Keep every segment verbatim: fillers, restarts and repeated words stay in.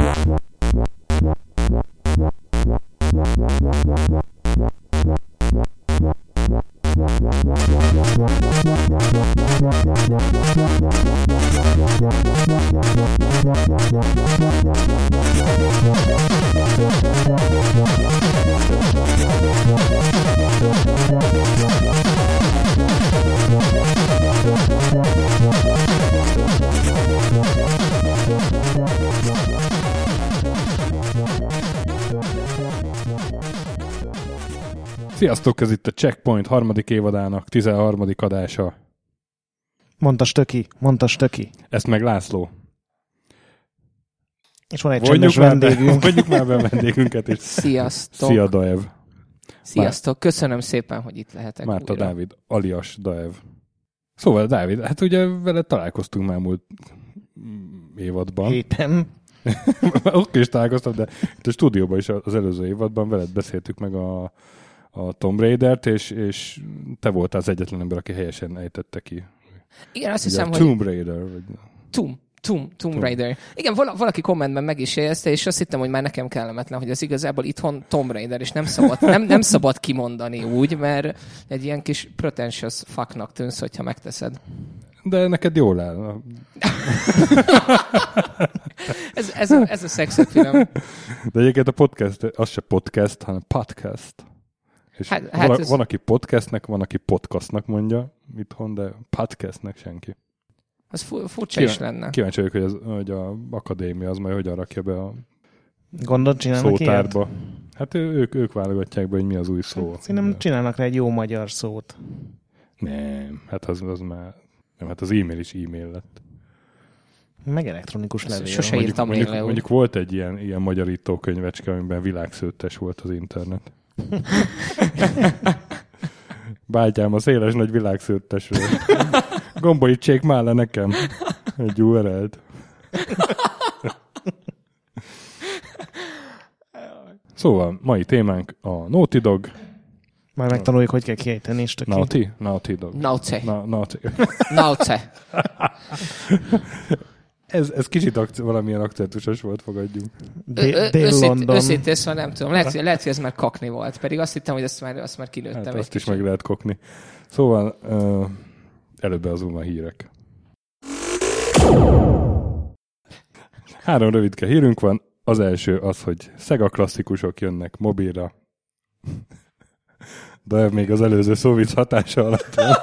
Sziasztok, ez itt a Checkpoint harmadik évadának tizenharmadik adása. Mondta Stöki, mondta Stöki. Ezt meg László. És van egy csendes vendégünk. Mondjuk már be vendégünket is. Sziasztok. Szia, Daev. Sziasztok, köszönöm szépen, hogy itt lehetek Márta újra. Dávid, alias Daev. Szóval, Dávid, hát ugye vele találkoztunk már múlt évadban. Héten. Ott is találkoztam, de itt a stúdióban is az előző évadban veled beszéltük meg a a Tomb Raidert, és, és te voltál az egyetlen ember, aki helyesen ejtette ki. Igen, azt ugye hiszem, hogy... Tomb Raider. Vagy... Tomb, Tomb, Tomb Raider. Igen, vala, valaki kommentben meg is jegyezte, és azt hittem, hogy már nekem kellemetlen, hogy ez igazából itthon Tomb Raider, és nem szabad, nem, nem szabad kimondani úgy, mert egy ilyen kis pretentious fucknak tűnsz, hogyha megteszed. De neked jól áll. ez, ez, a, ez a szexapilem. De egyébként a podcast, az se podcast, hanem podcast. És hát, van, hát ez... van, aki podcastnek, van, aki podcastnak mondja itthon, de podcastnek senki. Az fu- furcsa Kíván, is lenne. Kíváncsi vagyok, hogy, az, hogy a akadémia az majd hogyan rakja be a Gondot csinálnak szótárba. ilyet? Hát ők, ők válogatják be, hogy mi az új szó. Hát, szerintem de... csinálnak rá egy jó magyar szót. Nem, hát az, az már... Nem, hát az e-mail is e-mail lett. Meg elektronikus levél. Sose írtam mondjuk, én le. Mondjuk volt egy ilyen, ilyen magyarító könyvecske, amiben világszőttes volt az internet. Bátyám a széles nagy világszőttesről. Gombolítsék már le nekem egy u er el-t. Szóval, mai témánk a Naughty Dog. Már megtanuljuk, hogy kell kiejteni is. Naughty? Naughty Dog. Naughty. Na, Naughty. Naughty. Ez, ez kicsit akci- valamilyen akcentusos volt, fogadjunk. Dél-London. Őszintén szóval nem tudom. Lehet, lehet, hogy ez már kakni volt. Pedig azt hittem, hogy azt már, azt már kilőttem. Hát egy azt is kicsit. meg lehet kokni. Szóval uh, előbb beazulva a hírek. Három rövidke hírünk van. Az első az, hogy Sega klasszikusok jönnek mobilra. De még az előző szóvic hatása alatt van.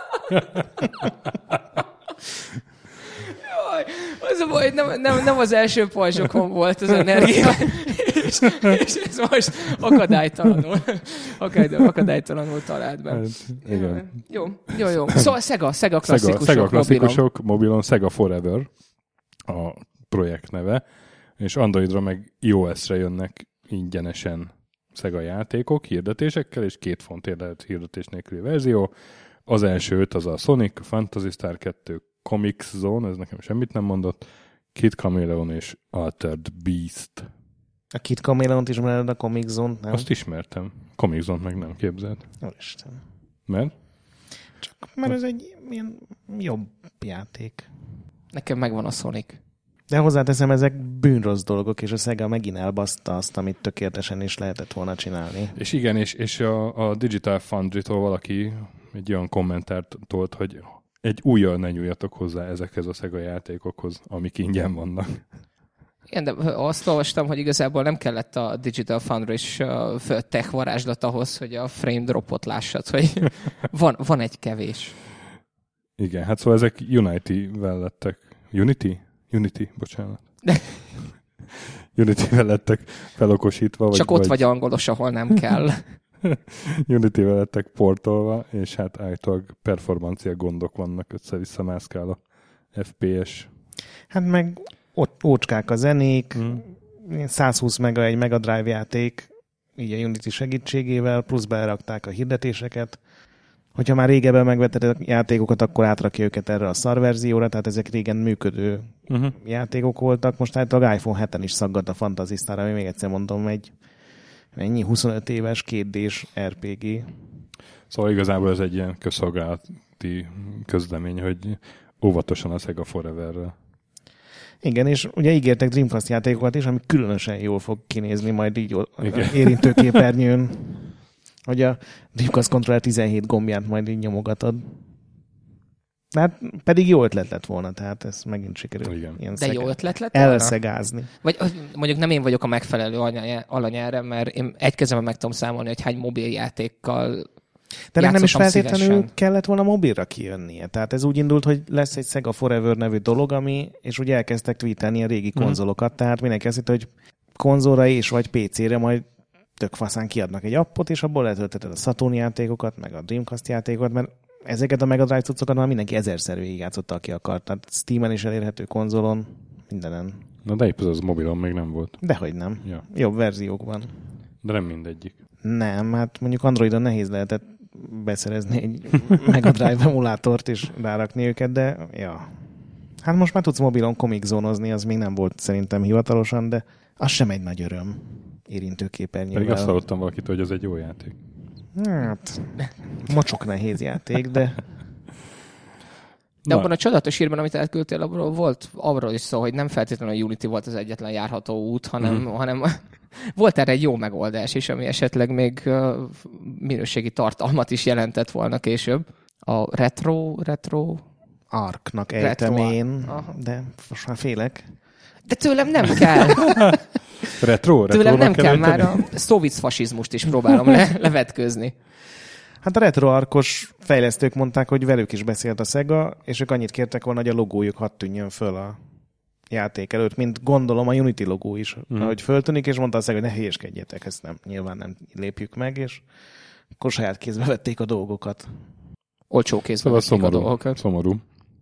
Az a baj, nem, nem, nem az első pajzsokon volt az energia, és, és ez most akadálytalanul, akadálytalanul talált be. Hát, igen. Jó, jó, jó. Szóval Sega, Sega klasszikusok, Sega, Sega klasszikusok mobilon. mobilon, Sega Forever a projekt neve, és Androidra meg iOS-re jönnek ingyenesen Sega játékok hirdetésekkel, és két fontért lehet hirdetés nélküli verzió. Az első öt az a Sonic, Phantasy Star kettő, Comics Zone, ez nekem semmit nem mondott, Kid Chameleon és Altered Beast. A Kid Chameleont ismered, a Comic Zone-t, nem? Azt ismertem. Comic Zone-t meg nem képzelt. Úristen. Mert? Csak mert ez egy ilyen jobb játék. Nekem megvan a Sonic. De hozzáteszem, ezek bűnrossz dolgok, és a Sega megint elbaszta azt, amit tökéletesen is lehetett volna csinálni. És igen, és, és a, a Digital Foundry-tól valaki egy olyan kommentárt tolt, hogy egy újjal ne nyúljatok hozzá ezekhez a Sega játékokhoz, amik ingyen vannak. Igen, de azt olvastam, hogy igazából nem kellett a Digital Foundry-s tech varázslat ahhoz, hogy a frame dropot lássad, hogy van, van egy kevés. Igen, hát szóval ezek Unity-vel lettek. Unity? Unity, bocsánat. Unity-vel lettek felokosítva. Csak vagy, ott vagy angolos, ahol nem kell. Unity-vel lettek portolva, és hát állítólag performancia gondok vannak, össze-vissza mászkál a ef pé es. Hát meg ott ócskák a zenék, hmm. százhúsz mega egy Mega Drive játék, így a Unity segítségével, plusz belerakták a hirdetéseket. Hogyha már régebben megvetted a játékokat, akkor átrakja őket erre a szar verzióra, tehát ezek régen működő uh-huh. játékok voltak. Most általában iPhone heten is szaggat a Phantasy Star, ami még egyszer mondom, egy ennyi huszonöt éves két dés er pé gé. Szóval igazából ez egy ilyen közszolgálati közlemény, hogy óvatosan a Sega Foreverrel. Igen, és ugye ígértek Dreamcast játékokat is, ami különösen jól fog kinézni majd így Igen. érintőképernyőn, hogy a Dreamcast Controller tizenhét gombját majd így nyomogatod. Hát pedig jó ötlet lett volna, tehát ez megint sikerül. Igen. Ilyen De szeg... jó ötlet lett volna? Elszegázni. Vagy mondjuk nem én vagyok a megfelelő alany erre, mert én egy kezemben meg tudom számolni, hogy hány mobiljátékkal de nem is feltétlenül szívesen. Kellett volna mobilra kijönnie. Tehát ez úgy indult, hogy lesz egy Sega Forever nevű dolog, ami, és ugye elkezdtek tweetelni a régi konzolokat, mm. tehát mindenki azt hitt, hogy konzolra és vagy pé cére majd tök faszán kiadnak egy appot, és abból letölteted a Saturn játékokat, meg a Dreamcast játékokat, mert ezeket a Mega Drive cuccokat már mindenki ezerszer végigjátszotta, aki akart. Tehát Steamen is elérhető konzolon, mindenen. Na de épp az, az mobilon még nem volt. Dehogy nem. Ja. Jobb verziókban. De nem mindegyik. Nem, hát mondjuk Androidon nehéz lehetett beszerezni egy Mega Drive emulátort és rárakni őket, de ja. Hát most már tudsz mobilon Comic Zone-ozni, az még nem volt szerintem hivatalosan, de az sem egy nagy öröm érintőképernyővel. Pedig azt hallottam valakit, hogy az egy jó játék. Hát, mocsok nehéz játék, de... De Na. abban a csodatos hírben, amit elküldtél, abról volt arról is szó, hogy nem feltétlenül a Unity volt az egyetlen járható út, hanem, mm. hanem volt erre egy jó megoldás is, ami esetleg még uh, minőségi tartalmat is jelentett volna később. A retro, retro... Arknak ejtem én, de most már félek. De tőlem nem kell. retro? Tőlem nem kell, már a szovjet fasizmust is próbálom le, levetközni. Hát a retroarkos fejlesztők mondták, hogy velük is beszélt a Sega, és ők annyit kértek volna, hogy a logójuk hadd tűnjön föl a játék előtt, mint gondolom a Unity logó is, mm. ahogy föltűnik, és mondta a Sega, hogy ne hülyéskedjetek, ezt nem, nyilván nem lépjük meg, és akkor saját kézbe vették a dolgokat. Olcsó kézbe szóval vették szomorú, a dolgokat. Szomorú.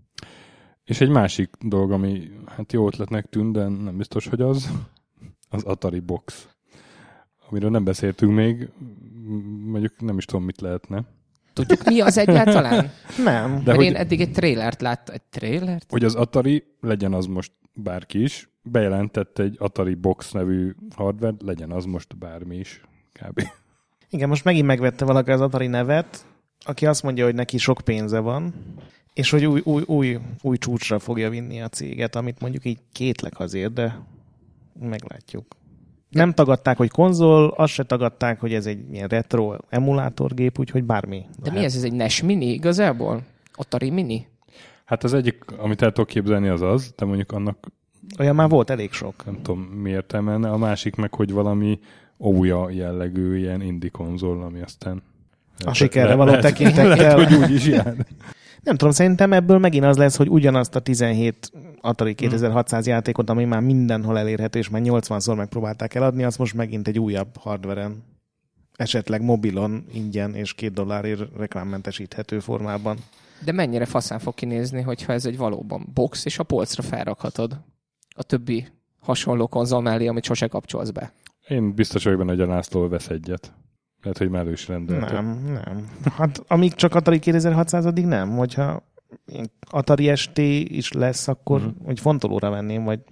És egy másik dolog, ami hát jó ötletnek tűnt, de nem biztos, hogy az, az Atari Box. Amiről nem beszéltünk még, mondjuk nem is tudom, mit lehetne. Tudjuk, mi az egyáltalán? Nem. De Mert hogy, én eddig egy trailert láttam. Egy trailert? Hogy az Atari, legyen az most bárki is, bejelentett egy Atari Box nevű hardware, legyen az most bármi is, kb. Igen, most megint megvette valaki az Atari nevet, aki azt mondja, hogy neki sok pénze van, és hogy új, új, új, új csúcsra fogja vinni a céget, amit mondjuk így kétlek azért, de meglátjuk. Nem tagadták, hogy konzol, azt se tagadták, hogy ez egy ilyen retro emulátorgép, úgyhogy bármi. De lehet. Mi ez? Ez egy nes Mini igazából? Atari Mini? Hát az egyik, amit el tudok képzelni, az az, de mondjuk annak... Olyan már volt elég sok. Nem tudom, miért emenne. A másik meg, hogy valami ója jellegű ilyen indie konzol, ami aztán... A sikerre való tekintettel. Lehet, hogy úgy is jár. Nem tudom, szerintem ebből megint az lesz, hogy ugyanazt a tizenhét Atari kétezer-hatszáz játékot, ami már mindenhol elérhető, és már nyolcvanszor megpróbálták eladni, az most megint egy újabb hardveren, esetleg mobilon ingyen és két dollárért reklámmentesíthető formában. De mennyire faszán fog kinézni, hogyha ez egy valóban box, és a polcra felrakhatod a többi hasonló konzol mellé, amit sose kapcsolsz be. Én biztos vagyok benne, hogy a László vesz egyet. Lehet, hogy már is rendelte. Nem, nem. Hát amíg csak Atari kétezer-hatszáz, addig nem. Hogyha Atari es té is lesz, akkor uh-huh. hogy fontolóra venném, vagy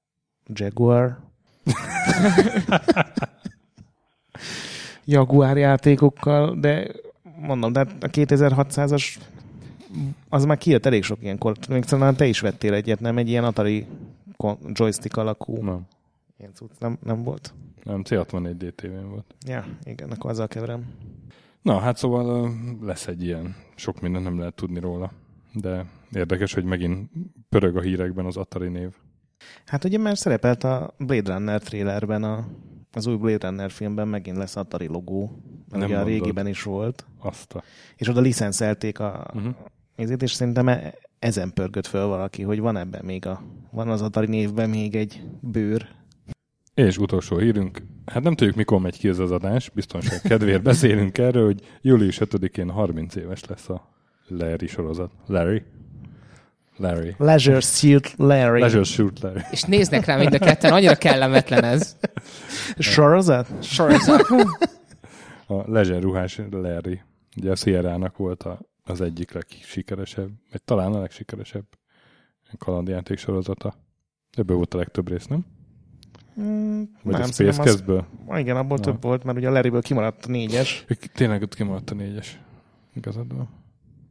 Jaguar. Jaguar játékokkal, de mondom, de a kétezer-hatszázas az már kijött elég sok ilyenkor. Még szerintem te is vettél egyet, nem? Egy ilyen Atari joystick alakú. Nem. Ilyen cucc nem, nem volt? Nem, cé hatvannégy dé té vén volt. Ja, igen, akkor azzal keverem. Na, hát szóval lesz egy ilyen. Sok mindent nem lehet tudni róla. De érdekes, hogy megint pörög a hírekben az Atari név. Hát ugye már szerepelt a Blade Runner trailerben, a, az új Blade Runner filmben megint lesz Atari logó. Nem ugye mondod. A régiben is volt. Azt a... És oda licenszelték a uh-huh. nézét, és szerintem ezen pörgött föl valaki, hogy van ebben még a, van az Atari névben még egy bőr. És utolsó hírünk, hát nem tudjuk, mikor megy ki ez az adás, biztonság kedvéért beszélünk erről, hogy július ötödikén harminc éves lesz a Larry sorozat. Larry? Larry. Leisure Suit Larry. Leisure Suit Larry. És néznek rá mind a ketten, annyira kellemetlen ez. Sorozat? Sorozat. A Leisure ruhás Larry. Ugye a Sierra-nak volt a, az egyik legsikeresebb, vagy talán a legsikeresebb kalandjáték sorozata. Ebből volt a legtöbb rész, nem? Mm, Vagy nem, a Space Quest-ből? Igen, abból Na. több volt, mert ugye a Larryből kimaradt a négyes. Tényleg ott kimaradt a négyes. Igazad van.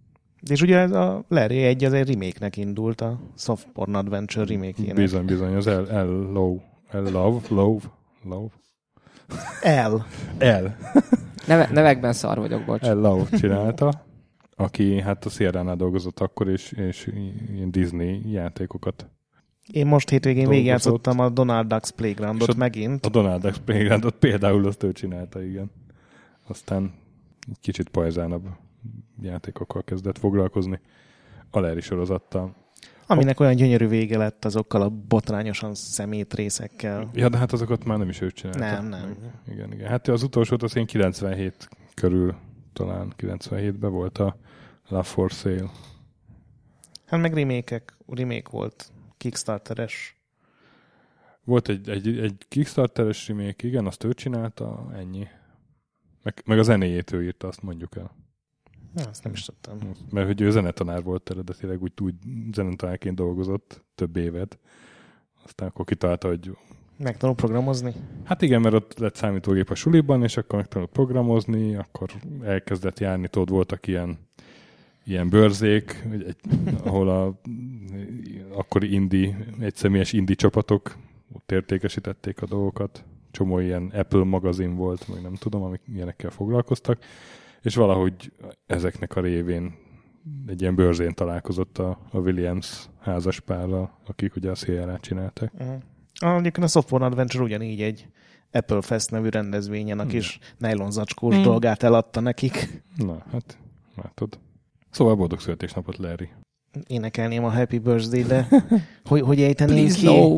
És ugye ez a Larry egy az egy remake-nek indult, a Soft Porn Adventure remake-jének. Bizony, bizony, az El, El Low, El Love, Love, Love. El. El. Neve, nevekben szar vagyok, bocs. El Love csinálta, aki hát a Sierra-nál dolgozott akkor, és, és ilyen Disney játékokat. Én most hétvégén Dolgozott. végigjátszottam a Donald Duck's Playgroundot a, megint. A Donald Duck Playgroundot például azt ő csinálta, igen. Aztán egy kicsit pajzánabb játékokkal kezdett foglalkozni. A Larry sorozattal. Aminek olyan gyönyörű vége lett azokkal a botrányosan szemét részekkel. Ja, de hát azokat már nem is ő csinálta. Nem, nem. Igen, igen. Hát az utolsót az én kilencvenhét körül, talán kilencvenhétben volt a Love for Sale. Hát meg remake-ek, remake volt, Kickstarteres. Volt egy, egy, egy Kickstarteres remake, igen, azt ő csinálta, ennyi. Meg, meg a zenéjét ő írta, azt mondjuk el. Ja, azt nem is tudtam. Mert hogy ő zenetanár volt eredetileg, úgy, úgy zenetanárként dolgozott több évet. Aztán akkor kitalálta, hogy... Megtanul programozni? Hát igen, mert ott lett számítógép a suliban, és akkor megtanult programozni, akkor elkezdett járni, tudod, voltak ilyen, ilyen bőrzék, egy, ahol a akkori indie, egyszemélyes indie csapatok ott értékesítették a dolgokat. Csomó ilyen Apple magazin volt, meg nem tudom, amik ilyenekkel foglalkoztak. És valahogy ezeknek a révén egy ilyen bőrzén találkozott a, a Williams házaspárral, akik ugye a Sierra-t csinálták. Uh-huh. Egyébként a Software Adventure ugyanígy egy Apple Fest nevű rendezvényen a kis nejlonzacskós hmm. dolgát eladta nekik. Na, hát látod. Szóval boldog születésnapot, Larry. Énekelném a Happy Birthday, de hogy, hogy ejtenénk ki? No.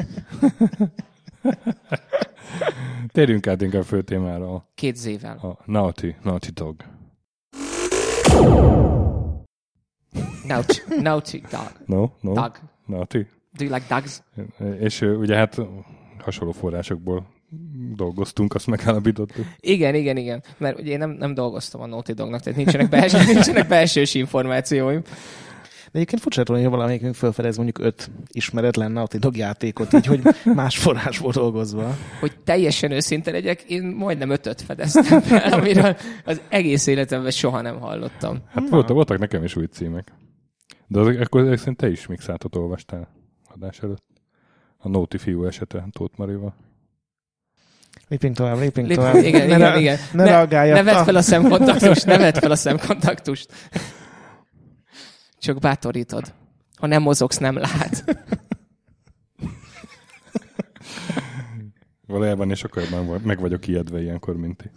Térjünk át inkább a fő témára. Két zével. A Naughty, Naughty Dog. Naughty, Naughty Dog. No, no. Dog. Naughty. Do you like dogs? És ugye hát hasonló forrásokból dolgoztunk, azt megállapítottuk. Igen, igen, igen. Mert ugye én nem, nem dolgoztam a Naughty Dognak, tehát nincsenek, belső, nincsenek belsős információim. De egyébként furcsa, hogy valamelyikünk felfedez mondjuk öt ismeretlen Naughty Dog játékot, így, hogy más forrásból dolgozva. Hogy teljesen őszinte legyek, én majdnem ötöt fedeztem fel, amiről az egész életemben soha nem hallottam. Hát voltak, voltak nekem is új címek. De az, akkor ezek szerint te is Mixátot olvastál adás előtt. A Naughty fiú esete Tóth Marival. Lépjünk tovább, lépjünk Lép, tovább. Igen, ne, igen, igen. Ne, ne reagáljak. Ne vedd fel a szemkontaktust, ne vedd fel a szemkontaktust. Csak bátorítod. Ha nem mozogsz, nem lát. Valójában én sokkal jobban meg vagyok ijedve ilyenkor, mint ti.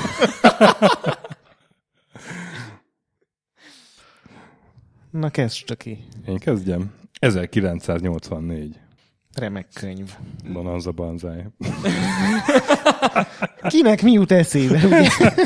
Na kezd csak ki. Én kezdjem. ezerkilencszáznyolcvannégy. Remek könyv. Bonanza Banzai. Kinek mi jut eszébe, ugye?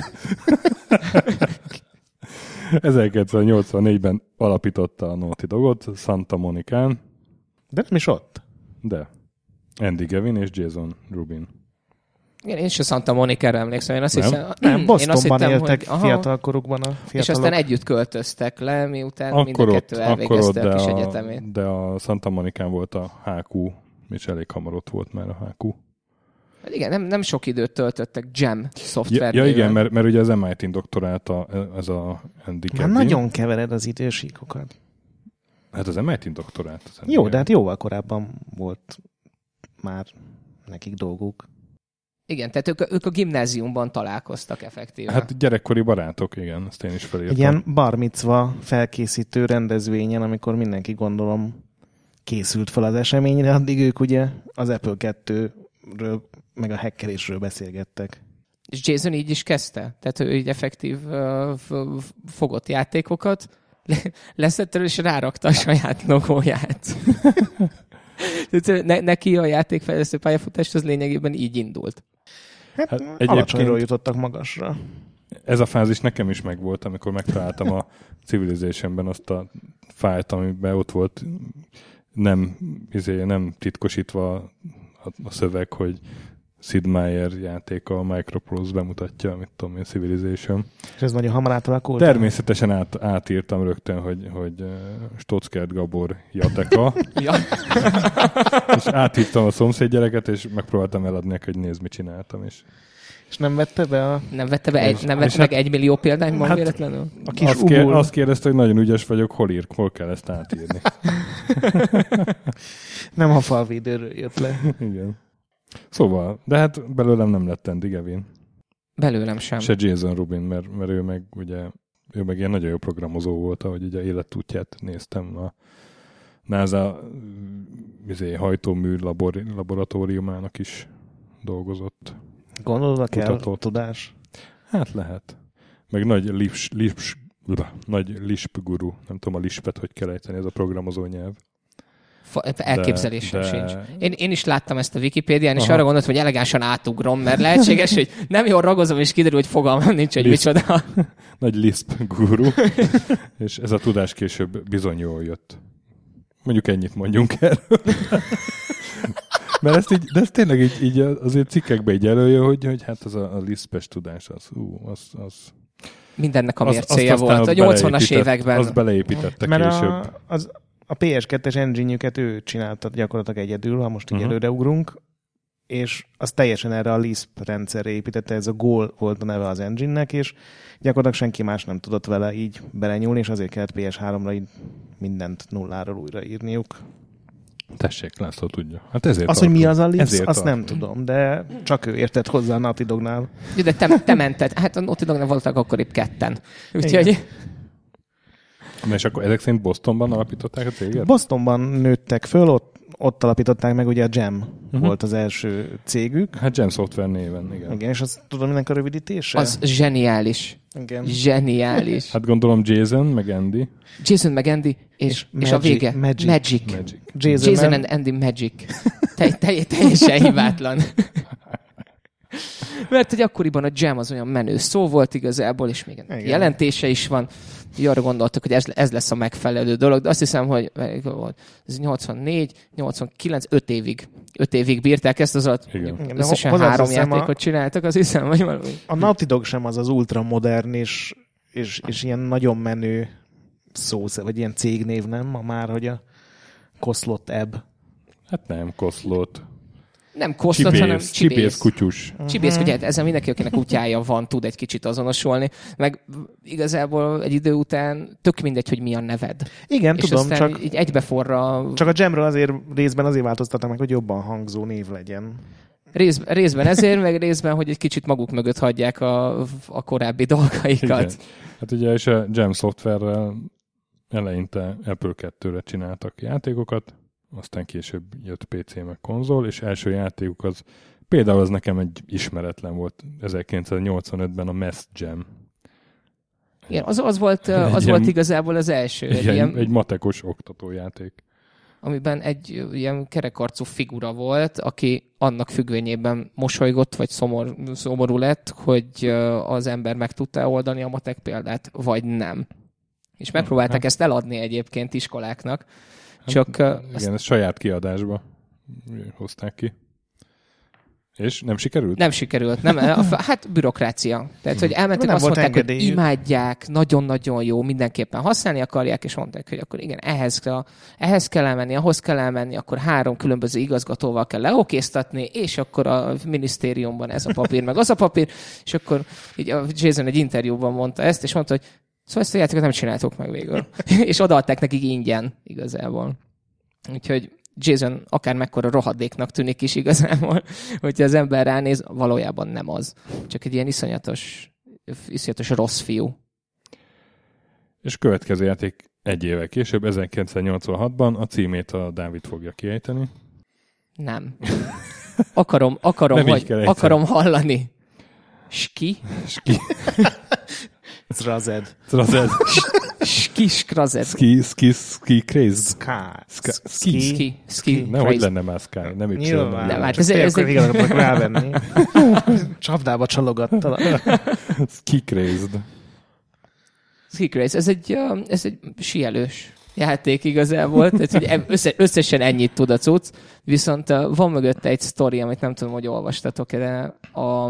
ezerkilencszáznyolcvannégyben alapította a Naughty Dogot Santa Monicán. De nem is ott. De. Andy Gavin és Jason Rubin. Igen, én sem Santa Monica-ra emlékszem. Én azt nem? hiszem, Nem, Bostonban én azt hittem, éltek hogy, fiatalkorukban a fiatalok. És aztán együtt költöztek le, miután Akkor mind a kettő ott, elvégezte akkor ott, a kis de egyetemét. A, de a Santa Monicán volt a há kú, és elég hamar ott volt már a há kú. Hát igen, nem, nem sok időt töltöttek Jam Ja, szoftvernével. ja igen, mert, mert ugye az em i té-n doktorálta ez a Andy Már Gavin. nagyon kevered az idősíkokat. Hát az em i té-n doktorált. Az Jó, Gavin. De hát jóval korábban volt már nekik dolguk. Igen, tehát ők, ők a gimnáziumban találkoztak effektíven. Hát gyerekkori barátok, igen, ezt én is felírtam. Egy ilyen bar micva felkészítő rendezvényen, amikor mindenki gondolom készült fel az eseményre, addig ők ugye az Apple kettőről meg a hackerésről beszélgettek. És Jason így is kezdte? Tehát ő így effektív uh, f- fogott játékokat, leszett és rárakta a saját logóját. ne- neki a játékfejlesztő pályafutást az lényegében így indult. Hát, hát egyébként alacsonyról jutottak magasra. Ez a fázis nekem is megvolt, amikor megtaláltam a Civilizationben azt a fájlt, amiben ott volt nem, izé, nem titkosítva a, a szöveg, hogy Sid Meier játéka a Microprose bemutatja, mit tudom én, Civilization. És ez nagyon hamar átalakult? Természetesen át, átírtam rögtön, hogy, hogy uh, Stockert Gabor Jateka. Ja. És áthívtam a szomszéd gyereket, és megpróbáltam eladni neki, hogy nézd, mit csináltam. És És nem vette be a... Nem vette be egy, nem vette meg hát, egy millió példányban hát, véletlenül? A kis azt, kér, azt kérdezte, hogy nagyon ügyes vagyok, hol ír, hol kell ezt átírni. Nem a falvédőről jött le. Igen. Szóval, de hát belőlem nem lett Andy Gavin. Belőlem sem. Se Jason Rubin, mert, mert ő meg ugye, ő meg ilyen nagyon jó programozó volt, ahogy ugye életútját néztem a NASA izé, hajtómű labor, laboratóriumának is dolgozott. Gondolod, kell Kutatott. tudás? Hát lehet. Meg nagy lips, lips, nagy lisp guru. Nem tudom a lispet, hogy kell ejteni, ez a programozó nyelv. Fa- elképzelésem de, sincs. de... Én, én is láttam ezt a Wikipédián, és Aha. arra gondoltam, hogy elegánsan átugrom, mert lehetséges, hogy nem jól ragozom, és kiderül, hogy fogalmam nincs, hogy Lisp. micsoda. Nagy lisp guru. És ez a tudás később bizony jól jött. Mondjuk ennyit mondjunk erről. Mert ezt így, de ez tényleg így, így azért cikkekbe így előjön, hogy, hogy hát az a, a lispes tudás, az, ú, az, az Mindennek a az- mércéje azt volt. A aztán nyolcvanas beleépített- években. Azt beleépítette Mert később. a, az, a pé es kettes engine-jüket ő csinálta gyakorlatilag egyedül, ha most így Uh-huh. előreugrunk, és az teljesen erre a Lisp rendszerre építette, ez a Goal volt a neve az engine-nek, és gyakorlatilag senki más nem tudott vele így belenyúlni, és azért kellett pé es háromra így mindent nulláról újraírniuk. Tessék, László tudja. Hát ezért Az, hogy mi tartunk. az a Lisp, Ezért azt nem tartunk. tudom, de csak ő értett hozzá a Naughty Dognál. Jó, de te, te mented. Hát a Naughty Dognál voltak akkor épp ketten. Úgyhogy Na és akkor ezek szerint Bostonban alapították a céget? Bostonban nőttek föl, ott, ott alapították meg, ugye a Jam Uh-huh. volt az első cégük. Hát Jam Software néven, igen. Igen, és azt tudom, mindenki a rövidítése? az zseniális. Igen. Zseniális. Hát gondolom Jason, meg Andy. Jason meg Andy, és, és, és a Magic, vége. Magic. Magic. Magic. Jason, Jason nem- and Andy Magic. Te, te, teljesen hibátlan. Mert hogy akkoriban a Jam az olyan menő szó volt igazából, és még ennek Igen. jelentése is van. Így arra gondoltak, hogy ez, ez lesz a megfelelő dolog, de azt hiszem, hogy ez nyolcvannégy, nyolcvankilenc, öt évig. öt évig bírták ezt az alatt. Igen. Igen, de Összesen ho- három hozzáteszem, játékot csináltak, az hiszem, vagy valami. A Naughty Dog sem az az ultramodern és, és, és ilyen nagyon menő szó, vagy ilyen cégnév, nem? Ma már, hogy a Koszlott Ebb. Hát nem, Koszlót. Nem kosztot, hanem Csibész, csibész csibész. kutyus. Csibész kutyát, ezzel mindenki, akinek kutyája van, tud egy kicsit azonosulni, meg igazából egy idő után tök mindegy, hogy mi a neved. Igen, És tudom, aztán csak, így egybeforra, csak a Jamről azért részben azért változtatták meg, hogy jobban hangzó név legyen. rész, részben ezért, meg részben, hogy egy kicsit maguk mögött hagyják a, a korábbi dolgaikat. Igen. Hát ugye és a Jam Software-rel eleinte Apple kettőre csináltak játékokat, aztán később jött pé cé meg konzol, és első játékuk az, például az nekem egy ismeretlen volt, ezerkilencszáznyolcvanötben a Mass Jam. Igen, az, az, volt, az ilyen- volt igazából az első, egy, Egy, ilyen, egy matekos oktatójáték. amiben egy ilyen kerekarcú figura volt, aki annak függvényében mosolygott, vagy szomor, szomorú lett, hogy az ember meg tudta oldani a matek példát, vagy nem. És megpróbálták Hát- ezt eladni egyébként iskoláknak, Hát, csak igen, azt ezt saját kiadásba hozták ki. És nem sikerült? nem sikerült. Nem, a- hát bürokrácia. Tehát, hogy elmentek, Nem azt volt mondták, hogy engedélyük. imádják, nagyon-nagyon jó, mindenképpen használni akarják, és mondták, hogy akkor igen, ehhez kell, ehhez kell elmenni, ahhoz kell elmenni, akkor három különböző igazgatóval kell leokéztatni, és akkor a minisztériumban ez a papír, meg az a papír, és akkor így a Jason egy interjúban mondta ezt, és mondta, hogy szóval ezt a játékot nem csináltuk meg végül. És odaadták nekik ingyen igazából. Úgyhogy Jason akár mekkora rohadéknak tűnik is igazából, hogyha az ember ránéz, valójában nem az. Csak egy ilyen iszonyatos, iszonyatos rossz fiú. És következő játék egy évvel később, ezerkilencszáznyolcvanhatban a címét a Dávid fogja kiejteni. Nem. Akarom, akarom, Nem így hogy, kell egyszer. akarom hallani. Ski? Ski, Zrazed. Zrazed. Ski, skrazet. Ski, ski, ski craze. Ska. Ska- Ski. Ski, ski, Nem, hogy crazy. lenne már Sky, nem Y. Nyilván. Nem, hát Csak ez- tényleg ez akkor egy- igazán akarok rávenni. Csapdába csalogattalak. Ski crazed. Ski craze. Ez egy, uh, ez egy sielős játék igazából, tehát hogy össze, összesen ennyit tud a cucc, viszont uh, van mögötte egy sztori, amit nem tudom, hogy olvastatok, de a,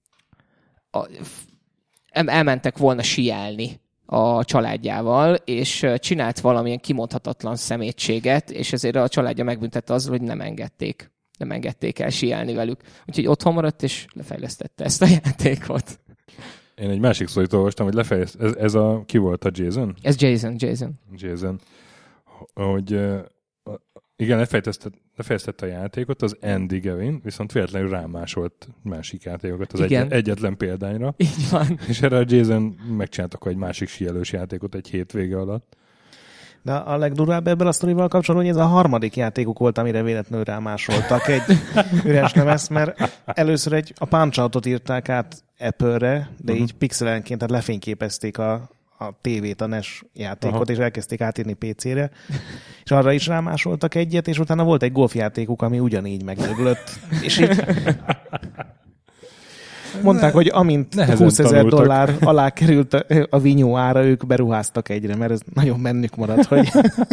a, el, elmentek volna sielni a családjával, és uh, csinált valamilyen kimondhatatlan szemétséget, és ezért a családja megbüntette azzal, hogy nem engedték nem engedték el síelni velük. Úgyhogy otthon maradt, és lefejlesztette ezt a játékot. Én egy másik sztorit olvastam, hogy lefejleszt... Ez, ez a... Ki volt a Jason? Ez Jason, Jason. Jason. Hogy uh, igen, lefejlesztette, lefejlesztette a játékot, az Andy Gavin, viszont véletlenül rámásolt másik játékokat az egy, egyetlen példányra. Így van. És erre a Jason megcsináltak egy másik síelős játékot egy hétvége alatt. De a legdurvább ebben a sztorival kapcsolatban, hogy ez a harmadik játékuk volt, amire véletlenül rámásoltak egy üres lemezt, mert először egy, a Punch-Outot írták át Apple-re, de uh-huh. így pixelenként, tehát lefényképezték a, a tévét, a nes játékot, uh-huh. és elkezdték átírni pé cére, és arra is rámásoltak egyet, és utána volt egy golfjátékuk, ami ugyanígy megdöglött. És így mondták, hogy amint húszezer dollár alá került a, a vinyó ára, ők beruháztak egyre, mert ez nagyon bennük maradt, hogy,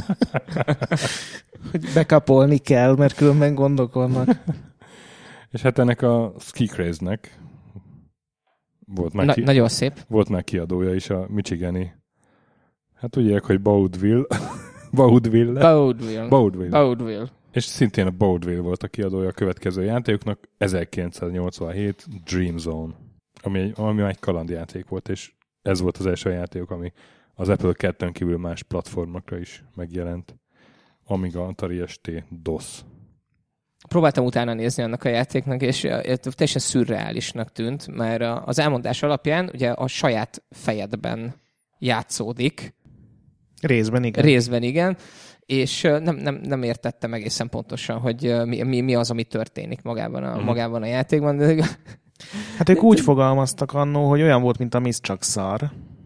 hogy bekapolni kell, mert különben gondok vannak. És hát ennek a Ski Craze-nek volt már, Na, ki, nagyon szép. volt már kiadója is, a michigani, hát úgy írják, hogy Baudville. Baudville. Baudville. Baudville. Baudville. És szintén a Baudville volt a kiadója a következő játékoknak, ezerkilencszáznyolcvanhét Dream Zone, ami egy, ami egy kalandjáték volt, és ez volt az első játék, ami az Apple kettőn kívül más platformokra is megjelent. Amiga, Atari es té, DOS. Próbáltam utána nézni annak a játéknak, és teljesen szürreálisnak tűnt, mert az elmondás alapján ugye a saját fejedben játszódik. Részben igen. Részben igen. És nem, nem, nem értettem egészen pontosan, hogy mi, mi, mi az, ami történik magában a, mm. magában a játékban. De... Hát ők úgy fogalmaztak annó, hogy olyan volt, mint a Miss csak szar.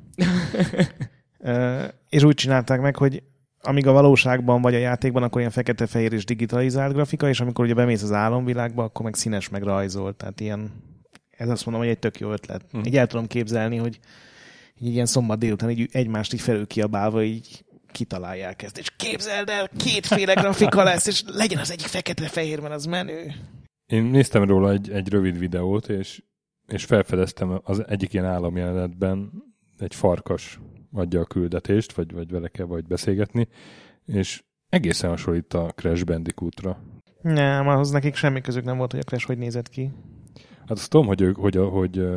És úgy csinálták meg, hogy amíg a valóságban vagy a játékban, akkor ilyen fekete-fehér és digitalizált grafika, és amikor ugye bemész az álomvilágba, akkor meg színes, meg rajzolt. Tehát ilyen, ez azt mondom, hogy egy tök jó ötlet. Mm. Így el tudom képzelni, hogy így ilyen szombat délután így egymást így felülkiabálva így kitalálják ezt, és képzeld el, kétféle grafika lesz, és legyen az egyik fekete-fehér, mert az menő. Én néztem róla egy, egy rövid videót, és, és felfedeztem az egyik ilyen államjelenetben egy farkas adja a küldetést, vagy, vagy vele kell vagy beszélgetni, és egészen hasonlít a Crash Bandicootra. Nem, ahhoz nekik semmi közük nem volt, hogy a Crash hogy nézett ki. Hát azt tudom, hogy, ők, hogy, hogy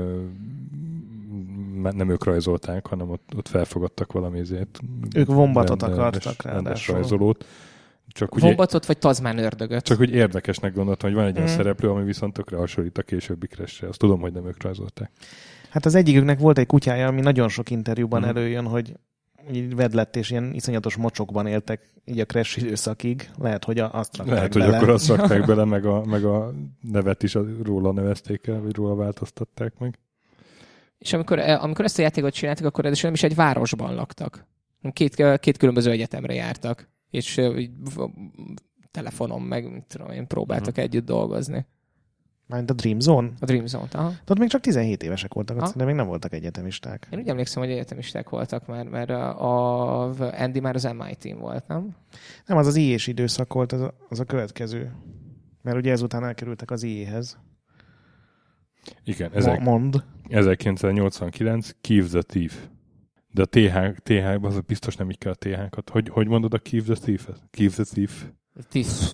nem ők rajzolták, hanem ott, ott felfogadtak valami ezért. Ők vombatot akartak ráadásul. Rajzolót. Csak Vombatot vagy Tazmán ördögöt? Csak úgy érdekesnek gondoltam, hogy van egy mm. olyan szereplő, ami viszont tökre hasonlít a későbbi Crash-re. Azt tudom, hogy nem ők rajzolták. Hát az egyiküknek volt egy kutyája, ami nagyon sok interjúban mm. előjön, hogy így vedlett és ilyen iszonyatos mocsokban éltek így a Crash időszakig. Lehet, hogy azt rakták Lehet, bele. hogy akkor azt rakták bele, meg a, meg a nevet is róla nevezték el, vagy róla változtatták meg. És amikor, amikor ezt a játékot csináltak, akkor ez nem is egy városban laktak. Két, két különböző egyetemre jártak. És így, telefonon meg tudom én, próbáltak uh-huh. együtt dolgozni. Mind a Dream Zone? A Dream Zone-t, aha. Tehát még csak tizenhét évesek voltak, de még nem voltak egyetemisták. Én úgy emlékszem, hogy egyetemisták voltak már, mert a, a Andy már az em i té-n volt, nem? Nem, az az i á-s időszak volt, az a, az a következő. Mert ugye ezután elkerültek az i á-hez. Igen, ezek, Mond. ezerkilencszáznyolcvankilenc Keep the Thief. De a té há, té há-ban az biztos nem így kell a té há-kat. Hogy, hogy mondod a Keep the Thief-et? Keep the Thief. Thief.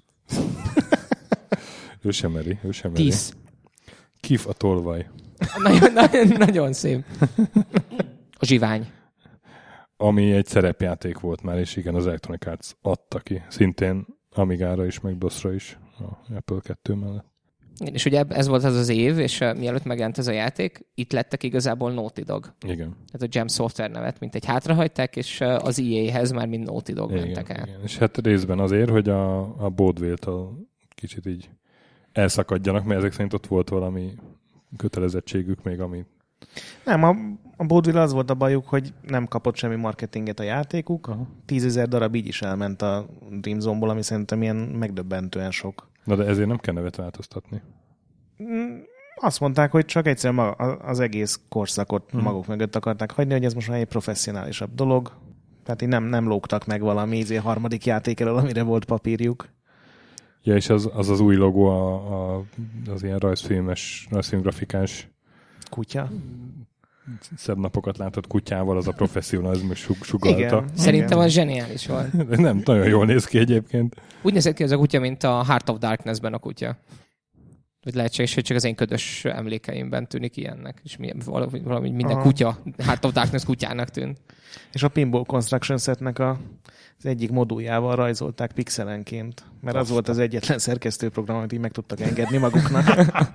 Ő sem meri, ő sem meri. Tíz. Kif a tolvaj. Nagyon, nagyon, nagyon szép. A zsivány. Ami egy szerepjáték volt már, és igen, az Electronic Arts adta ki. Szintén Amigára is, meg DOS-ra is a Apple kettő mellett. És ugye ez volt az az év, és uh, mielőtt megjelent ez a játék, itt lettek igazából Naughty Dog. Igen. Tehát a Jam Software nevet mint egy hátrahagyták, és uh, az i á-hez már mind Naughty Dog igen, mentek el. Igen. És hát részben azért, hogy a, a Baudville-től kicsit így elszakadjanak, mert ezek szerint ott volt valami kötelezettségük még, ami... Nem, a, a Baudville az volt a bajuk, hogy nem kapott semmi marketinget a játékuk. Aha. Tízezer darab így is elment a Dream Zone-ból, ami szerintem ilyen megdöbbentően sok. Na de ezért nem kell nevet változtatni. Azt mondták, hogy csak egyszerűen az egész korszakot hmm. maguk mögött akarták hagyni, hogy ez most már egy professzionálisabb dolog. Tehát így nem, nem lógtak meg valami izé harmadik játék elől, amire volt papírjuk. Ja, és az az, az új logó, a, a, az ilyen rajzfilmes, rajzfilmgrafikás kutya. szebb napokat látott kutyával, az a professzionalizmus sugalta. Igen. Szerintem Igen. az zseniális volt. Nem, nagyon jól néz ki egyébként. Úgy nézett ki az a kutya, mint a Heart of Darkness-ben a kutya. Hogy lehetséges, hogy csak az én ködös emlékeimben tűnik ilyennek. És mi, valahogy, valahogy minden Aha. kutya Heart of Darkness kutyának tűnt. És a Pinball Construction Setnek a, az egyik moduljával rajzolták pixelenként, mert az Aztán. volt az egyetlen szerkesztőprogram, amit így meg tudtak engedni maguknak.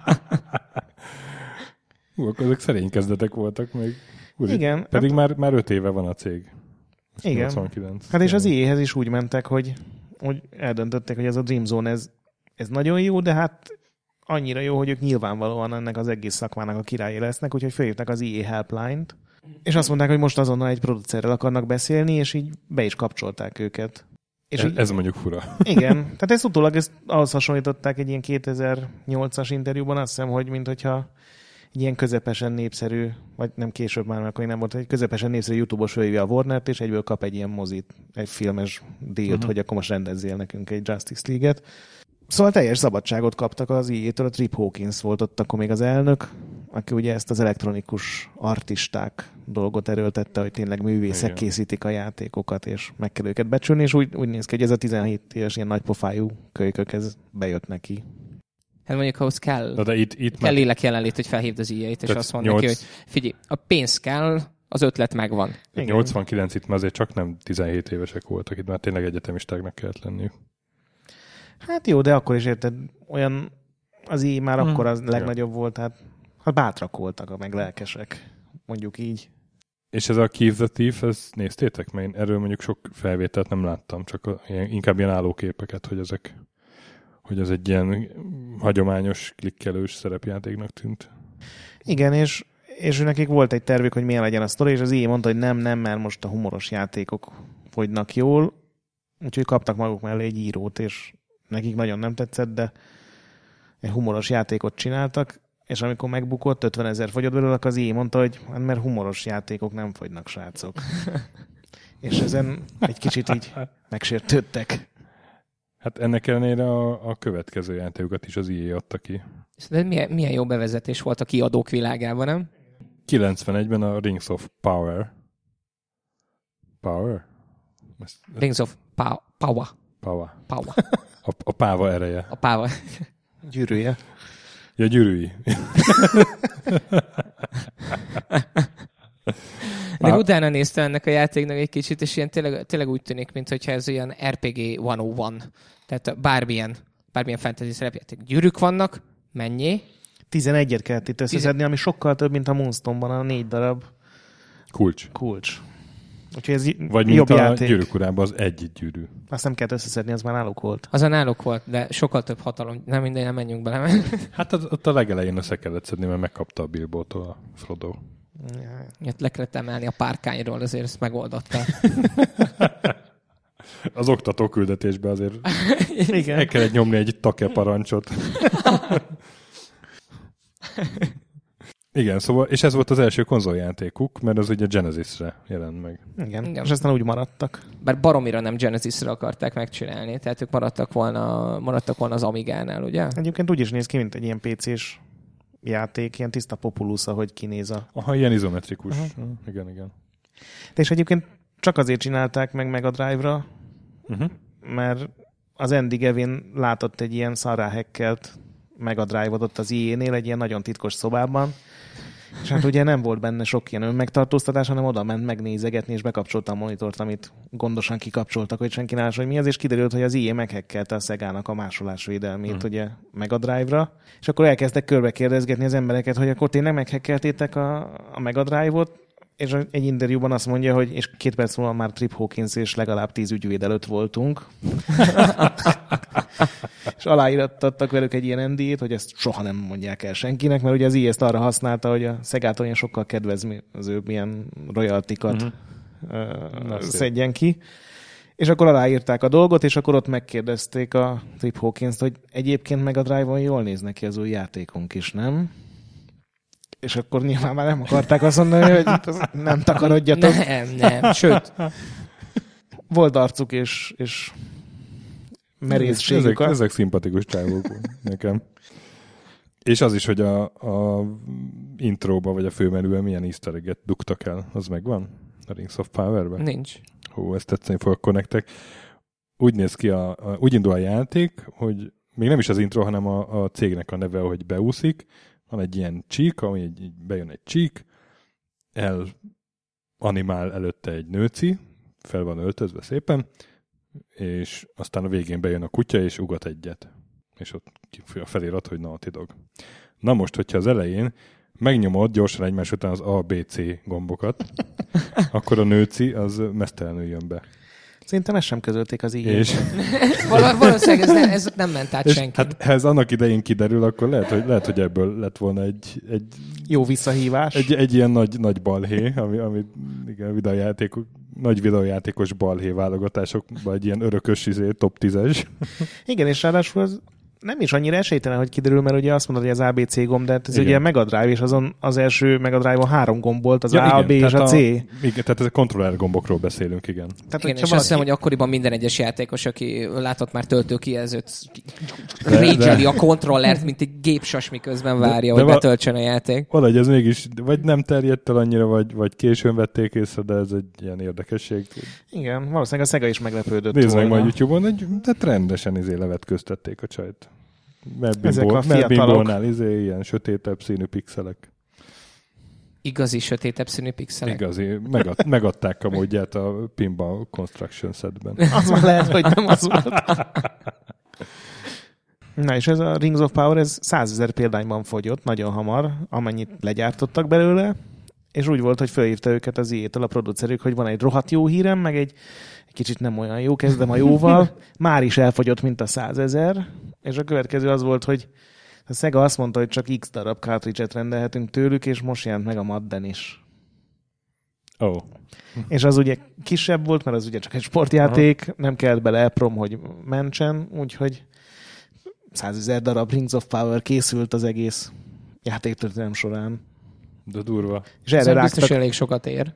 Hú, akkor ezek szerény kezdetek voltak még. Úri, Igen. Pedig már, már öt éve van a cég. Igen. nyolcvankilenc. Hát és az í á-hez is úgy mentek, hogy, hogy eldöntötték, hogy ez a Dream Zone, ez, ez nagyon jó, de hát annyira jó, hogy ők nyilvánvalóan ennek az egész szakmának a királyi lesznek, úgyhogy felhívták az í á Helpline-t, és azt mondták, hogy most azonnal egy producerrel akarnak beszélni, és így be is kapcsolták őket. És ez, így, ez mondjuk fura. igen, tehát ezt utólag ezt ahhoz hasonlították egy ilyen kétezer-nyolcas interjúban, azt hiszem, hogy minthogyha egy ilyen közepesen népszerű, vagy nem később már, mert akkor nem volt, egy közepesen népszerű YouTube-os fölhívja a Warnert, és egyből kap egy ilyen mozit, egy filmes dílt, uh-huh. hogy akkor most rendezzél nekünk egy Justice League-et. Szóval teljes szabadságot kaptak az í á-től, a Trip Hawkins volt ott akkor még az elnök, aki ugye ezt az elektronikus artisták dolgot erőltette, hogy tényleg művészek igen. készítik a játékokat, és meg kell őket becsülni, és úgy, úgy néz ki, hogy ez a tizenhét éves ilyen nagypofájú kölykök, ez bejött neki. Hát mondjuk ahhoz kell, Na de itt, itt kell már... lélek jelenlét, hogy felhívd az í á-t, és Tehát azt mondja neki, nyolc- hogy figyelj, a pénz kell, az ötlet megvan. Igen. nyolcvankilenc itt már azért csak nem tizenhét évesek voltak, itt már tényleg egyetemistáknak kellett lenniük. Hát jó, de akkor is érted, olyan az í á már Hmm. akkor az legnagyobb volt, hát, hát bátrak voltak, meg lelkesek, mondjuk így. És ez a Keith the Thief, ezt néztétek? Mert én erről mondjuk sok felvételt nem láttam, csak a, ilyen, inkább ilyen állóképeket, hogy ezek, hogy ez egy ilyen hagyományos klikkelős szerepjátéknak tűnt. Igen, és, és nekik volt egy tervük, hogy milyen legyen a sztori, és az í á mondta, hogy nem, nem, mert most a humoros játékok fogynak jól, úgyhogy kaptak maguk mellé egy írót, és nekik nagyon nem tetszett, de egy humoros játékot csináltak, és amikor megbukott, ötvenezer fogyott belőle, az í á mondta, hogy hát mert humoros játékok nem fogynak, srácok. És ezen egy kicsit így megsértődtek. Hát ennek ellenére a, a következő játékokat is az í á adta ki. De milyen, milyen jó bevezetés volt a kiadók világában, nem? kilencvenegyben a Rings of Power. Power? Ezt, Rings of Pow- Power. Power. Power. A, a páva ereje. A Power. Gyűrűje. Ja, gyűrűi. Meg utána néztem ennek a játéknak egy kicsit, és ilyen tényleg, tényleg úgy tűnik, mintha ez olyan er pé gé százegy. Tehát bármilyen, bármilyen fantasy szerepjáték. Gyűrűk vannak, mennyi? tizenegyet kellett itt összeszedni, ami sokkal több, mint a Moonstone-ban a négy darab Kulcs. kulcs. Úgyhogy ez Vagy mint jobb a játék. gyűrűk urában az egy gyűrű. Azt nem kellett összeszedni, az már náluk volt. Az a náluk volt, de sokkal több hatalom. Nem minden, nem menjünk bele. Hát az, ott a legelején össze kellett szedni, mert megkapta a Bilbótól a Frodo. Le kellett emelni a párkányról, azért ezt megoldotta. Az oktató küldetésbe azért Igen. el kellett nyomni egy take parancsot. Igen, szóval, és ez volt az első konzoljátékuk, mert az ugye Genesisre jelent meg. Igen. Igen. És aztán úgy maradtak. Bár baromira nem Genesisre akarták megcsinálni, tehát ők maradtak volna, maradtak volna az Amigánál, ugye? Egyébként úgy is néz ki, mint egy ilyen pé cés játék, ilyen tiszta populusz, ahogy kinéz a... Aha, ilyen izometrikus. Aha. Igen, igen. De és egyébként csak azért csinálták meg Mega Drive-ra, Uh-huh. mert az Andy Gavin látott egy ilyen szarrá hackelt Mega Drive-ot ott az í á-nél, egy ilyen nagyon titkos szobában, és hát ugye nem volt benne sok ilyen önmegtartóztatás, hanem oda ment megnézegetni, és bekapcsolta a monitort, amit gondosan kikapcsoltak, hogy senki ne lássa, hogy mi az, és kiderült, hogy az í á meghekkelte a Szegának a másolásvédelmét, hmm. ugye Mega Drive-ra, és akkor elkezdtek körbe kérdezgetni az embereket, hogy akkor tényleg meghekkeltétek a, a Mega Drive-ot, és egy interjúban azt mondja, hogy és két perc múlva már Trip Hawkins és legalább tíz ügyvéd előtt voltunk. És aláírattattak velük egy ilyen en dé-t, hogy ezt soha nem mondják el senkinek, mert ugye az í á ezt arra használta, hogy a Szegától ilyen sokkal kedvezményezőbb ilyen royaltikat uh-huh. uh, szedjen ki. És akkor aláírták a dolgot, és akkor ott megkérdezték a Trip Hawkins-t, hogy egyébként meg a Drive-on jól néz neki az új játékunk is, nem? És akkor nyilván már nem akarták azt mondani, hogy nem takarodjatok. Nem, nem, sőt. Volt arcuk és, és merészségük. Ezek, ezek szimpatikus csávók nekem. És az is, hogy a, a intróba, vagy a főmenüben milyen easter egget dugtak el. Az megvan? A Rings of Power-ben? Nincs. Hú, ezt tetszeni fog akkor nektek. Úgy néz ki, a, a, úgy indul a játék, hogy még nem is az intro, hanem a, a cégnek a neve, hogy beúszik. Van egy ilyen csík, ami egy, így bejön egy csík, el animál előtte egy nőci, fel van öltözve szépen, és aztán a végén bejön a kutya, és ugat egyet. És ott a felirat, hogy Naughty Dog. Na most, hogyha az elején megnyomod gyorsan egymás után az A, B, C gombokat, akkor a nőci az mesztelenül jön be. Szerintem ezt sem közölték az így. És, Val- valószínűleg ez, ne, ez nem ment át és senki. hát ha ez annak idején kiderül, akkor lehet, hogy, lehet, hogy ebből lett volna egy, egy, Jó visszahívás. egy, egy ilyen nagy, nagy balhé, ami, ami igen, videójátékok, nagy videójátékos balhé válogatásokban egy ilyen örökös izé, top tízes. Igen, és ráadásul az nem is annyira esélytelen, hogy kiderül, mert ugye azt mondod, hogy az A B C gomb, de hát ez igen. ugye Mega Drive, és azon az első Mega Drive-on három gomb volt, az Ja, A, igen, B és a C. A, igen, tehát ez a kontroller gombokról beszélünk, igen. Tehát, Igen, és valaki... azt hiszem, hogy akkoriban minden egyes játékos, aki látott már töltőkijelzőt, De- rage-eli de- a kontrollert, mint egy gépsas, miközben várja, de hogy va- betöltsön a játék. Valahogy ez mégis, vagy nem terjedt el annyira, vagy, vagy későn vették észre, de ez egy ilyen érdekesség. Igen, valószínűleg a Sega is meglepődött Nézd volna. meg majd YouTube-on, egy, tehát rendesen izé levetköztették a csajt. Ezek a Mert fiatalok. Bimbónál izé ilyen sötétebb színű pixelek. Igazi, sötétebb színű pixelek. Igazi, megad, megadták a módját a Pinball Construction setben. Az már lehet, hogy nem az volt. Na és ez a Rings of Power, ez százezer példányban fogyott, nagyon hamar, amennyit legyártottak belőle, és úgy volt, hogy felhívta őket az í á-től a producerük, hogy van egy rohadt jó hírem, meg egy, egy kicsit nem olyan jó, kezdem a jóval, már is elfogyott, mint a százezer, és a következő az volt, hogy a Sega azt mondta, hogy csak X darab cartridge-et rendelhetünk tőlük, és most jelent meg a Madden is. Ó. Oh. És az ugye kisebb volt, mert az ugye csak egy sportjáték, aha. Nem kellett bele EPROM, hogy mentsen, úgyhogy százezer darab Rings of Power készült az egész játéktörténelem során. De durva. És erre Ez rágtak... biztos elég sokat ér.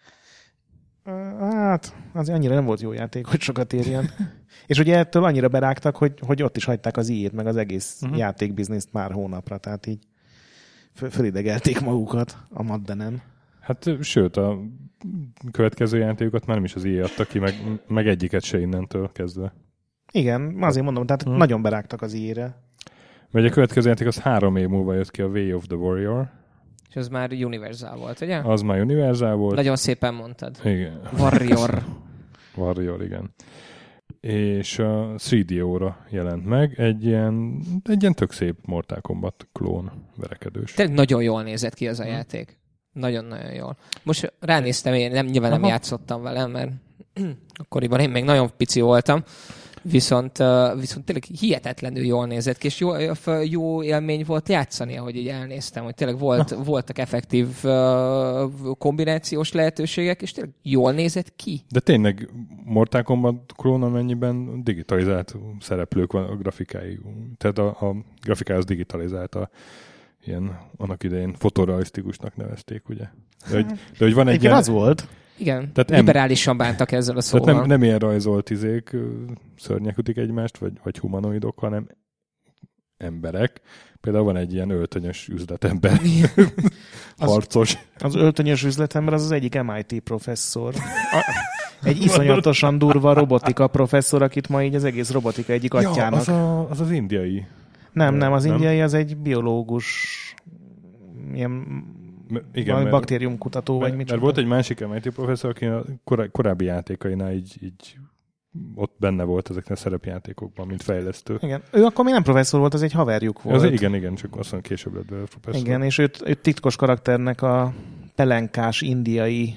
Hát, azért annyira nem volt jó játék, hogy sokat érjen. És ugye ettől annyira berágtak, hogy, hogy ott is hagyták az í á-t, meg az egész uh-huh. játékbizniszt pár hónapra, tehát így föl- fölidegelték magukat a Maddenen. Hát sőt, a következő játékokat már nem is az í á adta ki, meg, meg egyiket se innentől kezdve. Igen, azért mondom, tehát uh-huh. nagyon berágtak az í á-re. Mert a következő játék az három év múlva jött ki, a Way of the Warrior. És az már Universal volt, ugye? Az már Universal volt. Nagyon szépen mondtad. Igen. Warrior. Warrior, igen. És a három dé óra jelent meg egy ilyen, egy ilyen tök szép Mortal Kombat klón verekedős. Tényleg nagyon jól nézett ki az a játék. Nagyon-nagyon jól. Most ránéztem, én nem, nyilván nem Aha. játszottam vele, mert akkoriban én még nagyon pici voltam, viszont, uh, viszont tényleg hihetetlenül jól nézett ki, és jó, jó élmény volt játszani, ahogy így elnéztem, hogy tényleg volt, voltak effektív uh, kombinációs lehetőségek, és tényleg jól nézett ki. De tényleg Mortal Kombat klón, amennyiben digitalizált szereplők van a grafikáig. Tehát a, a grafikája az digitalizált a ilyen, annak idején fotorealisztikusnak nevezték, ugye? De hogy, de hogy van egy Igen, ilyen, az volt. Igen, Tehát liberálisan bántak ezzel a szóval. Tehát nem, nem ilyen rajzolt izék, szörnyek ütik egymást, vagy, vagy humanoidok, hanem emberek. Például van egy ilyen öltönyös üzletember, harcos. Az öltönyös üzletember az az egyik em i té professzor. A, egy iszonyatosan durva robotika professzor, akit ma így az egész robotika egyik Ja, atyának. az, a, az az indiai. Nem, nem, az Nem? indiai az egy biológus, ilyen Igen, vagy mert, baktériumkutató, vagy mert, mit mert volt egy másik em i té professzor, aki a korá- korábbi játékainál így, így ott benne volt ezeknek a szerepjátékokban, mint fejlesztő. Igen. Ő akkor még nem professzor volt, az egy haverjuk volt. Az, igen, igen, csak azt mondom, később lett belőle professzor. Igen, és őt, őt titkos karakternek a pelenkás indiai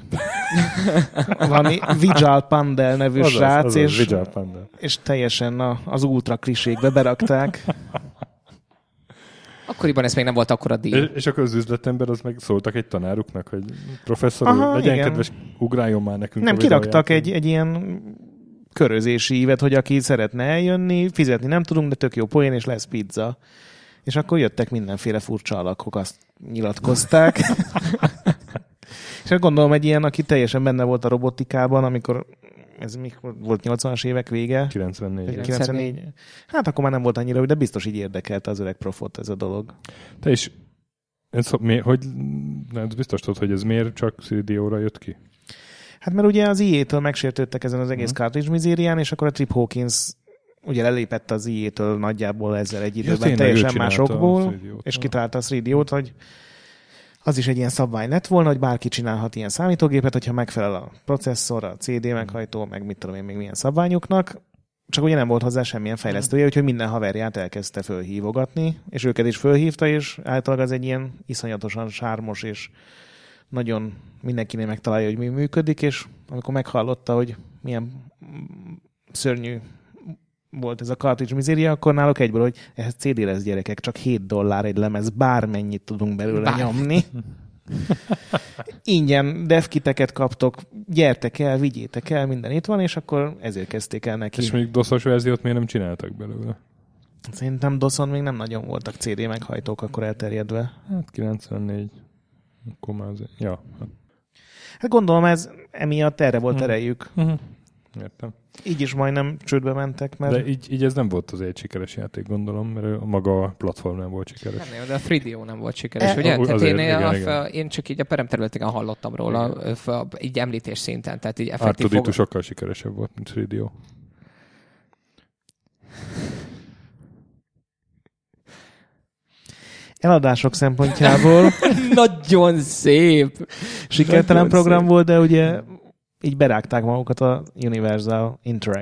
valami Vijay Pandel nevű Azaz, srác, azaz, és, Vijay Pandel. és teljesen a, az ultra klisékbe berakták. Akkoriban ez még nem volt akkora díj. És, és a közüzletember az meg szóltak egy tanáruknak, hogy professzor Aha, úr, legyen igen. kedves, ugráljon már nekünk. Nem, a kiraktak videójáték. egy, egy ilyen körözési ívet, hogy aki szeretne eljönni, fizetni nem tudunk, de tök jó poén, és lesz pizza. És akkor jöttek mindenféle furcsa alakok, azt nyilatkozták. És hát gondolom egy ilyen, aki teljesen benne volt a robotikában, amikor ez mikor volt, nyolcvanas évek vége? kilencvennégy. kilencvennégy. Hát akkor már nem volt annyira, de biztos így érdekelte az öreg profot ez a dolog. Te is, ez, mi, hogy, ez biztos tudod, hogy ez miért csak cé dé ó-ra jött ki? Hát mert ugye az í á-től megsértődtek ezen az egész Hmm. cartridge mizérián, és akkor a Trip Hawkins ugye lelépett az í á-től nagyjából ezzel egy időben, tényleg, ő teljesen csinálta másokból, a three D ó-t. és kitalálta a three D ó-t, hogy az is egy ilyen szabvány lett volna, hogy bárki csinálhat ilyen számítógépet, hogyha megfelel a processzor, a cé dé meghajtó, meg mit tudom én még milyen szabványoknak, csak ugye nem volt hozzá semmilyen fejlesztője, úgyhogy minden haverját elkezdte fölhívogatni, és őket is fölhívta, és általában az egy ilyen iszonyatosan sármos, és nagyon mindenkinél megtalálja, hogy mi működik, és amikor meghallotta, hogy milyen szörnyű volt ez a cartridge mizéria, akkor náluk egyből, hogy ehhez cé dé lesz, gyerekek, csak hét dollár egy lemez, bármennyit tudunk belőle Bár. nyomni. Ingyen devkiteket kaptok, gyertek el, vigyétek el, minden itt van, és akkor ezért kezdték el neki. És mondjuk doszos verziót miért nem csináltak belőle? Szerintem doszon még nem nagyon voltak cé dé meghajtók akkor elterjedve. Hát kilencvennégy. Akkor már azért... Ja. Hát. Hát gondolom ez emiatt erre volt Hmm. erejük. Uh-huh. Értem. Így is majdnem csődbe mentek, mert... De így, így ez nem volt az egy sikeres játék, gondolom, mert a maga a platform nem volt sikeres. Nem, nem, de a three D ó nem volt sikeres, E- ugye? Azért, Tehát én, igen, a, igen. a, én csak így a peremterületeken hallottam róla, f, a, így említés szinten, tehát így effektív Artudito fog... sokkal sikeresebb volt, mint three D ó. Eladások szempontjából Nagyon szép! sikertelen Nagyon program szép. volt, de ugye így berágták magukat a Universal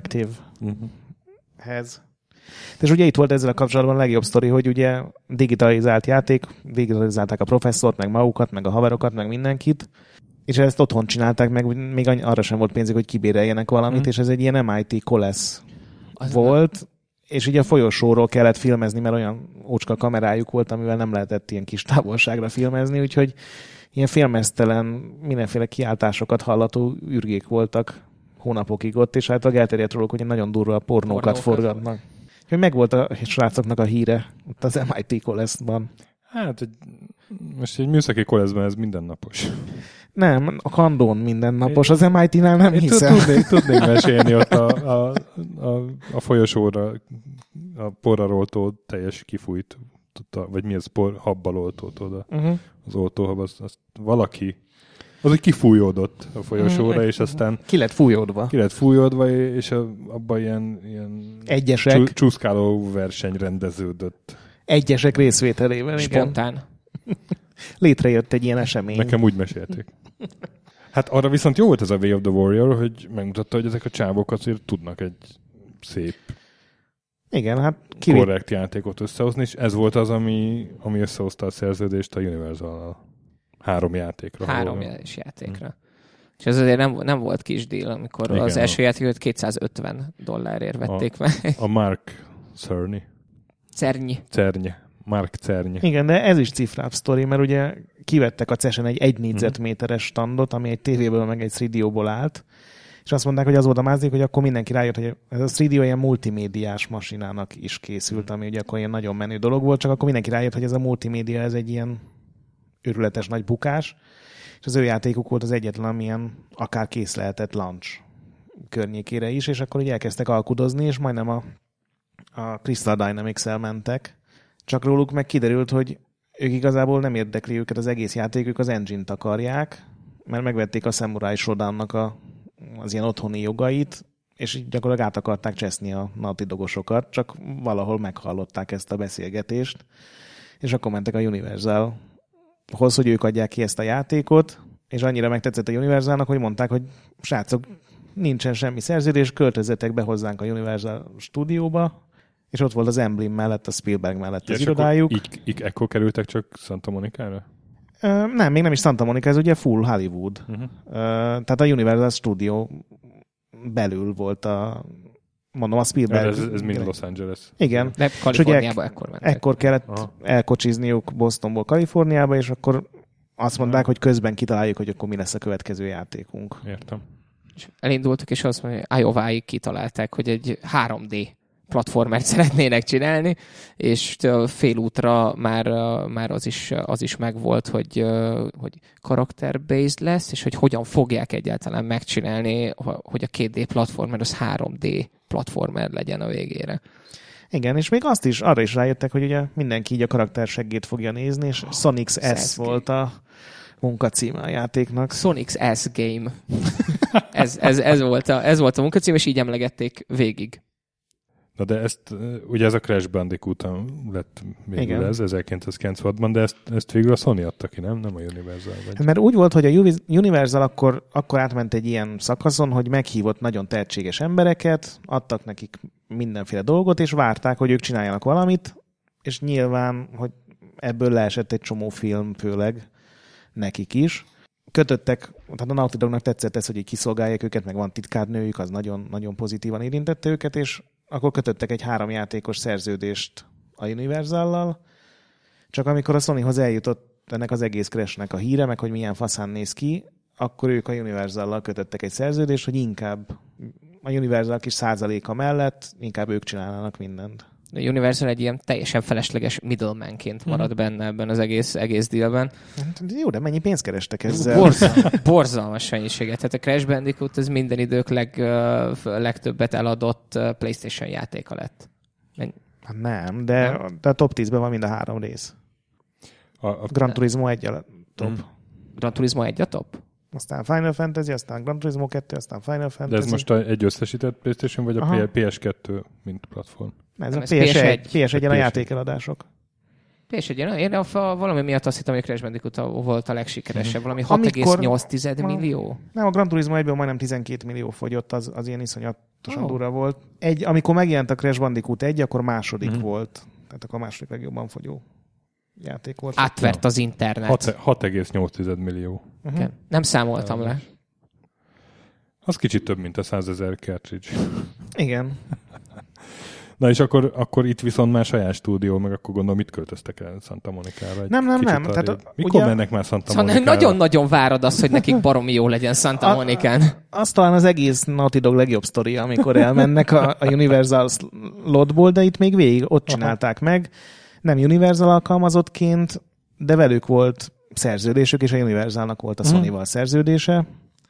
Interactive-hez. És ugye itt volt ezzel a kapcsolatban a legjobb sztori, hogy ugye digitalizált játék, digitalizálták a professzort, meg magukat, meg a haverokat, meg mindenkit, és ezt otthon csinálták, meg még arra sem volt pénzük, hogy kibéreljenek valamit, Mhm. és ez egy ilyen em i té Coles Az volt, és ugye a folyosóról kellett filmezni, mert olyan ócska kamerájuk volt, amivel nem lehetett ilyen kis távolságra filmezni, úgyhogy ilyen filmeztelen, mindenféle kiáltásokat hallató ürgék voltak hónapokig ott, és hát elterjedt róluk, hogy nagyon durva pornókat Pornókat forgatnak. Hogy megvolt a srácoknak a híre ott az em i té Colesban. Hát, egy, most egy műszaki koleszben ez mindennapos. Nem, a kandón mindennapos, az em i té-nál nem Én hiszem. tudnék, tudnék mesélni ott a, a, a, a folyosóra a porra oltó teljes kifújt, tudta, vagy mi ez, por, habbal oltót oda. Uh-huh. Az oltóhab, az, azt valaki, az úgy kifújódott a folyosóra, Mhm. és aztán Ki lett fújódva. ki lett fújódva, és a, abban ilyen, ilyen Egyesek, csú, csúszkáló verseny rendeződött. egyesek részvételével, igen. spontán. Létrejött egy ilyen esemény. Nekem úgy mesélték. Hát arra viszont jó volt ez a Way of the Warrior, hogy megmutatta, hogy ezek a csávok azért tudnak egy szép, Igen, hát kivét... korrekt játékot összehozni, és ez volt az, ami, ami összehozta a szerződést a Universal-nal. Három játékra. Három hol- is játékra. És ez azért nem, nem volt kis deal, amikor Igen, az első a- játékot kétszázötven dollárért vették meg. A Mark Cerny. Cernyi. Cerny. Mark Cerny. Igen, de ez is cifrább sztori, mert ugye kivettek a cesen egy egy négyzetméteres standot, ami egy tévéből meg egy három dé ó-ból állt, és azt mondták, hogy az volt a mázék, hogy akkor mindenki rájött, hogy ez a három dé ó ilyen multimédiás masinának is készült, ami ugye akkor ilyen nagyon menő dolog volt, csak akkor mindenki rájött, hogy ez a multimédia, ez egy ilyen őrületes nagy bukás, és az ő játékuk volt az egyetlen, amilyen akár kész lehetett launch környékére is, és akkor ugye elkezdtek alkudozni, és majdnem a, a Crystal Dynamics-el mentek, csak róluk meg kiderült, hogy ők igazából nem érdekli őket az egész játékük, az engine-t akarják, mert megvették a Samurai Shodown-nak a, az ilyen otthoni jogait, és így gyakorlatilag át akarták cseszni a Naughty Dogosokat, csak valahol meghallották ezt a beszélgetést, és akkor mentek a Universalhoz, hogy ők adják ki ezt a játékot, és annyira megtetszett a Universalnak, hogy mondták, hogy srácok, nincsen semmi szerződés, költözzetek be hozzánk a Universal stúdióba, és ott volt az Emblem mellett, a Spielberg mellett Ja, az és akkor irodájuk. Így, így ekkor kerültek csak Santa Monica-ra? Ö, nem, még nem is Santa Monica, ez ugye full Hollywood. Uh-huh. Ö, tehát a Universal Studio belül volt a, mondom, a Spielberg. Ez, ez mind Los Angeles. Igen. De Kaliforniába ekkor mentek. Ekkor kellett Aha. elkocsizniuk Bostonból Kaliforniába, és akkor azt mondták, hogy közben kitaláljuk, hogy akkor mi lesz a következő játékunk. Értem. És elindultak, és azt mondja, hogy Iowa-ig kitalálták, hogy egy három dé platformert szeretnének csinálni, és félútra már, már az, is, az is megvolt, hogy, hogy character-based lesz, és hogy hogyan fogják egyáltalán megcsinálni, hogy a két dé platformer az három dé platformer legyen a végére. Igen, és még azt is, arra is rájöttek, hogy ugye mindenki így a karakterseggét fogja nézni, és Sonic's S volt a munkacíme a játéknak. Sonic's S Game. ez, ez, ez, volt a, ez volt a munkacím, és így emlegették végig. Na de ezt, ugye ez a Crash Bandicoot lett végül igen. ez ezerkilencszázkilencvenhatban, de ezt, ezt végül a Sony adta ki, nem? Nem a Universal. Vagy. Mert úgy volt, hogy a Universal akkor, akkor átment egy ilyen szakaszon, hogy meghívott nagyon tehetséges embereket, adtak nekik mindenféle dolgot, és várták, hogy ők csináljanak valamit, és nyilván, hogy ebből leesett egy csomó film, főleg nekik is. Kötöttek, tehát a Naughty Dognak tetszett ez, hogy így kiszolgálják őket, meg van titkárnőjük, az nagyon, nagyon pozitívan érintette őket, és akkor kötöttek egy három játékos szerződést a Universallal, csak amikor a Sonyhoz eljutott ennek az egész Crashnek a híre, meg hogy milyen faszán néz ki, akkor ők a Universallal kötöttek egy szerződést, hogy inkább a Universal kis százaléka mellett inkább ők csinálnának mindent. A Universal egy ilyen teljesen felesleges middlemanként marad benne ebben az egész, egész dealben. Jó, de mennyi pénzt kerestek ezzel? Borzal, borzalmas mennyiséget. Tehát a Crash Bandicoot ez minden idők leg, legtöbbet eladott PlayStation játéka lett. Hát nem, de, nem. de a top tízben van mind a három rész. A, a... Gran Turismo egy a top. Hmm. Gran Turismo egy a top? Aztán Final Fantasy, aztán Gran Turismo kettő, aztán Final Fantasy. De ez most egy összesített PlayStation, vagy a pé es kettő, mint platform? Ez nem, a pé es egy, pé es egyen a játékeladások. pé es egyen, én a, valami miatt azt hittem, hogy Crash Bandicoot volt a legsikeresebb, valami hat egész nyolc millió. Nem, a Gran Turismo egyből majdnem tizenkét millió fogyott, az, az ilyen iszonyatosan oh. durva volt. Egy, amikor megjelent a Crash Bandicoot egy, akkor második mm. volt. Tehát akkor a második legjobban fogyó játék volt. Átvert az internet. hat egész nyolc millió. Uh-huh. Nem számoltam uh, le. Az kicsit több, mint a százezer cartridge. Igen. Na és akkor, akkor itt viszont már saját stúdió, meg akkor gondolom, mit költöztek el Santa Monica-ra? Nem, nem, nem. Tehát a, mikor ugye, mennek már Santa szóval Monica-ra? Nagyon-nagyon várod azt, hogy nekik baromi jó legyen Santa Monicán. Az talán az egész Naughty Dog legjobb sztoria, amikor elmennek a, a Universal slotból, de itt még végig ott csinálták Aha. meg. Nem Universal alkalmazottként, de velük volt szerződésük, és a Universalnak volt a Sony-val hmm. szerződése.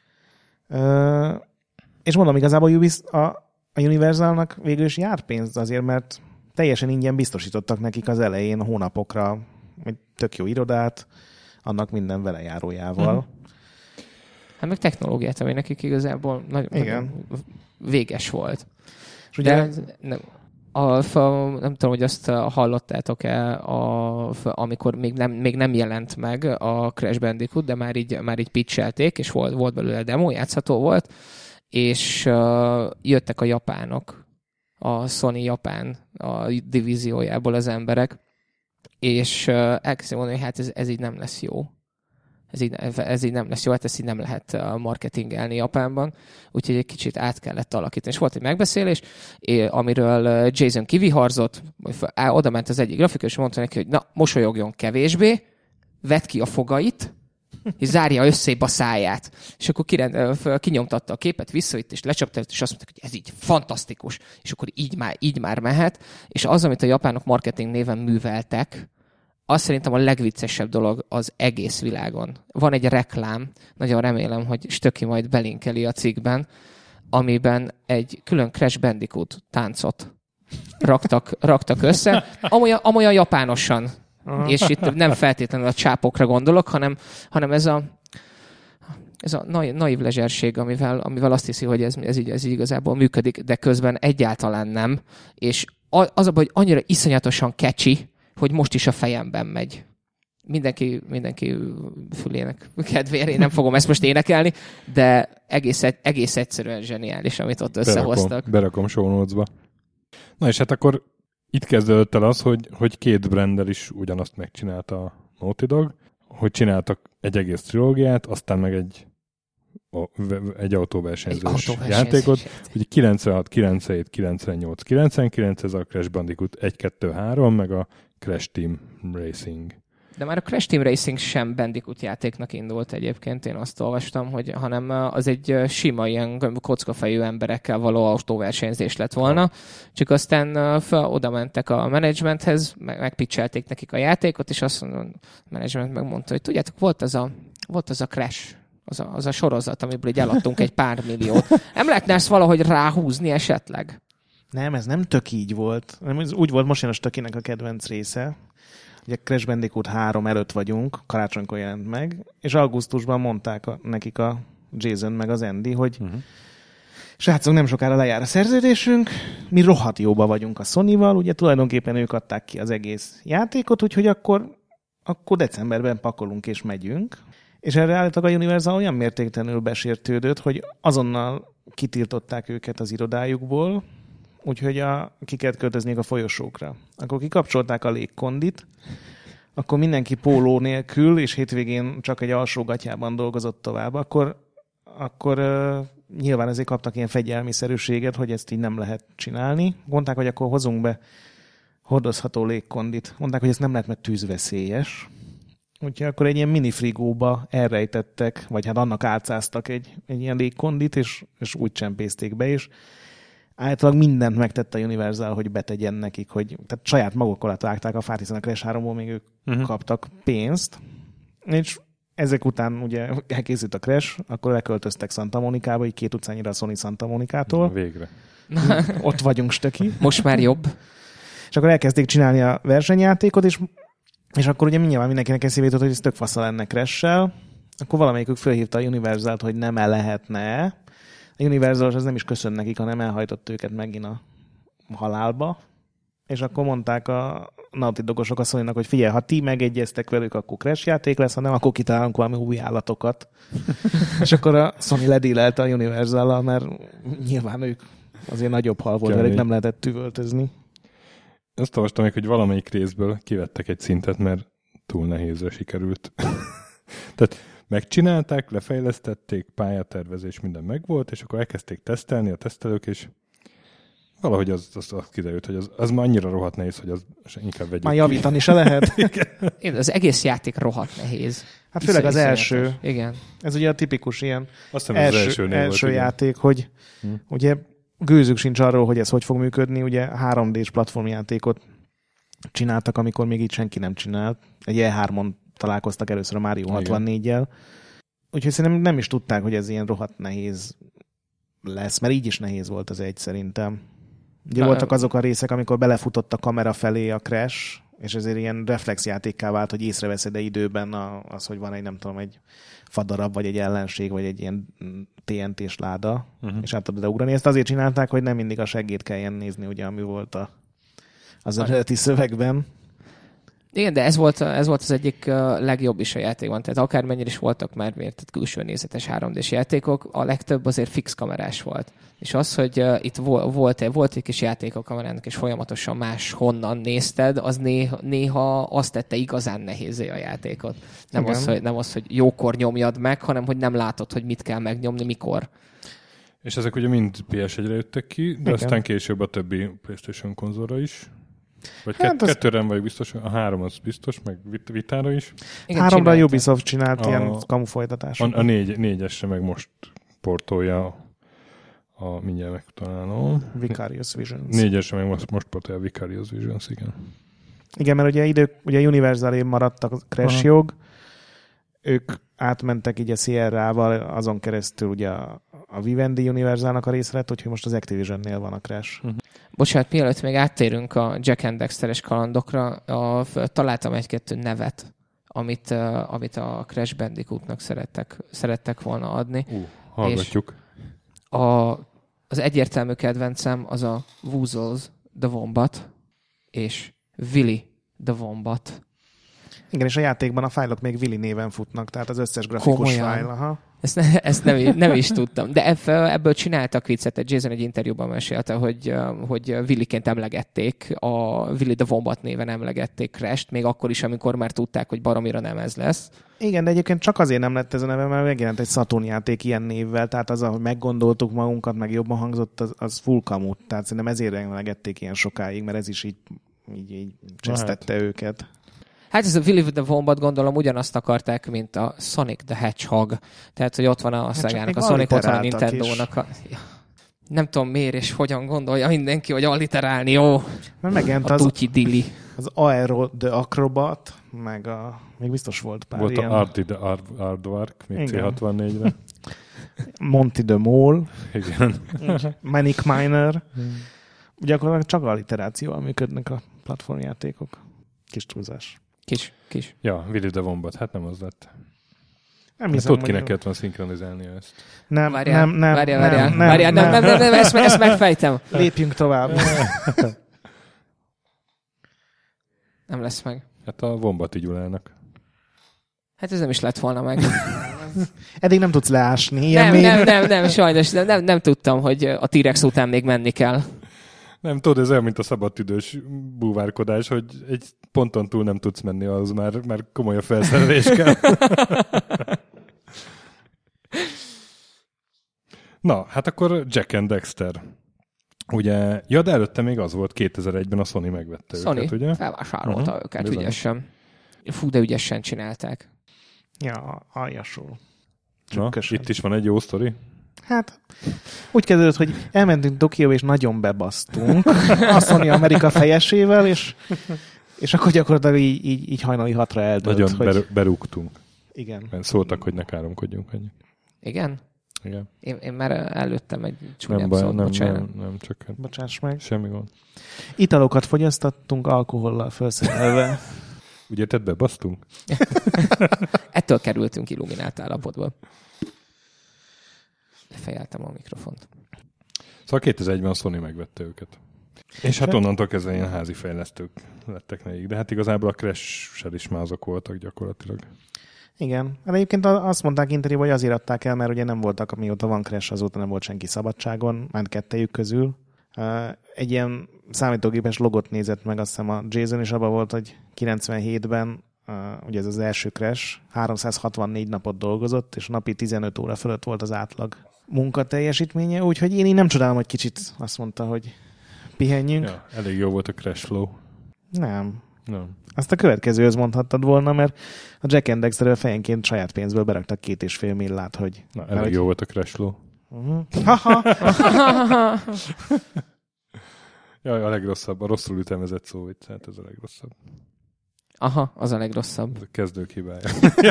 Uh, és mondom, igazából a, a Universalnak végül is jár pénz azért, mert teljesen ingyen biztosítottak nekik az elején hónapokra egy tök jó irodát, annak minden velejárójával. Hmm. Hát meg technológiát, ami nekik igazából nagyon, nagyon véges volt. És ugye... De, nem, A, a, nem tudom, hogy azt hallottátok-e, a, amikor még nem, még nem jelent meg a Crash Bandicoot, de már így, már így pitchelték, és volt, volt belőle demo, játszható volt, és uh, jöttek a japánok, a Sony Japán a divíziójából az emberek, és uh, elkezdtem mondani, hogy hát ez, ez így nem lesz jó. Ez így, ez így nem lesz jó, hát ezt így nem lehet marketingelni Japánban, úgyhogy egy kicsit át kellett alakítani. És volt egy megbeszélés, amiről Jason kiviharzott, oda ment az egyik grafikus, és mondta neki, hogy na, mosolyogjon kevésbé, vedd ki a fogait, és zárja összébb a száját. És akkor kirend, kinyomtatta a képet, visszavitt, és lecsapta, és azt mondta, hogy ez így fantasztikus, és akkor így már, így már mehet. És az, amit a japánok marketing néven műveltek, az szerintem a legviccesebb dolog az egész világon. Van egy reklám, nagyon remélem, hogy Stöki majd belinkeli a cikkben, amiben egy külön Crash Bandicoot táncot raktak, raktak össze, amolyan, amolyan japánosan. Aha. És itt nem feltétlenül a csápokra gondolok, hanem, hanem ez a ez a naív lezserség, amivel, amivel azt hiszi, hogy ez, ez, így, ez így igazából működik, de közben egyáltalán nem. És az a baj, hogy annyira iszonyatosan catchy, hogy most is a fejemben megy. Mindenki, mindenki fülének kedvére, én nem fogom ezt most énekelni, de egész, egész egyszerűen zseniális, amit ott összehoztak. Berakom, berakom show notes-ba. Na és hát akkor itt kezdődött el az, hogy, hogy két brandel is ugyanazt megcsinálta a Naughty Dog, hogy csináltak egy egész trilógiát, aztán meg egy, egy autóversenyzős egy játékot. Ugye kilencvenhat, kilencvenhét, kilencvennyolc, kilencvenkilenc, ez a Crash Bandicoot egy kettő három, meg a Crash Team Racing. De már a Crash Team Racing sem Bandicoot játéknak indult egyébként, én azt olvastam, hogy hanem az egy sima ilyen kockafejű emberekkel való autóversenyzés lett volna, csak aztán fel, oda mentek a menedzsmenthez, meg, megpitchelték nekik a játékot, és azt mondja, a menedzsment megmondta, hogy tudjátok, volt az a, volt az a Crash, az a, az a sorozat, amiből így eladtunk egy pár milliót. Nem lehetne ezt valahogy ráhúzni esetleg? Nem, ez nem tök így volt. Ez úgy volt, most jön a Stökinek a kedvenc része. Ugye Crash Bandicoot három előtt vagyunk, karácsonykor jelent meg, és augusztusban mondták a, nekik a Jason meg az Andy, hogy uh-huh. srácok, nem sokára lejár a szerződésünk, mi rohadt jóba vagyunk a Sony-val, ugye tulajdonképpen ők adták ki az egész játékot, úgyhogy akkor, akkor decemberben pakolunk és megyünk. És erre állítólag a Universal olyan mértéktelenül besértődött, hogy azonnal kitiltották őket az irodájukból, úgyhogy a, ki kellett költözniük a folyosókra. Akkor kikapcsolták a légkondit, akkor mindenki póló nélkül, és hétvégén csak egy alsógatyában dolgozott tovább, akkor, akkor uh, nyilván ezért kaptak ilyen fegyelmiszerűséget, hogy ezt így nem lehet csinálni. Mondták, hogy akkor hozunk be hordozható légkondit. Mondták, hogy ez nem lehet, mert tűzveszélyes. Úgyhogy akkor egy ilyen minifrigóba elrejtettek, vagy hát annak álcáztak egy, egy ilyen légkondit, és, és úgy csempészték be, és általában mindent megtette a Universal, hogy betegyen nekik, hogy tehát saját maguk alatt vágták a fát, hiszen a Crash háromból még ők uh-huh. kaptak pénzt, és ezek után ugye elkészült a Crash, akkor leköltöztek Santa Monikába, így két utcányira a Sony Santa Monikától. Végre. Ott vagyunk, Stöki. Most már jobb. És akkor elkezdték csinálni a versenyjátékot, és, és akkor ugye nyilván mindenkinek eszébe jutott, hogy ez tök fasza lenne Crash-sel. Akkor valamelyikük felhívta a Universalt, hogy nem el lehetne. A Universal az nem is köszön nekik, hanem elhajtott őket megint a halálba. És akkor mondták a Naughty Dogosok a Sony-nak, hogy figyelj, ha ti megegyeztek velük, akkor Crash játék lesz, ha nem, akkor kitalálunk valami új állatokat. És akkor a Sony ledílelte a Universal-al, mert nyilván ők azért nagyobb hal volt, velük nem lehetett üvöltözni. Azt olvastam még, hogy valamelyik részből kivettek egy szintet, mert túl nehézre sikerült. Tehát megcsinálták, lefejlesztették, pályatervezés, minden megvolt, és akkor elkezdték tesztelni a tesztelők, és valahogy az, az, az kiderült, hogy az, az már annyira rohadt nehéz, hogy az inkább vegyük. Már javítani se lehet. Igen, az egész játék rohadt nehéz. Hát főleg az első. Igen. Ez ugye a tipikus ilyen Azt első, az első, első volt, játék, hogy hm. ugye gőzük sincs arról, hogy ez hogy fog működni. Ugye három dés platformjátékot csináltak, amikor még így senki nem csinált. Egy E hármon találkoztak először a Mario hatvannégyel. Úgyhogy szerintem nem is tudták, hogy ez ilyen rohadt nehéz lesz, mert így is nehéz volt az egy szerintem. Ugye voltak azok a részek, amikor belefutott a kamera felé a Crash, és ezért ilyen reflexjátékká vált, hogy észreveszed-e időben az, hogy van egy, nem tudom, egy fadarab, vagy egy ellenség, vagy egy ilyen té en té-s láda, uh-huh. és át tudod ugrani. Ezt azért csinálták, hogy nem mindig a seggét kelljen nézni, ugye, ami volt a, az eredeti szövegben. Igen, de ez volt, ez volt az egyik legjobb is a játékban. Tehát akármennyire is voltak már tehát külső nézetes három dés játékok, a legtöbb azért fix kamerás volt. És az, hogy uh, itt vo- volt, volt egy kis játék a kamerának, és folyamatosan más honnan nézted, az néha, néha azt tette igazán nehézé a játékot. Nem az, hogy, nem az, hogy jókor nyomjad meg, hanem hogy nem látod, hogy mit kell megnyomni, mikor. És ezek ugye mind pé es egyre jöttek ki, de igen. aztán később a többi PlayStation konzolra is. Vagy hát kett, az... kettőre vagy biztos, a három az biztos, meg Vitára is. Igen, háromra a Ubisoft csinált a, ilyen kamu folytatásokat. A, a négy, négyesre meg most portolja a, mindjárt megtalálom. Vicarious Visions. Négyesre meg most, most portolja a Vicarious Visions, igen. Igen, mert ugye idők, ugye Universal-én maradtak a Crash Aha. jog, ők átmentek így a Sierra-val, azon keresztül ugye a, a Vivendi Universalnak a része lett, úgyhogy most az Activision-nél van a Crash. Uh-huh. Bocsánat, mielőtt még áttérünk a Jack and Dexter-es kalandokra, a, találtam egy-kettő nevet, amit, uh, amit a Crash Bandicootnak szerettek, szerettek volna adni. Uh, hallgatjuk. A, az egyértelmű kedvencem az a Woozles the Wombat, és Willy the Wombat. Igen, és a játékban a fájlok még Willy néven futnak, tehát az összes grafikus fájl. Aha. Ezt, ne, ezt nem, nem is tudtam. De ebből, ebből csináltak viccet. Jason egy interjúban mesélte, hogy, hogy Willyként emlegették, a Willy the Wombat néven emlegették Crash-t, még akkor is, amikor már tudták, hogy baromira nem ez lesz. Igen, de egyébként csak azért nem lett ez a neve, mert megjelent egy Saturn játék ilyen névvel, tehát az, ahogy meggondoltuk magunkat, meg jobban hangzott, az, az full kamut. Tehát szerintem ezért emlegették ilyen sokáig, mert ez is így, így, így csesztette őket. Hát ez a Willy the Wombat gondolom ugyanazt akarták, mint a Sonic the Hedgehog. Tehát, hogy ott van a Szegának, a Sonic, ott van a Nintendo-nak. A... Nem tudom miért és hogyan gondolja mindenki, hogy alliterálni, jó. Mert megjelent a az, Tucci Dili. Az Aero the Acrobat, meg a... Még biztos volt pár volt ilyen. Volt a Arty the Ar- Aardvark, még Igen. cé hatvannégyre. Monty the Mole. Igen. Manic Miner. Ugye akkor csak alliterációval működnek a platformjátékok. Kis túlzás. Kis, kis. Ja, Willy the Wombat, hát nem az lett. Nem hát hiszem, ott kinek hogy... kellett volna szinkronizálnia ezt. Nem, várjál, nem, nem, várjál, nem, várjál, nem, várjál, nem, nem, nem, nem, ezt, ezt megfejtem. Lépjünk tovább. Nem lesz meg. Hát a Wombati Gyulának. Hát ez nem is lett volna meg. Eddig nem tudsz leásni. Ilyen Nem, még... nem, nem, nem, sajnos nem, nem, nem tudtam, hogy a T-Rex után még menni kell. Nem, tudod, ez olyan, mint a szabadidős búvárkodás, hogy egy ponton túl nem tudsz menni, az már, már komoly a felszerelés kell. Na, hát akkor Jack and Dexter. Ugye, ja, de előtte még az volt, kétezer-egyben a Sony megvette Sony őket, ugye? felvásárolta uh-huh. őket Bizony. ügyesen. Fú, de ügyesen csinálták. Ja, aljasul. Na, itt is van egy jó sztori. Hát, úgy kezdődött, hogy elmentünk Tokióba, és nagyon bebasztunk a Sony Amerika fejesével, és, és akkor gyakorlatilag így, így, így hajnali hatra eldőlt. Nagyon hogy... ber- berúgtunk. Igen. Mert szóltak, hogy ne káromkodjunk ennyi. Igen? Igen. Én, én már előttem egy Nem csúnyább baj, szót, nem, bocsánat. nem, nem, csak hát Bocsáss meg. semmi gond. Italokat fogyasztattunk alkohollal felszerelve. Ugye tett bebasztunk? Ettől kerültünk illuminált állapotba. Lefejeltem a mikrofont. Szóval kétezer-egyben a Sony megvette őket. És hát onnantól kezdve ilyen házi fejlesztők lettek nekik. De hát igazából a Crash-sel is mázok voltak gyakorlatilag. Igen. De egyébként azt mondták interjúban, hogy azért adták el, mert ugye nem voltak, amióta van Crash, azóta nem volt senki szabadságon, már kettejük közül. Egy ilyen számítógépes logot nézett meg, azt hiszem a Jason, és abban volt, hogy kilencvenhétben, ugye ez az első Crash, háromszázhatvannégy napot dolgozott, és napi tizenöt óra fölött volt az átlag munkateljesítménye, úgyhogy én így nem csodálom, hogy kicsit azt mondta, hogy pihenjünk. Ja, elég jó volt a Crash Flow. Nem. Nem. Azt a következőhöz mondhattad volna, mert a Jack and Dexter fejenként saját pénzből beraktak két és fél millát, hogy... Na, elég mert, jó volt a Crash Flow. Uh-huh. Ha-ha. Jaj, a legrosszabb, a rosszul ütemezett szó itt, hát ez a legrosszabb. Aha, az a legrosszabb. Ez a kezdők hibája.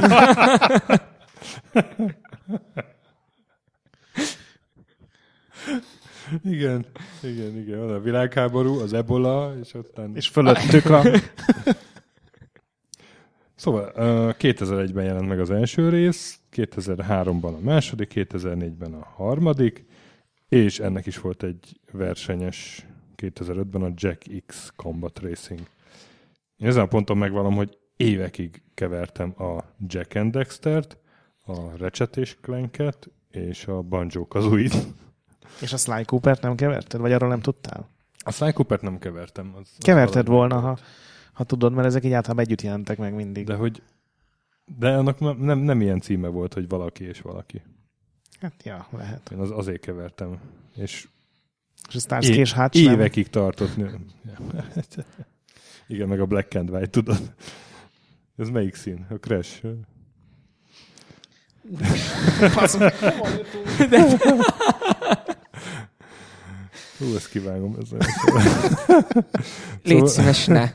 Igen, igen, igen. Van a világháború, az ebola, és aztán... És fölöttük a... Szóval kétezer-egyben jelent meg az első rész, kétezer-háromban a második, kétezer-négyben a harmadik, és ennek is volt egy versenyes kétezer-ötben a Jack X Combat Racing. Én ezen a ponton megvallom, hogy évekig kevertem a Jack and Dextert, a Ratchet és Clanket, és a Banjo-Kazooie-t. És a Sly Coopert nem keverted? Vagy arról nem tudtál? A Sly Coopert nem kevertem. Az, az Keverted volna, ha, ha tudod, mert ezek így általában együtt jelentek meg mindig. De hogy... De annak nem, nem ilyen címe volt, hogy valaki és valaki. Hát ja, lehet. Én az, azért kevertem. És, és a Starsky és Hutch nem? Évekig tartott. Igen, meg a Black and White, tudod. Ez melyik szín? A Crash. Hú, ezt kivágom. Ez Légy szíves, ne.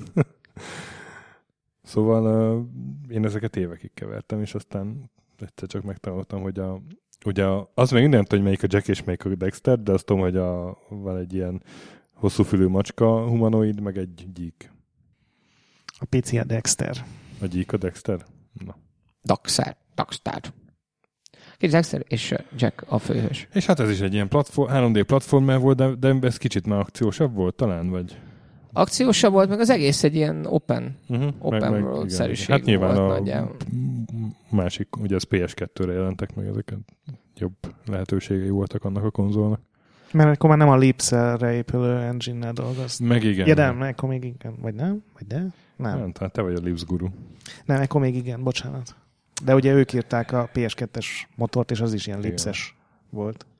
Szóval uh, én ezeket évekig kevertem, és aztán egyszer csak megtanultam, hogy a, ugye a, az még nem tudom, hogy melyik a Jack és melyik a Dexter, de azt tudom, hogy a, van egy ilyen hosszúfülű macska humanoid, meg egy gyík. A pici a Dexter. A gyík a Dexter? Na. Dexter. Dexter. Két Dexter és Jack a főhős. És hát ez is egy ilyen platform, három dé platformer volt, de, de ez kicsit már akciósabb volt talán, vagy? Akciósabb volt, meg az egész egy ilyen open, uh-huh. open meg, world-szerűség hát nyilván volt a nagyjából. Másik, ugye az pé es kettőre jelentek meg, ezeket jobb lehetőségei voltak annak a konzolnak. Mert akkor már nem a Leaps-re épülő engine-nel dolgoztak. Meg igen. Ja, nem, akkor még igen. Vagy nem? Vagy de? Nem. Nem, tehát te vagy a Leaps guru. Nem, akkor még igen, bocsánat. De ugye ők írták a pé es kettes motort, és az is ilyen Leaps-es volt.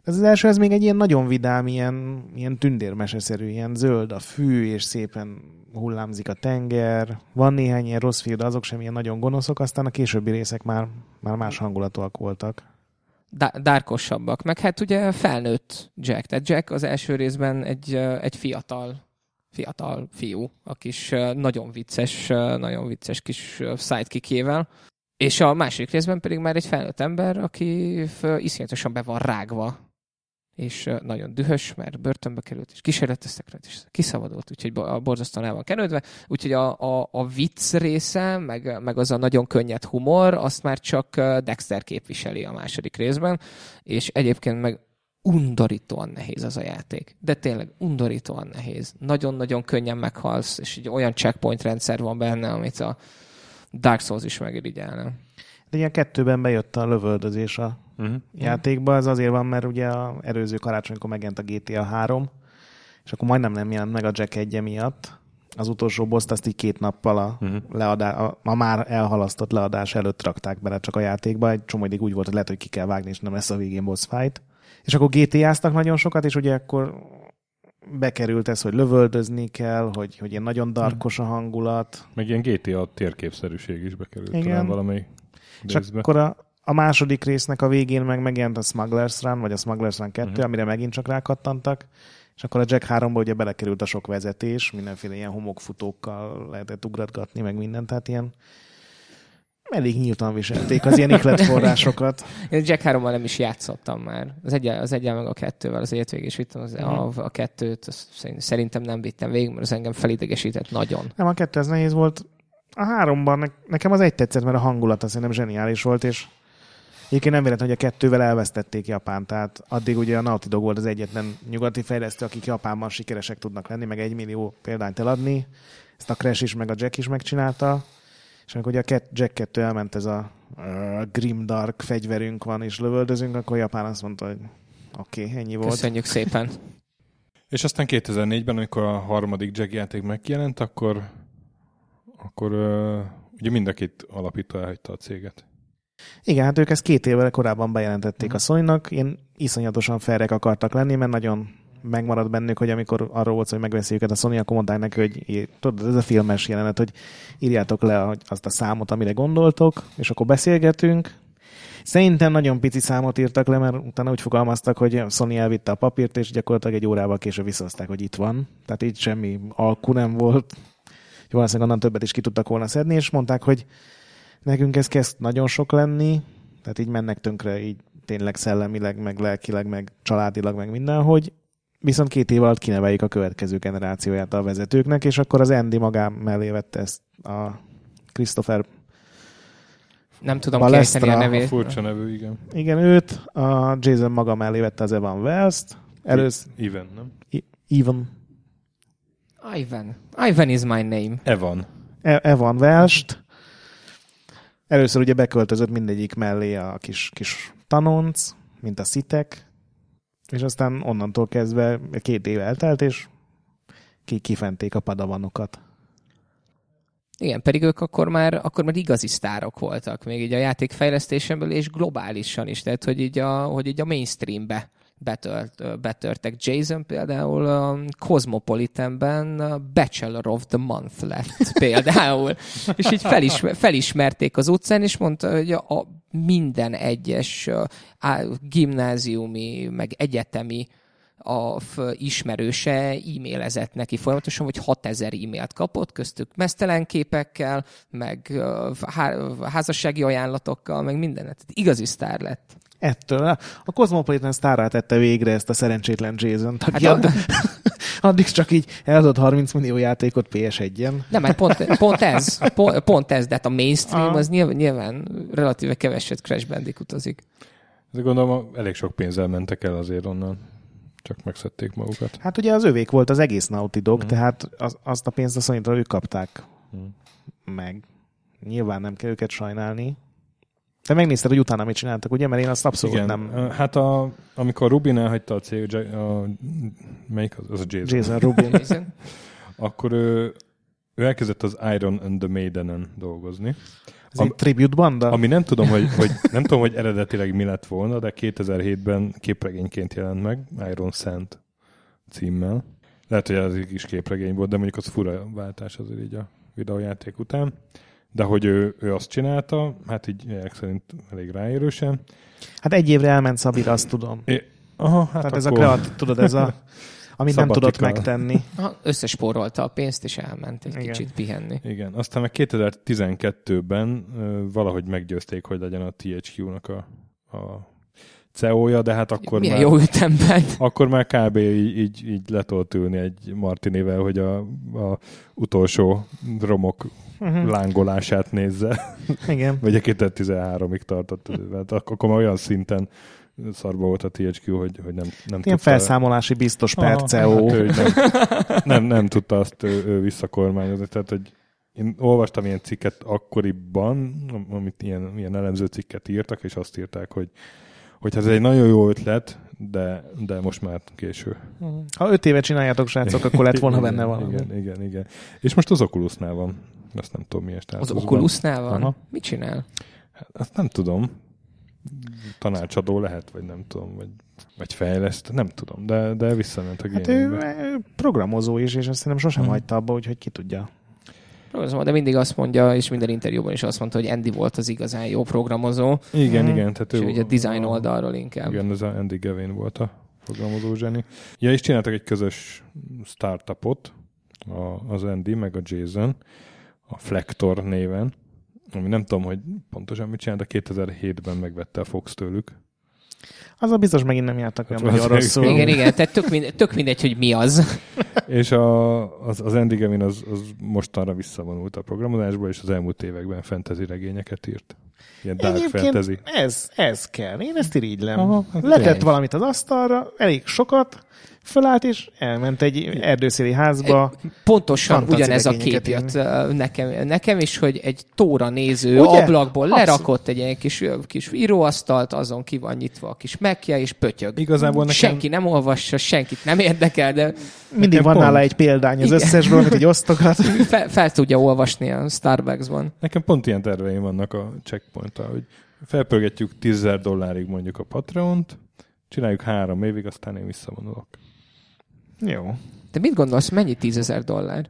Ez az első, ez még egy ilyen nagyon vidám, ilyen, ilyen tündérmeseszerű, ilyen zöld a fű, és szépen hullámzik a tenger. Van néhány ilyen rossz fiú, de azok sem ilyen nagyon gonoszok, aztán a későbbi részek már, már más hangulatúak voltak. Dá- dárkosabbak. Meg hát ugye felnőtt Jack. Tehát Jack az első részben egy, egy fiatal fiatal fiú, a kis nagyon vicces, nagyon vicces kis sidekickjével. És a második részben pedig már egy felnőtt ember, aki iszonyatosan be van rágva, és nagyon dühös, mert börtönbe került, és kísérleteztek rá, és kiszabadult, úgyhogy borzasztóan el van kenődve. Úgyhogy a, a, a vicc része, meg, meg az a nagyon könnyed humor, azt már csak Dexter képviseli a második részben, és egyébként meg undorítóan nehéz az a játék. De tényleg undorítóan nehéz. Nagyon-nagyon könnyen meghalsz, és egy olyan checkpoint rendszer van benne, amit a Dark Souls is megirigyelne. De ilyen kettőben bejött a lövöldözés a uh-huh. játékba. Ez azért van, mert ugye a előző karácsonykor megjelent a gé té á három, és akkor majdnem nem jelent meg a Jack egy miatt. Az utolsó boszt azt így két nappal a, uh-huh. leadá- a, a már elhalasztott leadás előtt rakták bele csak a játékba. Egy csomó idég úgy volt, hogy lehet, hogy ki kell vágni, és nem lesz a végén boss fight. És akkor gé té á-ztak nagyon sokat, és ugye akkor bekerült ez, hogy lövöldözni kell, hogy, hogy ilyen nagyon darkos a hangulat. Meg ilyen gé té á térképszerűség is bekerült. Igen. Talán valamelyik és részbe. akkor a, a második résznek a végén meg megjelent a Smuggler's Run, vagy a Smuggler's Run kettő, uh-huh. amire megint csak rákattantak, és akkor a Jack háromba ugye belekerült a sok vezetés, mindenféle ilyen homokfutókkal lehetett ugratgatni, meg mindent, tehát ilyen elég nyíltan viselték az ilyen ikletforrásokat. Én Jack hárommal nem is játszottam már. Az egyel, az egyel meg a kettővel, az egyet végig is vittem, az, uh-huh. a, a kettőt szerintem nem vittem végig, mert az engem felidegesített nagyon. Nem, a kettő ez nehéz volt. A háromban ne, nekem az egy tetszett, mert a hangulata szerintem zseniális volt, és egyébként nem véletlen, hogy a kettővel elvesztették Japánt, tehát addig ugye a Naughty Dog volt az egyetlen nyugati fejlesztő, akik Japánban sikeresek tudnak lenni, meg egy millió példányt eladni. Ezt a Crash is, meg a Jack is megcsinálta. És amikor ugye a Jack kettő elment ez a uh, grimdark fegyverünk van, és lövöldözünk, akkor Japán azt mondta, hogy oké, okay, ennyi volt. Köszönjük szépen. És aztán kétezer-négyben, amikor a harmadik Jack játék megjelent, akkor, akkor uh, ugye mind a két alapító elhagyta a céget. Igen, hát ők ezt két évvel korábban bejelentették hmm. a Sony-nak, ilyen iszonyatosan felrek akartak lenni, mert nagyon megmaradt bennük, hogy amikor arról volt, hogy megveszi őket a Sony, akkor mondták neki, hogy tudod, ez a filmes jelenet, hogy írjátok le azt a számot, amire gondoltok, és akkor beszélgetünk. Szerintem nagyon pici számot írtak le, mert utána úgy fogalmaztak, hogy Sony elvitte a papírt, és gyakorlatilag egy órával később visszahozták, hogy itt van. Tehát így semmi alkú nem volt. Valószínűleg onnan többet is ki tudtak volna szedni, és mondták, hogy nekünk ez kezd nagyon sok lenni, tehát így mennek tönkre így tényleg szellemileg, meg lelkileg, meg családilag, meg mindenhogy. Viszont két év alatt kineveljük a következő generációját a vezetőknek, és akkor az Andy magám mellé vette ezt a Christopher Nem tudom kiejteni a nevét. A furcsa nevű, igen. Igen, őt, a Jason maga mellé vette az Evan Wells-t. Elősz... Ivan, nem? I- Ivan. Ivan. Ivan is my name. Evan. E- Evan Wells-t. Először ugye beköltözött mindegyik mellé a kis, kis tanonc, mint a szitek, és aztán onnantól kezdve két év eltelt, és ki kifenték a padavanokat. Igen, pedig ők akkor már, akkor már igazi sztárok voltak, még így a játékfejlesztésenből, és globálisan is, tehát hogy így a, hogy így a mainstreambe betört, betörtek. Jason például a Cosmopolitanben Bachelor of the Month lett például, és így felismer, felismerték az utcán, és mondta, hogy a, a minden egyes a, gimnáziumi, meg egyetemi a ismerőse e-mailezett neki folyamatosan, hogy hatezer e-mailt kapott, köztük meztelen képekkel, meg házassági ajánlatokkal, meg mindenet. Igazi sztár lett. Ettől a Cosmopolitan sztárrá tette végre ezt a szerencsétlen Jason-t, aki hát a... addig csak így eladott harminc millió játékot pé es egyen. Nem, mert pont, pont ez, pont, pont ez, de hát a mainstream ah. az nyilván, nyilván relatíve keveset Crash Bandicoot-ozik. De gondolom, elég sok pénzzel mentek el azért onnan. Csak megszedték magukat. Hát ugye az övék volt az egész Naughty Dog, mm. tehát az, azt a pénzt a Sony-tól ők kapták mm. meg. Nyilván nem kell őket sajnálni. Te megnézted, hogy utána mit csináltak, ugye? Mert én azt abszolút igen. nem... Hát a, amikor Rubin elhagyta a cég, a, melyik az? Az a Jason. Jason Rubin. Akkor ő ő elkezdett az Iron and the Maiden-en dolgozni. Ez egy tribute banda? Ami nem tudom, hogy, hogy, nem tudom, hogy eredetileg mi lett volna, de kétezer-hétben képregényként jelent meg, Iron Sand címmel. Lehet, hogy ez egy kis képregény volt, de mondjuk az fura váltás azért így a videójáték után. De hogy ő, ő azt csinálta, hát így jelek szerint elég ráérősen. Hát egy évre elment Szabira, azt tudom. É, aha, hát Tehát akkor... ez a kreatív, tudod, ez a... Amit nem tudott megtenni. Aha, összespórolta a pénzt, és elment egy Igen. kicsit pihenni. Igen, aztán meg kétezer-tizenkettőben uh, valahogy meggyőzték, hogy legyen a té há kú-nak a, a cé e o-ja, de hát akkor Milyen már... jó ütemben. Akkor már kb. így, így, így letolt ülni egy Martinével, hogy a, a utolsó romok uh-huh. lángolását nézze. Igen. Vagy a kétezer-tizenháromig tartott. Hát akkor már olyan szinten szarba volt a té há kú, hogy, hogy nem, nem Ilyen tudta... felszámolási biztos per cé e o. Hát, nem, nem, nem tudta azt ő, ő visszakormányozni. Tehát, hogy én olvastam ilyen cikket akkoriban, amit ilyen, ilyen elemző cikket írtak, és azt írták, hogy, hogy ez egy nagyon jó ötlet, de, de most már késő. Ha öt éve csináljátok, srácok, akkor lett volna benne valami. Igen, igen, igen. És most az Oculusnál van. Azt nem tudom, milyen státuszban. Az Oculusnál van? Aha. Mit csinál? Hát, azt nem tudom. Tanácsadó lehet, vagy nem tudom, vagy, vagy fejleszt, nem tudom, de, de visszament a hát gamingbe. ő programozó is, és azt hiszem sosem hmm. hagyta abba, úgyhogy ki tudja. De mindig azt mondja, és minden interjúban is azt mondta, hogy Andy volt az igazán jó programozó. Igen, hmm. igen. Tehát és ő, ugye a design oldalról inkább. Igen, ez a Andy Gavin volt a programozó zseni. Ja, és csináltak egy közös startupot, a, az Andy meg a Jason, a Flektor néven, ami nem tudom, hogy pontosan mit csinált, de kétezer-hétben megvette a Fox tőlük. Az a biztos megint nem jártak olyan hát nagyon rosszul. Igen, igen, tehát tök, mind, tök mindegy, hogy mi az. És a, az, az Andy Gavin az, az mostanra visszavonult a programozásból, és az elmúlt években fantasy regényeket írt. Ilyen dark Egyébként fantasy. Ez, ez kell. Én ezt irigylem. Aha, letett valamit az asztalra, elég sokat, fölállt, és elment egy erdőszéli házba. Pontosan ugyanez a kép jött nekem, nekem is, hogy egy tóra néző ugye? Ablakból Abszol. lerakott egy ilyen kis, kis íróasztalt, azon ki van nyitva a kis mekje, és pötyög. Igazából nekem... Senki nem olvassa, senkit nem érdekel, de... Mindig van nála egy példány az összesből, amit egy osztogat. Fel, fel tudja olvasni a Starbucksban. Nekem pont ilyen terveim vannak a Checkpoint-tal, hogy felpörgetjük tízezer dollárig mondjuk a Patreont, csináljuk három évig, aztán én visszavonulok. Jó. De mit gondolsz, mennyi tízezer dollár?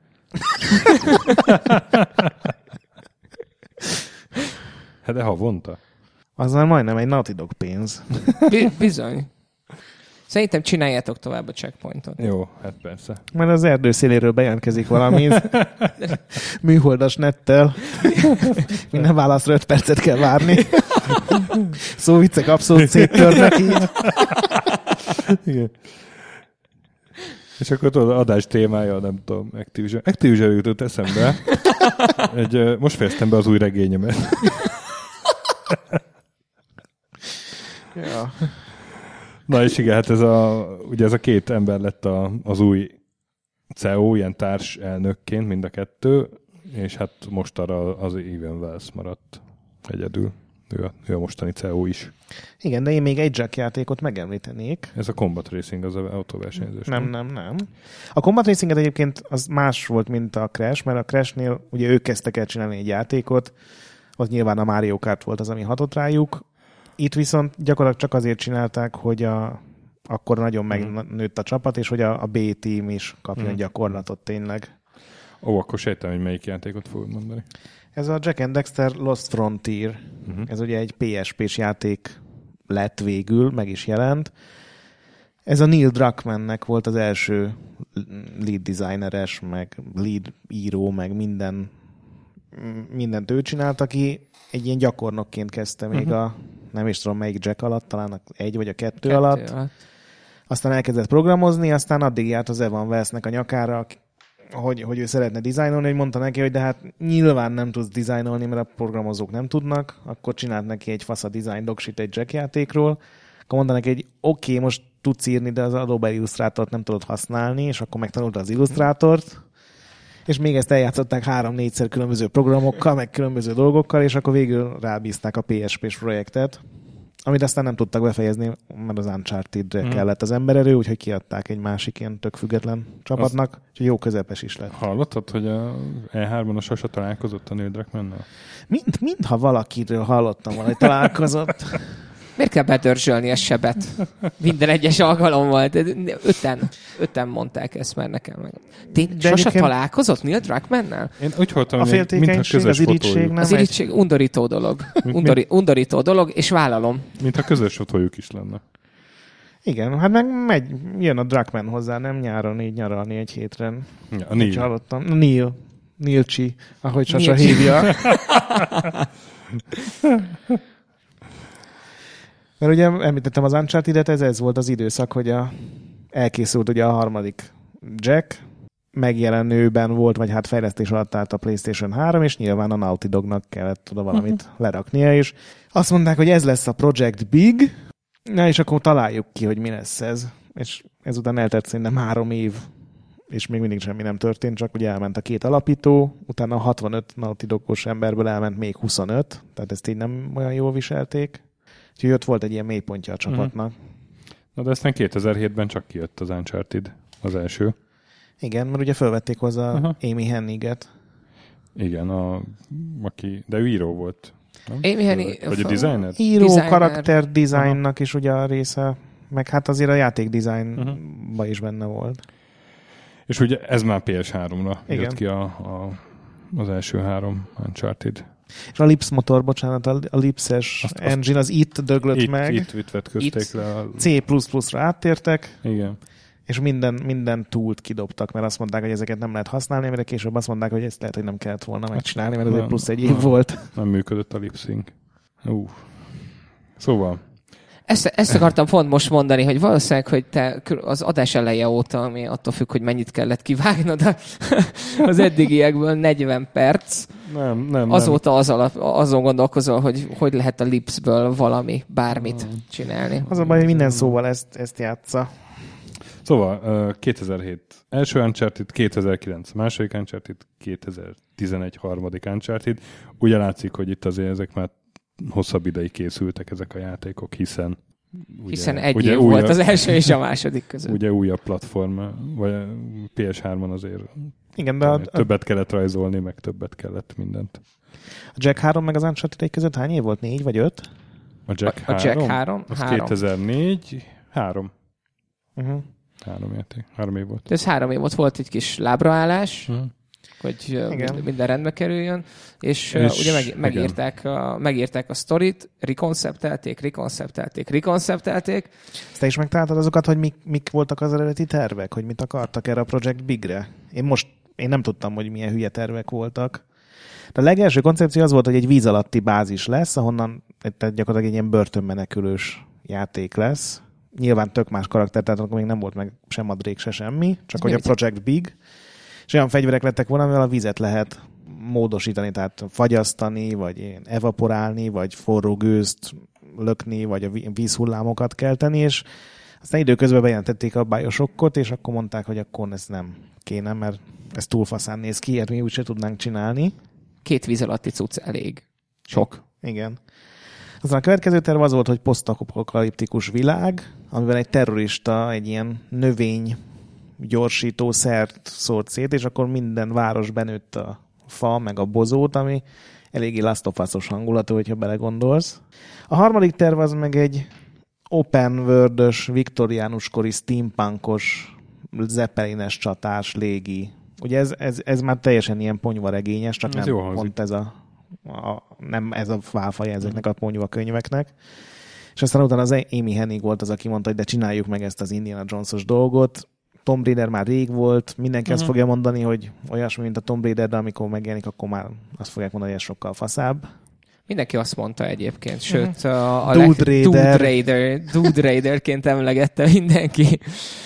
Hát de havonta. Az már majdnem egy Naughty Dog pénz. B- bizony. Szerintem csináljátok tovább a Checkpointot. Jó, hát persze. Mert az erdő széléről bejelentkezik valami műholdas nettel. Minden válaszra öt percet kell várni. Szó viccek abszolút széttörnek így. Igen. És akkor tudod, az adás témája, nem tudom, Activision. Activision jutott eszembe. Egy, most fejeztem be az új regényemet. Ja. Na és igen, hát ez a, ugye ez a két ember lett a, az új cé e o, ilyen társ elnökként mind a kettő, és hát most arra az Evan Wells maradt egyedül. Ő a, ő a mostani cé e o is. Igen, de én még egy Jack játékot megemlítenék. Ez a Combat Racing, az autóversenyzős. Nem, nem, nem. A Combat Racinget egyébként az más volt, mint a Crash, mert a Crashnél ugye ők kezdtek el csinálni egy játékot, az nyilván a Mario Kart volt az, ami hatott rájuk. Itt viszont gyakorlatilag csak azért csinálták, hogy a, akkor nagyon megnőtt a csapat, és hogy a, a B-team is kapjon hmm. gyakorlatot tényleg. Ó, akkor sejtem, hogy melyik játékot fogod mondani. Ez a Jack and Dexter Lost Frontier. Uh-huh. Ez ugye egy pé es pés játék lett végül, meg is jelent. Ez a Neil Druckmannnek volt az első lead designeres, meg lead író, meg minden mindent ő csinált, aki egy ilyen gyakornokként kezdte még uh-huh. a nem is tudom melyik Jack alatt, talán a egy vagy a kettő, kettő alatt. alatt. Aztán elkezdett programozni, aztán addig járt az Evan Wellsnek a nyakára, hogy, hogy ő szeretne dizájnolni, hogy mondta neki, hogy de hát nyilván nem tudsz dizájnolni, mert a programozók nem tudnak, akkor csinált neki egy fasz a design docsit egy Jack játékról, akkor mondta neki, hogy oké, okay, most tudsz írni, de az Adobe Illustrátort nem tudod használni, és akkor megtanulta az Illustrátort, és még ezt eljátszották három-négyszer különböző programokkal, meg különböző dolgokkal, és akkor végül rábízták a pé es pés projektet, amit aztán nem tudtak befejezni, mert az Uncharted-re Hmm. kellett az embererő, úgyhogy kiadták egy másik ilyen tök független csapatnak, Azt... úgyhogy jó közepes is lett. Hallottad, hogy a E hármon a Sasa találkozott a Neil Druckmannnal? Mind, mintha valakiről hallottam volna, hogy találkozott. Miért kell bedörzsölni a sebet? Minden egyes alkalommal. Öten, öten mondták ezt már nekem. Tény, Sasa egyébként... találkozott Neil Druckmannnal? Én úgy voltam, a hogy mintha féltékenység, közös az irigység fotójuk. nem Az irigység undorító dolog. Undori, undorító dolog, és vállalom. Mintha közös fotójuk is lenne. Igen, hát meg megy, jön a Druckmann hozzá, nem nyáron így nyaralni egy hétre. Ja, a Neil. Úgy hallottam. Neil. Neilcsi, ahogy Sasa Neilcsi. hívja. Mert ugye említettem az Uncharted-et, ez, ez volt az időszak, hogy a, elkészült ugye a harmadik Jack, megjelenőben volt, vagy hát fejlesztés alatt állt a PlayStation három, és nyilván a Naughty Dognak kellett oda valamit uh-huh. leraknia, és azt mondták, hogy ez lesz a Project Big, na és akkor találjuk ki, hogy mi lesz ez. És ezután eltelt szerintem három év, és még mindig semmi nem történt, csak ugye elment a két alapító, utána a hatvanöt Naughty Dogos emberből elment még huszonöt, tehát ezt így nem olyan jól viselték. Úgyhogy ott volt egy ilyen mélypontja a csapatnak. Uh-huh. Na de aztán kétezer-hétben csak kijött az Uncharted, az első. Igen, mert ugye felvették hozzá uh-huh. Amy Henniget. Igen, a, aki, de ő író volt. Nem? Amy Hennig... Vagy a designer? Író, Designer. karakter designnak uh-huh. is ugye a része, meg hát azért a játék designba uh-huh. is benne volt. És ugye ez már pé es háromra Igen. jött ki a, a, az első három Uncharted. És a Lips motor, bocsánat, a Lips-es azt, engine az itt döglött itt, meg. Itt, itt vetközték le. A... C plusz pluszra áttértek. Igen. És minden, minden túlt kidobtak, mert azt mondták, hogy ezeket nem lehet használni, mert később azt mondták, hogy ezt lehet, hogy nem kellett volna megcsinálni, mert ez egy plusz egy év nem, volt. Nem működött a lip-sync. Uh. Szóval... Ezt, ezt akartam pont most mondani, hogy valószínűleg, hogy te az adás eleje óta, ami attól függ, hogy mennyit kellett kivágnod az eddigiekből negyven perc, nem, nem, azóta az alap, azon gondolkozol, hogy hogy lehet a Lipsből valami, bármit csinálni. Az a baj, hogy minden szóval ezt, ezt játsza. Szóval kétezer-hét első Uncharted, kétezer-kilenc második Uncharted, kétezer-tizenegy harmadik Uncharted. Ugye látszik, hogy itt azért ezek már hosszabb ideig készültek ezek a játékok, hiszen ugye, hiszen egy ugye év újabb, volt az első és a második között. Ugye újabb platform, vagy pé es hármon azért igen, de a, többet kellett rajzolni, meg többet kellett mindent. A Jack három meg az Uncharted között hány év volt? Négy vagy öt? A Jack a, a Jack három? Az három. kétezer-négy, három. Uh-huh. Három játék, három év volt. Ez három év volt, volt egy kis lábraállás, uh-huh. hogy igen. minden rendbe kerüljön, és, és ugye meg, megírták, a, megírták a sztorit, rekonceptelték, rekonceptelték, rekonceptelték. Ezt te is megtaláltad azokat, hogy mik, mik voltak az eredeti tervek, hogy mit akartak erre a Project Bigre? Én most, én nem tudtam, hogy milyen hülye tervek voltak. De a legelső koncepció az volt, hogy egy víz alatti bázis lesz, ahonnan tehát gyakorlatilag egy ilyen börtönmenekülős játék lesz. Nyilván tök más karakter, tehát akkor még nem volt meg sem a Drake, se semmi, csak ez hogy a Project Big. És olyan fegyverek lettek volna, amivel a vizet lehet módosítani, tehát fagyasztani, vagy evaporálni, vagy forró gőzt lökni, vagy a vízhullámokat kelteni, és aztán időközben bejelentették a BioShockot, és akkor mondták, hogy akkor ez nem kéne, mert ez túl faszán néz ki, ilyet mi úgyse tudnánk csinálni. Két víz alatti cucc elég. Sok. Igen. Aztán a következő terv az volt, hogy posztapokaliptikus világ, amiben egy terrorista, egy ilyen növény gyorsító szert szórt szét, és akkor minden város benőtt a fa, meg a bozót, ami eléggé Last of Us-os hangulatú, hogyha belegondolsz. A harmadik terv az meg egy open world-ös, viktoriánuskori steampunkos, zeppelines csatás, légi. Ugye ez, ez, ez már teljesen ilyen ponyvaregényes, csak ez nem pont ez a, a, nem ez a válfaja ezeknek a ponyva könyveknek. És aztán utána az Amy Hennig volt az, aki mondta, hogy de csináljuk meg ezt az Indiana Jones-os dolgot. Tomb Raider már rég volt, mindenki uh-huh. azt fogja mondani, hogy olyasmi, mint a Tomb Raider, de amikor megjelenik, akkor már azt fogják mondani, hogy ez sokkal faszább. Mindenki azt mondta egyébként, sőt uh-huh. a, a Dude leg... Raider. Dude Raider. Dude Raiderként emlegette mindenki.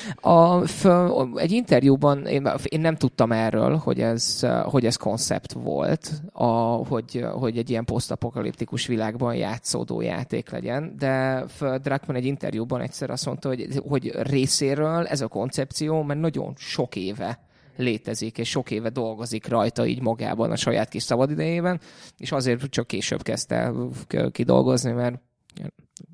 A, f, egy interjúban én, én nem tudtam erről, hogy ez, hogy ez koncept volt, a, hogy, hogy egy ilyen posztapokaliptikus világban játszódó játék legyen, de Druckmann egy interjúban egyszer azt mondta, hogy, hogy részéről ez a koncepció már nagyon sok éve létezik, és sok éve dolgozik rajta így magában a saját kis szabadidejében, és azért csak később kezdte kidolgozni, mert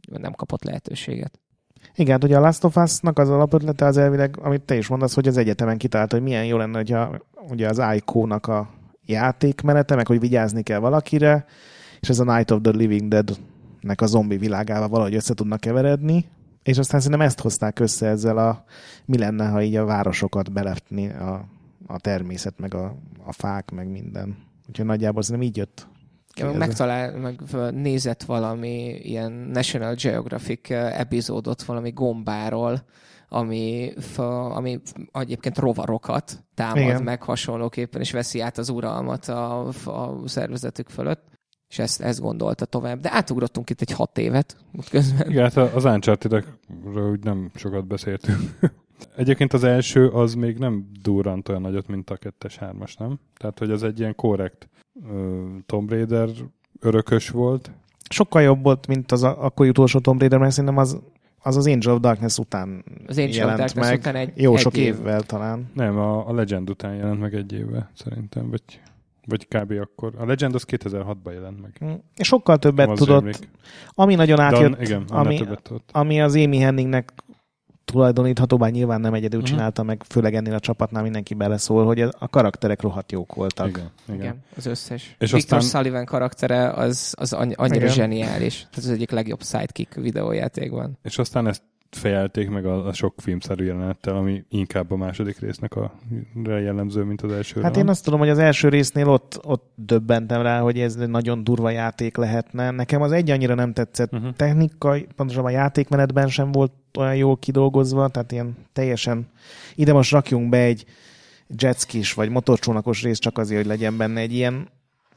nem kapott lehetőséget. Igen, hát ugye a Last of Us-nak az alapötlete az elvileg, amit te is mondasz, hogy az egyetemen kitalálta, hogy milyen jó lenne, hogyha ugye az I C O-nak a játékmenete, meg hogy vigyázni kell valakire, és ez a Night of the Living Dead-nek a zombi világával valahogy össze tudnak keveredni, és aztán szerintem ezt hozták össze ezzel a mi lenne, ha így a városokat belepni a, a természet, meg a, a fák, meg minden. Úgyhogy nagyjából szerintem így jött. Ja, megtalál, meg nézett valami ilyen National Geographic epizódot valami gombáról, ami, ami egyébként rovarokat támad Igen. meg hasonlóképpen, és veszi át az uralmat a, a szervezetük fölött. És ezt, ezt gondolta tovább. De átugrottunk itt egy hat évet közben. Igen, hát az Uncharted-ekről úgy nem sokat beszéltünk. Egyébként az első az még nem durrant olyan nagyot, mint a kettes, hármas, nem? Tehát, hogy az egy ilyen korrekt uh, Tomb Raider örökös volt. Sokkal jobb volt, mint az a, akkori utolsó Tomb Raider, mert szerintem az az, az Angel of Darkness után az Angel jelent of Darkness meg. Után egy, jó egy sok év. évvel talán. Nem, a, a Legend után jelent meg egy évvel, szerintem, vagy... Vagy kb. Akkor. A Legend az kétezer-hatban jelent meg. És sokkal többet tudott. Rémlik. Ami nagyon átjött, Dan, igen, ami, ami az Amy Henningnek tulajdonítható, bár nyilván nem egyedül uh-huh. csinálta, meg főleg ennél a csapatnál mindenki beleszól, hogy a karakterek rohadt jók voltak. Igen, igen. igen az összes. És Victor aztán... Sullivan karaktere az, az annyira igen. zseniális. Ez az egyik legjobb sidekick videójátékban. És aztán ezt fejelték meg a, a sok filmszerű jelenettel, ami inkább a második résznek a jellemző, mint az elsőre. Hát én azt tudom, hogy az első résznél ott, ott döbbentem rá, hogy ez egy nagyon durva játék lehetne. Nekem az egy annyira nem tetszett. Uh-huh. Technikai, pontosabban a játékmenetben sem volt olyan jól kidolgozva, tehát ilyen teljesen ide most rakjunk be egy jetskis vagy motorcsónakos rész csak azért, hogy legyen benne egy ilyen,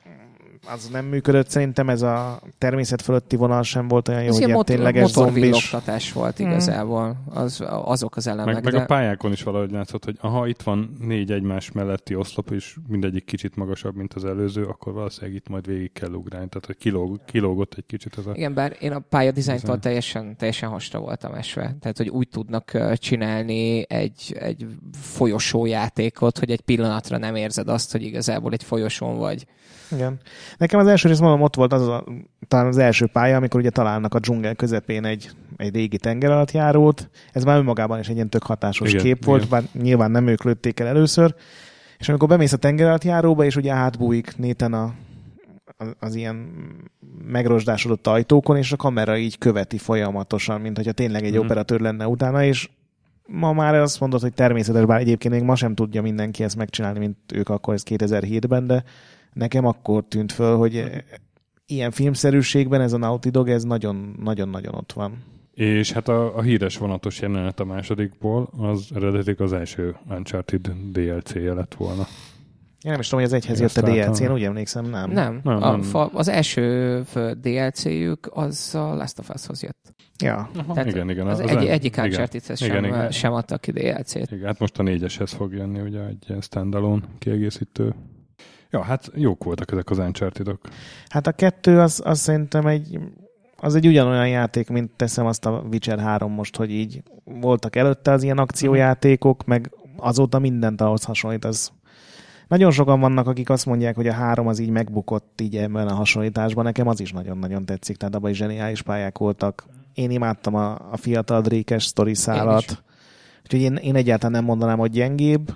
az nem működött. Szerintem ez a természet fölötti vonal sem volt olyan jó, ez hogy ilyen mot- tényleges zombis. Motorvillogtatás volt igazából. Az, azok az elemek. Meg, de... meg a pályákon is valahogy látszott, hogy aha, itt van négy egymás melletti oszlop, és mindegyik kicsit magasabb, mint az előző, akkor valószínűleg itt majd végig kell ugrálni. Tehát, hogy kilóg, kilógott egy kicsit ez a... Igen, bár én a pályadizájntól teljesen, teljesen hasra voltam esve. Tehát, hogy úgy tudnak csinálni egy, egy folyosójátékot, hogy egy pillanatra nem érzed azt, hogy igazából egy folyosón vagy. Igen. Nekem az első rész, mondom, ott volt az a, talán az első pálya, amikor ugye találnak a dzsungel közepén egy, egy régi tengeralattjárót. Ez már önmagában is egy ilyen tök hatásos igen, kép volt, igen. Bár nyilván nem ők lőtték el először. És amikor bemész a tengeralattjáróba, és ugye átbújik Nathan a, az, az ilyen megrosdásodott ajtókon, és a kamera így követi folyamatosan, mint hogyha tényleg egy mm. operatőr lenne utána, és ma már azt mondod, hogy természetes, bár egyébként még ma sem tudja mindenki ezt megcsinálni, mint ők akkor ez kétezer-hétben, de nekem akkor tűnt föl, hogy ilyen filmszerűségben ez a Naughty Dog, ez nagyon-nagyon ott van. És hát a, a híres vonatos jelenet a másodikból, az eredetik az első Uncharted dé el cé-je lett volna. Én nem is tudom, hogy az egyhez jött a dé el cé, én úgy emlékszem, nem. Nem, nem, a, nem. Az első dé el cé-jük az a Last of Us-hoz jött. Ja. Aha, igen, igen. Az, az egy, egyik Uncharted-hez sem, igen. sem adtak ki dé el cé-t. Igen, hát most a négyeshez fog jönni, ugye egy ilyen standalone kiegészítő. Ja, hát jók voltak ezek az Uncharted-ok. Hát a kettő az, az szerintem egy, az egy ugyanolyan játék, mint teszem azt a Witcher három most, hogy így voltak előtte az ilyen akciójátékok, meg azóta mindent ahhoz hasonlít. Az nagyon sokan vannak, akik azt mondják, hogy a három az így megbukott így ebben a hasonlításban. Nekem az is nagyon-nagyon tetszik, tehát abban is zseniális pályák voltak. Én imádtam a, a fiatal Drake-es sztori szálat. Úgyhogy én, én egyáltalán nem mondanám, hogy gyengébb.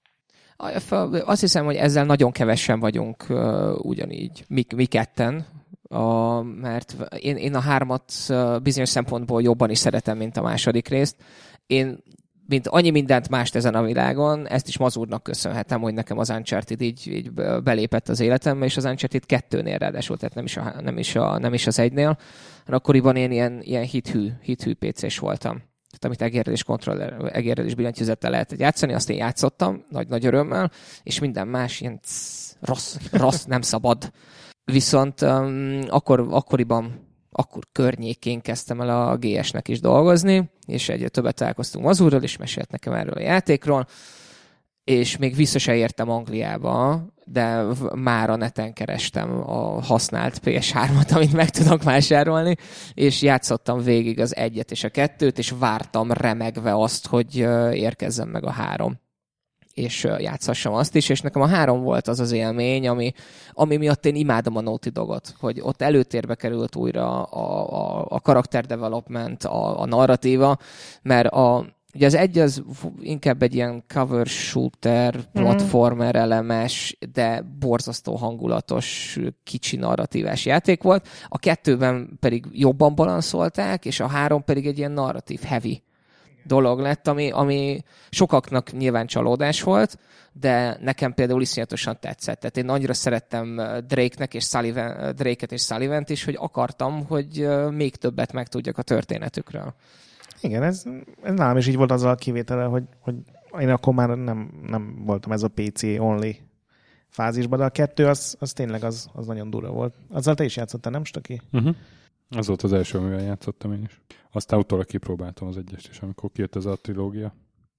Azt hiszem, hogy ezzel nagyon kevesen vagyunk uh, ugyanígy, mi, mi ketten, a, mert én, én a hármat uh, bizonyos szempontból jobban is szeretem, mint a második részt. Én, mint annyi mindent mást ezen a világon, ezt is Mazurnak köszönhetem, hogy nekem az Uncharted így, így belépett az életembe, és az Uncharted kettőnél ráadásul, tehát nem is, a, nem is, a, nem is az egynél. Akkoriban én ilyen, ilyen hithű, hithű pé cés voltam. Tehát amit egérrel kontroller, egérrel és billentyűzettel lehet játszani, azt én játszottam nagy-nagy örömmel, és minden más ilyen cs, rossz, rossz, nem szabad. Viszont um, akkor, akkoriban, akkor környékén kezdtem el a gé esnek is dolgozni, és egyre többet találkoztunk Mazurral, és mesélt nekem erről a játékról, és még vissza se értem Angliába, de már a neten kerestem a használt pé es hármat, amit meg tudok vásárolni, és játszottam végig az egyet és a kettőt, és vártam remegve azt, hogy érkezzen meg a három. és játszhassam azt is, és nekem a három volt az az élmény, ami, ami miatt én imádom a Naughty Dogot, hogy ott előtérbe került újra a, a, a karakter development, a, a narratíva, mert a, ugye az egy az inkább egy ilyen cover shooter, platformer elemes, de borzasztó hangulatos, kicsi narratívás játék volt, a kettőben pedig jobban balanszolták, és a három pedig egy ilyen narratív heavy dolog lett, ami, ami sokaknak nyilván csalódás volt, de nekem például iszonyatosan tetszett. Tehát én nagyra szerettem Drake-nek és Sullivan, Drake-et és Sullivant is, hogy akartam, hogy még többet megtudjak a történetükről. Igen, ez, ez nálam is így volt azzal a kivétele, hogy, hogy én akkor már nem, nem voltam ez a pé cé only fázisban, de a kettő az, az tényleg az, az nagyon durva volt. Azzal te is játszottál, nem Stöki? Uh-huh. Az volt az első, amivel játszottam én is. Aztán utólag kipróbáltam az egyest is, amikor kijött ez a trilógia.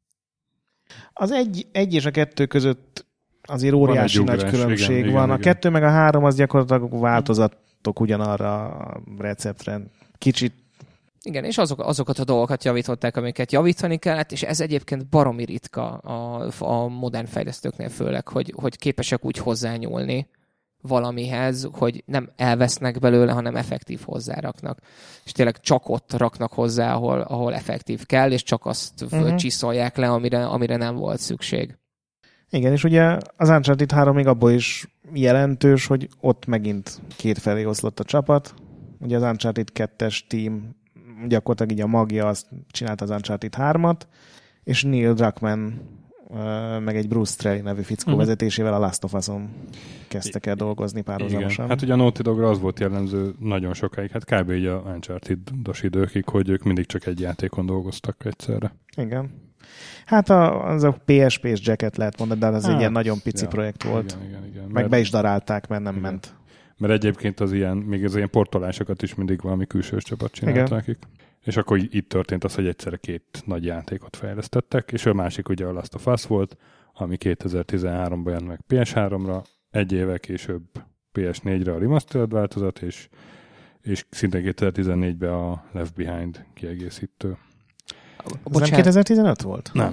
Az egy, egy és a kettő között azért óriási van nagy ugrás, különbség igen, van. igen, a igen. kettő meg a három az gyakorlatilag változatok ugyanarra a receptre. Kicsit. Igen, és azok, azokat a dolgokat javították, amiket javítani kellett, és ez egyébként baromi ritka a, a modern fejlesztőknél főleg, hogy, hogy képesek úgy hozzányúlni valamihez, hogy nem elvesznek belőle, hanem effektív hozzáraknak. És tényleg csak ott raknak hozzá, ahol, ahol effektív kell, és csak azt uh-huh. csiszolják le, amire, amire nem volt szükség. Igen, és ugye az Uncharted három még abból is jelentős, hogy ott megint kétfelé oszlott a csapat. Ugye az Uncharted kettes team gyakorlatilag így a magja azt csinálta az Uncharted hármat, és Neil Druckmann meg egy Bruce Straley nevű fickó uh-huh. vezetésével a Last of Us-on kezdtek el dolgozni párhuzamosan. Igen. Hát ugye a Naughty Dogra az volt jellemző nagyon sokáig, hát kb. Így a Uncharted-os időkig, hogy ők mindig csak egy játékon dolgoztak egyszerre. Igen. Hát a, az a pé es pé-s jacket lehet mondani, de az hát, egy ilyen nagyon pici ja, projekt volt. Igen, igen, igen. Meg mert, be is darálták, mert nem igen. ment. Mert egyébként az ilyen, még az ilyen portolásokat is mindig valami külsős csapat csinálta nekik. És akkor itt történt az, hogy egyszerre két nagy játékot fejlesztettek, és a másik ugye a Last of Us volt, ami kétezer-tizenháromban jön meg pé es háromra, egy évvel később pé es négyre a remastered változat, és, és szintén kétezer-tizennégyben a Left Behind kiegészítő. Az nem kétezer-tizenöt volt? Nem.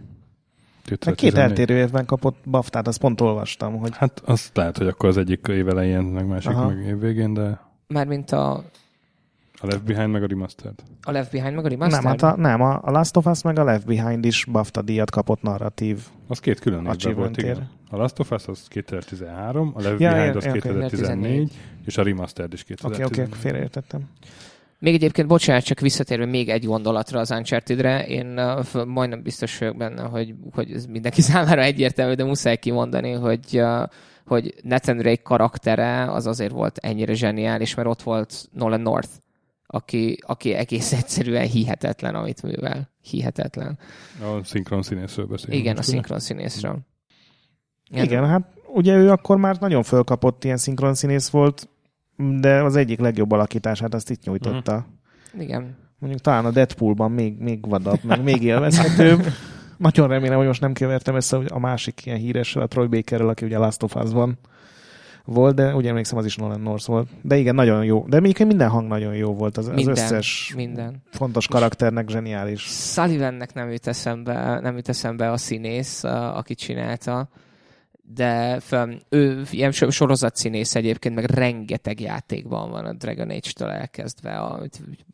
Két eltérő évben kapott baftát, azt pont olvastam. Hogy... Hát azt lehet, hogy akkor az egyik év elején, meg másik Aha. meg év végén, de... Mármint a... A Left Behind meg a Remastered. A Left Behind meg a Remastered? Nem, hát a, nem a, a Last of Us meg a Left Behind is BAFTA díjat kapott narratív. Az két külön évben volt, igen. A Last of Us az kétezer-tizenhárom, a Left ja, Behind ja, az ja, kétezer-tizennégy, és a Remastered is kétezer-tizennégy. Oké, oké, félreértettem. Még egyébként, bocsánat, csak visszatérve még egy gondolatra az Uncharted-re, én uh, majdnem biztos vagyok benne, hogy, hogy ez mindenki számára egyértelmű, de muszáj kimondani, hogy, uh, hogy Nathan Drake karaktere az azért volt ennyire zseniális, mert ott volt Nolan North, aki, aki egész egyszerűen hihetetlen, amit művel. Hihetetlen. A szinkron színészről beszélünk. Igen, a szinkron színészről. Igen, Igen, hát ugye ő akkor már nagyon fölkapott, ilyen szinkron színész volt, de az egyik legjobb alakítását azt itt nyújtotta. Mm. Igen. Mondjuk talán a Deadpoolban még, még vadabb, meg még élvezhetőbb. Nagyon remélem, hogy most nem kevertem össze a másik ilyen híressel, a Troy Bakerrel, aki ugye Last of Us-ban volt, de ugye emlékszem, az is Nolan North volt. De igen, nagyon jó. De még minden hang nagyon jó volt. Az, minden, az összes minden. fontos karakternek zseniális. Sullivannek nem jut eszembe, nem jut eszembe a színész, aki csinálta, de fel, ő ilyen sorozatszínész egyébként, meg rengeteg játékban van a Dragon Age-től elkezdve a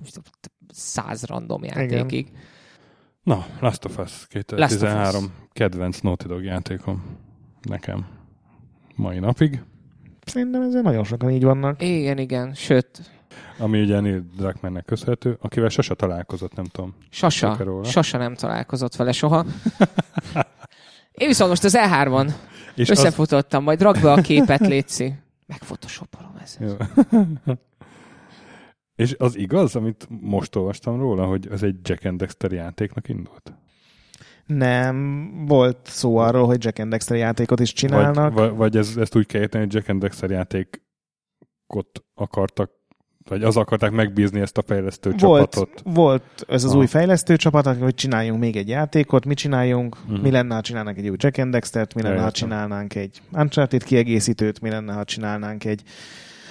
száz random játékig. Igen. Na, Last of Us kétezer-tizenhárom Last of Us. Kedvenc Naughty Dog játékom nekem mai napig. Szerintem ezzel nagyon sokan így vannak. Igen, igen, sőt. Ami ugye Neil Druckmannnek köszönhető, akivel Sasa találkozott, nem tudom. Sasa, Sasa nem találkozott vele soha. Én viszont most az E hármon és összefutottam, az... majd rakd be a képet, létszi. Megphotoshopolom ezzel. És az igaz, amit most olvastam róla, hogy ez egy Jack and Dexter játéknak indult? Nem, volt szó arról, hogy Jack and Dexter játékot is csinálnak. Vagy, vagy ez, ezt úgy kell érteni, hogy Jack and Dexter játékot akartak, vagy az akarták megbízni ezt a fejlesztő volt, csapatot. Volt ez az ah. új fejlesztő csapat, hogy csináljunk még egy játékot, mi csináljunk, uh-huh. mi lenne, ha csinálnánk egy új Jack and Dextert, mi lenne, ha csinálnánk egy Uncharted kiegészítőt, mi lenne, ha csinálnánk egy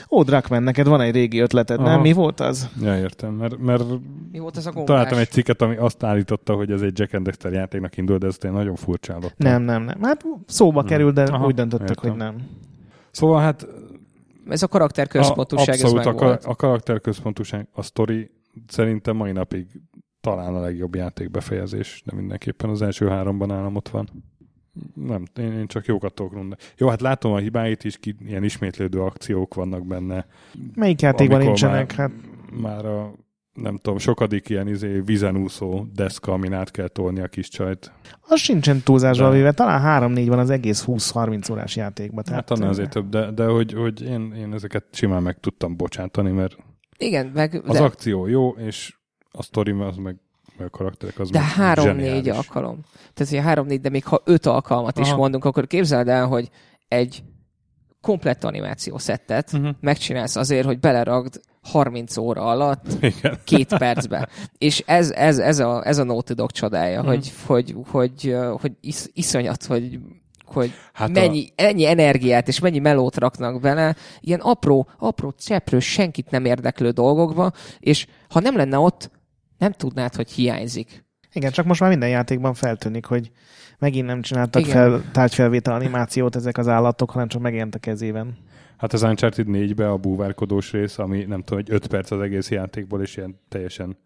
Ó, Druckmann, neked van egy régi ötleted, Aha. nem? Mi volt az? Ja, értem, mert, mert Mi volt az a gombás? találtam egy cikket, ami azt állította, hogy ez egy Jack and Dexter játéknak indul, de ezt én nagyon furcsálottam. Nem, nem, nem. Hát szóba hmm. kerül, de Aha, úgy döntöttek, értem. hogy nem. Szóval hát Ez a karakterközpontúság, ez abszolút meg a, volt. a karakterközpontúság, a sztori szerintem mai napig talán a legjobb játékbefejezés, de mindenképpen az első háromban nálam ott van. Nem, én, én csak jókat tudok mondani. Jó, hát látom a hibáit is, ki, ilyen ismétlődő akciók vannak benne. Melyik játékban nincsenek? Már, Hát már a, nem tudom, sokadik ilyen izé, vízenúszó deszka, amin át kell tolni a kis csajt. az sincsen túlzásra De- véve. Talán három-négy van az egész húsz-harminc órás játékban. Hát annál azért több, de, de hogy, hogy én, én ezeket simán meg tudtam bocsátani, mert Igen, meg, az de, akció jó, és a sztori az meg, meg a karakterek az de meg három-négy zseniális. alkalom. Tehát, hogy három-négy, de még ha öt alkalmat is Aha. mondunk, akkor képzeld el, hogy egy komplett animáció szettet Uh-huh. megcsinálsz azért, hogy beleragd harminc óra alatt Igen. két percbe. És ez, ez, ez, a, ez a Naughty Dog csodája, Mhm. hogy, hogy, hogy, hogy, hogy isz, iszonyat, hogy, hogy Hát mennyi, a... ennyi energiát és mennyi melót raknak bele, ilyen apró, apró, cseprő, senkit nem érdeklő dolgokba, és ha nem lenne ott, nem tudnád, hogy hiányzik. igen, csak most már minden játékban feltűnik, hogy megint nem csináltak Igen. fel, tárgyfelvétel animációt ezek az állatok, hanem csak megjelentek ez éven. Hát az Uncharted négybe a búvárkodós rész, ami nem tudom, hogy öt perc az egész játékból, és ilyen teljesen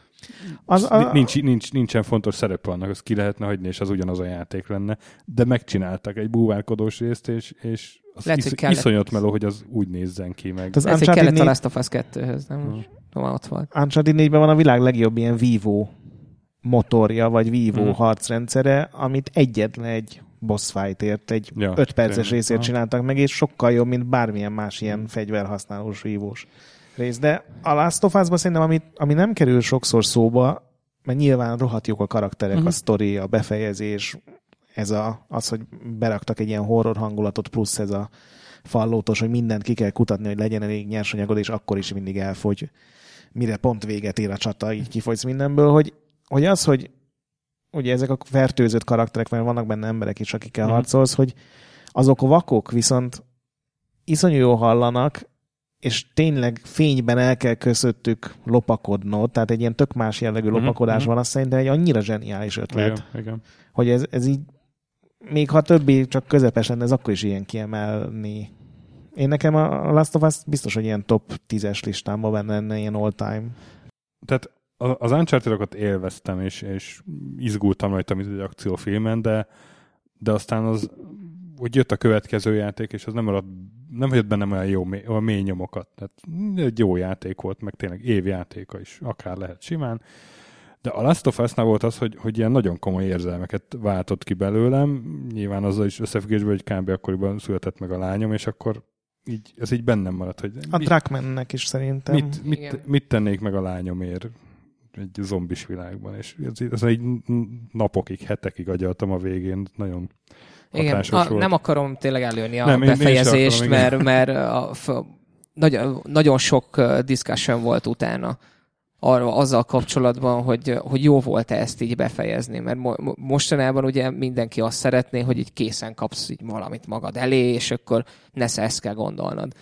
Az, a, nincs, nincs, nincsen fontos szerepe annak, az ki lehetne hagyni, és az ugyanaz a játék lenne. De megcsináltak egy búvárkodós részt, és, és az Lehet, isz, hogy kellett- iszonyat meló, hogy az úgy nézzen ki meg. az Ez egy Uncharted kellett a négy, Last of Us kettőhöz, nem? Hmm. Hmm. Ott volt. Uncharted négyben van a világ legjobb ilyen vívó motorja, vagy vívó Mhm. harcrendszere, amit egyetlen egy boss fightért, egy Ja, öt perces tényleg. részért Aha. csináltak meg, és sokkal jobb, mint bármilyen más ilyen fegyverhasználós vívós rész. De a Last of Us-ban szerintem, ami, ami nem kerül sokszor szóba, mert nyilván rohadt jók a karakterek, Mhm. a sztori, a befejezés, ez a, az, hogy beraktak egy ilyen horror hangulatot, plusz ez a fallótos, hogy mindent ki kell kutatni, hogy legyen elég nyersanyagod, és akkor is mindig elfogy, mire pont véget ér a csata, így kifogysz mindenből, hogy, hogy az, hogy ugye ezek a fertőzött karakterek, mert vannak benne emberek is, akikkel Mhm. harcolsz, hogy azok vakok, viszont iszonyú jól hallanak, és tényleg fényben el kell közöttük lopakodnod, tehát egy ilyen tök más jellegű Mhm, lopakodás mhm. van, azt szerintem egy annyira zseniális ötlet, Igen, igen. hogy ez, ez így, még ha többi csak közepes lenne, ez akkor is ilyen kiemelni. Én nekem a Last of Us biztos, hogy ilyen top tízes listámban benne lenne, ilyen all-time. Tehát a- az Uncharted-okat élveztem, és, és izgultam rajta, mint egy akciófilmen, de, de aztán az, hogy jött a következő játék, és az nem maradt, nem jött bennem olyan jó, mély, olyan mély nyomokat. Tehát egy jó játék volt, meg tényleg évjátéka is, akár lehet simán. De a Last of Us-nál volt az, hogy, hogy ilyen nagyon komoly érzelmeket váltott ki belőlem. Nyilván azzal is összefüggésben, hogy kb. Akkoriban született meg a lányom, és akkor így, ez így bennem maradt, hogy A mit, Druckmannnek is szerintem. mit, Igen. mit, mit tennék meg a lányomért egy zombis világban, és ez, ez egy napokig, hetekig agyaltam a végén, nagyon Igen, hatásos a, volt. nem akarom tényleg előni a Nem, én- én sem befejezést, akarom, igen. mert, mert a, f, nagyon, nagyon sok uh, discussion volt utána arra, azzal kapcsolatban, hogy, hogy jó volt-e ezt így befejezni, mert mo- mostanában ugye mindenki azt szeretné, hogy így készen kapsz így valamit magad elé, és akkor nesze ezt kell gondolnod.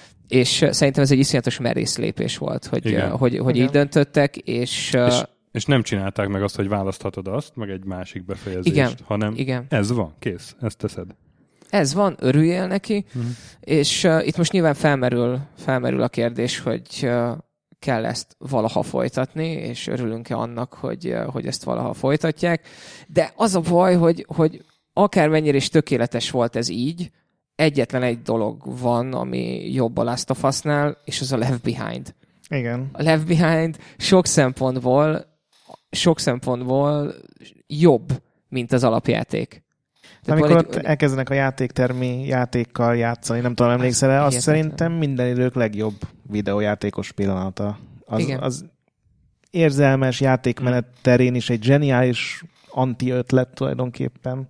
És uh, szerintem ez egy iszonyatos merész lépés volt, hogy, Igen. uh, hogy, hogy Igen. így döntöttek, és, uh, És, és nem csinálták meg azt, hogy választhatod azt, meg egy másik befejezést, Igen. hanem igen. ez van, kész, ezt teszed. Ez van, örüljél neki, Mhm. és uh, itt most nyilván felmerül, felmerül a kérdés, hogy uh, kell ezt valaha folytatni, és örülünk-e annak, hogy, uh, hogy ezt valaha folytatják. De az a baj, hogy, hogy akármennyire is tökéletes volt ez így, egyetlen egy dolog van, ami jobb a Last of Us-nál, és az a Left Behind. Igen. A Left Behind sok szempontból, sok szempontból jobb, mint az alapjáték. Tehát Amikor van ott elkezdenek a játéktermi játékkal játszani, nem tudom, emlékszel-e, azt hihetetlen. szerintem minden idők legjobb videójátékos pillanata. Az, Igen. az érzelmes játékmenet terén is egy zseniális anti-ötlet tulajdonképpen.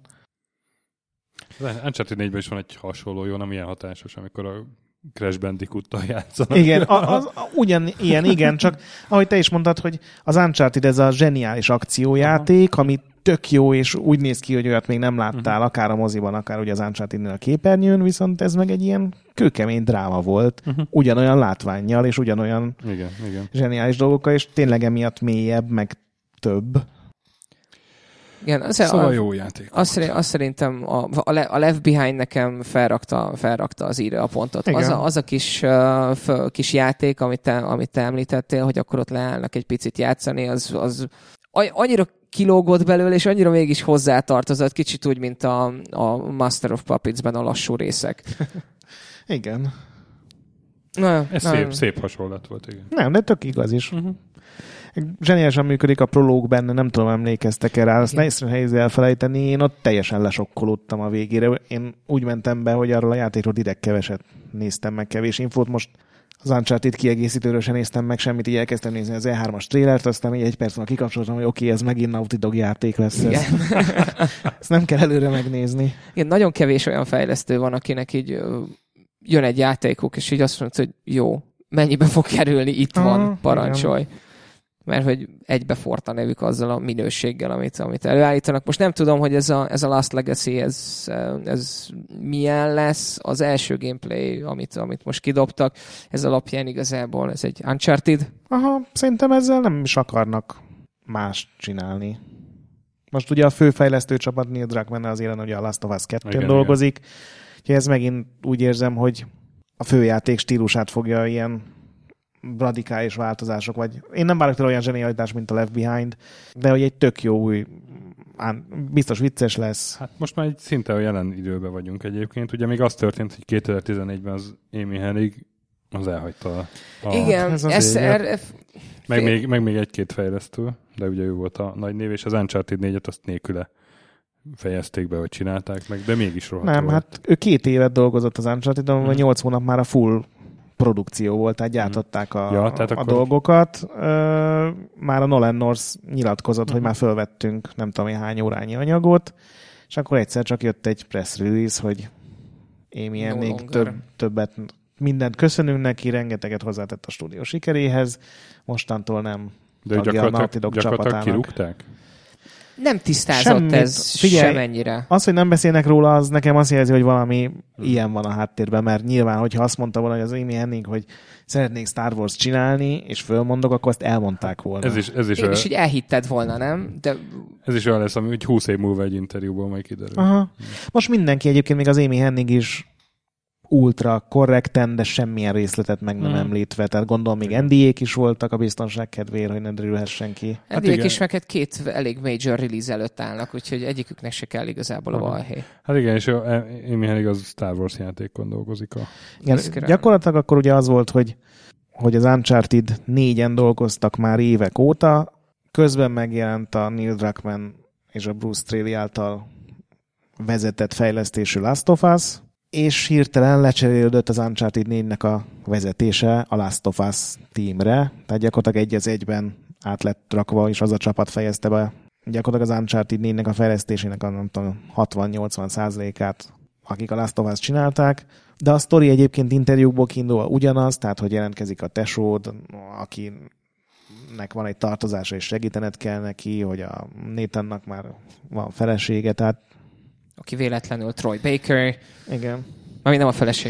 Az Uncharted négyben is van egy hasonló, jó, nem ilyen hatásos, amikor a Crash Bandicoot-tal játszanak. Igen, a, az, a, ugyan ilyen, igen, csak ahogy te is mondtad, hogy az Uncharted ez a zseniális akciójáték, ami tök jó, és úgy néz ki, hogy olyat még nem láttál, uh-huh. akár a moziban, akár ugye az Uncharted-nél a képernyőn, viszont ez meg egy ilyen kőkemény dráma volt, uh-huh. ugyanolyan látvánnyal, és ugyanolyan igen, igen. zseniális dolgokkal, és tényleg emiatt mélyebb, meg több. Igen, az szóval a, jó játék. Azt, azt szerintem a, a Left Behind nekem felrakta, felrakta az írja a pontot. Az a, az a kis, uh, f, kis játék, amit te, amit te említettél, hogy akkor ott leállnak egy picit játszani, az, az annyira kilógott belőle, és annyira mégis hozzátartozott, kicsit úgy, mint a, a Master of Puppets-ben a lassú részek. Igen. Na, Ez na, szép, szép hasonlat volt, igen. Nem, de tök igaz is. Uh-huh. Zseniálisan működik a prológ benne, nem tudom, emlékeztek-e rá, azt nehéz elfelejteni, én ott teljesen lesokkolódtam a végére. Én úgy mentem be, hogy arról a játékról direkt keveset néztem meg, kevés infót, most az Uncharted kiegészítőről sem néztem meg semmit, így elkezdtem nézni az E hármas trélert, aztán így egy perc múlva kikapcsoltam, hogy oké, okay, ez megint Naughty Dog játék lesz. Ez. Ezt nem kell előre megnézni. Igen, nagyon kevés olyan fejlesztő van, akinek így jön egy játékuk, és így azt mondja, hogy jó, mennyibe fog kerülni, itt ah, van, parancsolj. Igen. Mert hogy egybeforrt a nevük azzal a minőséggel, amit, amit előállítanak. Most nem tudom, hogy ez a, ez a Last Legacy, ez, ez milyen lesz. Az első gameplay, amit, amit most kidobtak, ez alapján igazából ez egy Uncharted. Aha, szerintem ezzel nem is akarnak más csinálni. Most ugye a főfejlesztő csapat Neil Druckmann azért ugye a Last of Us kettőn dolgozik. Úgyhogy ez megint úgy érzem, hogy a főjáték stílusát fogja ilyen radikális változások, vagy én nem várok tőle olyan zsenialitás, mint a Left Behind, de hogy egy tök jó új, biztos vicces lesz. Hát most már egy szinte a jelen időben vagyunk egyébként. Ugye még az történt, hogy kétezer-tizenegyben az Amy Hennig az elhagyta a... Igen, ez az er... meg, még, meg még egy-két fejlesztő, de ugye ő volt a nagy név, és az Uncharted négyet azt nélküle fejezték be, hogy csinálták meg, de mégis rohadt Nem, volt. hát ő két évet dolgozott az Uncharted-on, hmm. nyolc hónap már a full produkció volt, tehát gyártották a, ja, tehát a akkor... dolgokat. Ö, már a Nolan North nyilatkozott, uh-huh. hogy már fölvettünk nem tudom én hány órányi anyagot, és akkor egyszer csak jött egy press release, hogy Amy no Hennig több, többet, mindent köszönünk neki, rengeteget hozzátett a stúdió sikeréhez, mostantól nem de tagja a Naughty Dog csapatának. Kirúgták? Nem tisztázott Semmit. ez Figyelj, semennyire. Az, hogy nem beszélnek róla, az nekem azt jelzi, hogy valami hmm. ilyen van a háttérben, mert nyilván, hogyha azt mondta volna, hogy az Amy Hennig, hogy szeretnék Star Wars csinálni, és fölmondok, akkor azt elmondták volna. Ez is, ez is Én is így elhitted volna, nem? De... Ez is olyan lesz, ami úgy húsz év múlva egy interjúban majd kiderül. Aha. Most mindenki egyébként, még az Amy Hennig is ultra korrekten, de semmilyen részletet meg nem hmm. említve. Tehát gondolom még en dé á-k is voltak a biztonság kedvéért, hogy ne derülhessen ki. en dé á-k is meg két elég major release előtt állnak, úgyhogy egyiküknek se kell igazából a valhely. Hát igen, és Amy Hennig az Star Wars játékon dolgozik. A... Igen, gyakorlatilag akkor ugye az volt, hogy, hogy az Uncharted négyen dolgoztak már évek óta, közben megjelent a Neil Druckmann és a Bruce Straley által vezetett fejlesztésű Last of Us, és hirtelen lecserélődött az Uncharted négynek a vezetése a Last of Us teamre, tehát gyakorlatilag egy az egyben át lett rakva, és az a csapat fejezte be gyakorlatilag az Uncharted négynek a fejlesztésének a nem tudom, hatvan-nyolcvan százalékát, akik a Last of Us csinálták, de a sztori egyébként interjúkból kiindulva ugyanaz, tehát hogy jelentkezik a tesód, akinek van egy tartozása és segítened kell neki, hogy a Nathannak már van felesége, tehát aki véletlenül Troy Baker. Igen. Ami nem a feleség.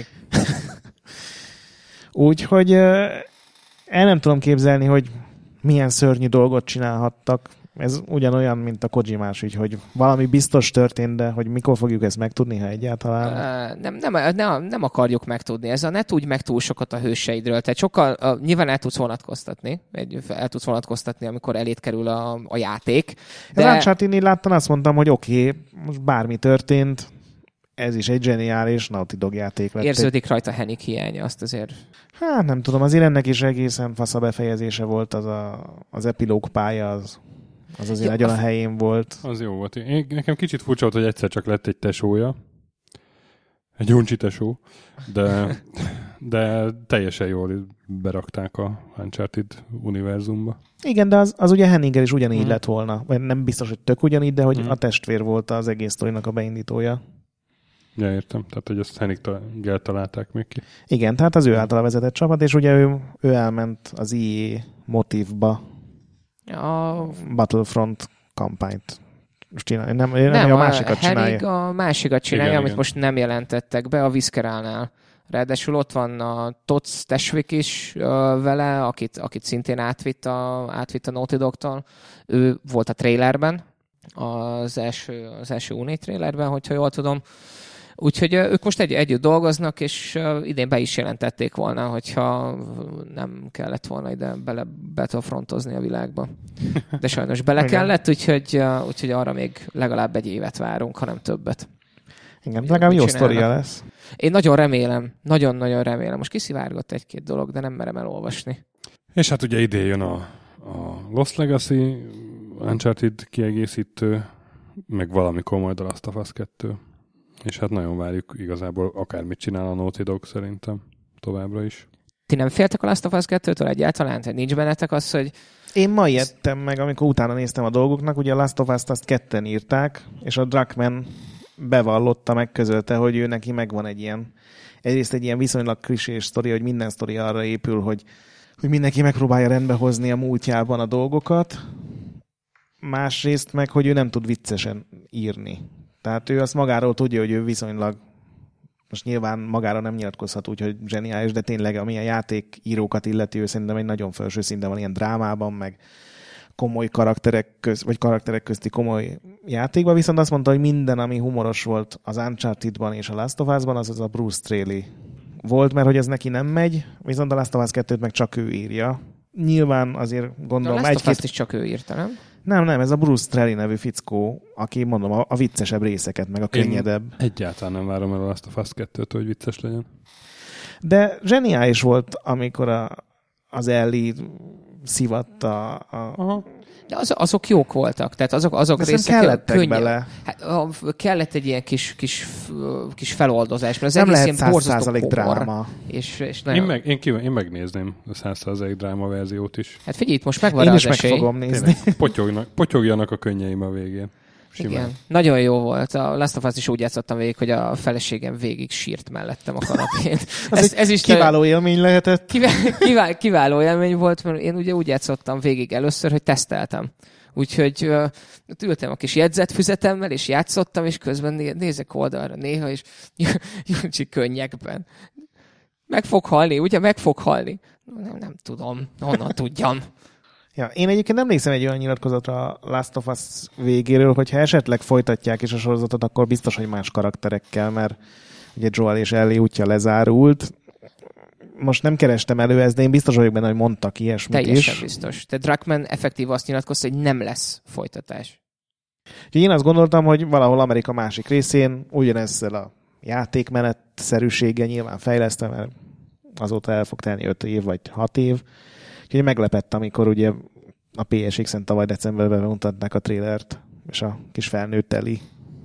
Úgyhogy el nem tudom képzelni, hogy milyen szörnyű dolgot csinálhattak. Ez ugyanolyan, mint a Kojimás ügy, hogy valami biztos történt, de hogy mikor fogjuk ezt megtudni, ha egyáltalán? Uh, nem, nem, nem, nem akarjuk megtudni. Ez a ne tudj meg túl sokat a hőseidről. Tehát sokkal, uh, nyilván el tudsz vonatkoztatni, el tudsz vonatkoztatni, amikor elét kerül a, a játék. De... Az Uncharted-nél láttam, azt mondtam, hogy oké, okay, most bármi történt, ez is egy zseniális Naughty Dog játék lett. Érződik egy... rajta Hennig hiánya, azt azért... Hát nem tudom, azért ennek is egészen fasz a befejezése volt az a, az epilóg pálya, az... Az azért nagyon a helyén volt. Az jó volt. Én, nekem kicsit furcsa volt, hogy egyszer csak lett egy tesója. Egy uncsi tesó. De, de teljesen jól berakták a Uncharted univerzumba. Igen, de az, az ugye Henniggel is ugyanígy hmm. lett volna. Vagy nem biztos, hogy tök ugyanígy, de hogy hmm. a testvér volt az egész sztorinak a beindítója. Ja, értem. Tehát, hogy azt Henniggel találták még ki. Igen, tehát az ő általa vezetett csapat, és ugye ő, ő elment az í á Motive-ba, a Battlefront kampányt csinálja. Nem, nem, nem, a másikat Hennig csinálja. a másikat csinálja, Igen, amit igen. most nem jelentettek be a Visceralnál. Ráadásul ott van a Tots testvik is uh, vele, akit, akit szintén átvitt a, átvitt a Naughty Dogtól. Ő volt a trailerben, az első, az első Uni trailerben, hogyha jól tudom. Úgyhogy uh, ők most egy, együtt dolgoznak, és uh, idén be is jelentették volna, hogyha nem kellett volna ide bele Battlefrontozni a világba. De sajnos bele kellett, úgyhogy, uh, úgyhogy arra még legalább egy évet várunk, hanem többet. Igen, legalább jó Mit sztoria csinálnak? lesz. Én nagyon remélem, nagyon-nagyon remélem. Most kiszivárgott egy-két dolog, de nem merem elolvasni. És hát ugye idén jön a, a Lost Legacy, Uncharted kiegészítő, meg valamikor majd a Last of Us kettő. És hát nagyon várjuk igazából akármit csinál a Naughty Dog szerintem továbbra is. Ti nem féltek a Last of Us kettőtől egyáltalán? Tehát nincs bennetek az, hogy Én ma ijedtem meg, amikor utána néztem a dolgoknak, ugye a Last of Us-t azt ketten írták, és a Druckmann bevallotta, megközölte, hogy ő neki megvan egy ilyen, egyrészt egy ilyen viszonylag klisés sztori, hogy minden sztori arra épül, hogy, hogy mindenki megpróbálja rendbehozni a múltjában a dolgokat, másrészt meg, hogy ő nem tud viccesen írni. Tehát ő azt magáról tudja, hogy ő viszonylag, most nyilván magára nem nyilatkozhat úgy, hogy zseniális, de tényleg ami a játékírókat illeti, ő szerintem egy nagyon felső szinten van ilyen drámában, meg komoly karakterek, köz, vagy karakterek közti komoly játékban, viszont azt mondta, hogy minden, ami humoros volt az Uncharted-ban és a Last of Us-ban, az az a Bruce Straley volt, mert hogy ez neki nem megy, viszont a Last of Us kettőt meg csak ő írja. Nyilván azért gondolom a Last of egy-két... Us-t is csak ő írta, nem? Nem, nem, ez a Bruce Straley nevű fickó, aki mondom a, a viccesebb részeket, meg a könnyedebb. Én egyáltalán nem várom el a Last of Us kettőt, hogy vicces legyen. De zseniális volt, amikor a, az Ellie szivatta a... Aha. De az, azok jók voltak. Tehát azok, azok De részek kellettek könnyű. bele. Hát, a, kellett egy ilyen kis, kis, kis feloldozás, mert az Nem egész lehet ilyen száz borzasztó százalék komor. dráma. És, és Én, nagyon... meg, én, kív- én megnézném a száz százalék dráma verziót is. Hát figyelj, itt most megvan Én rá is az meg esély. fogom nézni. Tényleg, potyognak, potyogjanak a könnyeim a végén. Simán. Igen, nagyon jó volt. A Last of Us is úgy játszottam végig, hogy a feleségem végig sírt mellettem a kanapén. Az ez, egy ez is kiváló élmény lehetett. Kiváló, kiváló, kiváló élmény volt, mert én ugye úgy játszottam végig először, hogy teszteltem. Úgyhogy uh, ültem a kis jegyzetfüzetemmel, és játszottam, és közben né- nézek oldalra néha, és Juncsi könnyekben. Meg fog halni, ugye? Meg fog halni. Nem, nem tudom. Honnan tudjam. Ja, én egyébként emlékszem egy olyan nyilatkozatra a Last of Us végéről, hogy ha esetleg folytatják is a sorozatot, akkor biztos, hogy más karakterekkel, mert ugye Joel és Ellie útja lezárult. Most nem kerestem elő ezt, de én biztos vagyok benne, hogy mondtak ilyesmit Teljesen is. biztos. Tehát Druckmann effektív azt nyilatkozta, hogy nem lesz folytatás. Úgyhogy én azt gondoltam, hogy valahol Amerika másik részén ugyanezzel a játékmenetszerűséggel nyilván fejlesztem, mert azóta el fog telni öt év vagy hat év. Úgyhogy meglepett, amikor ugye a pé es iksz-en tavaly decemberben bemutatták a trélert, és a kis felnőtt Eli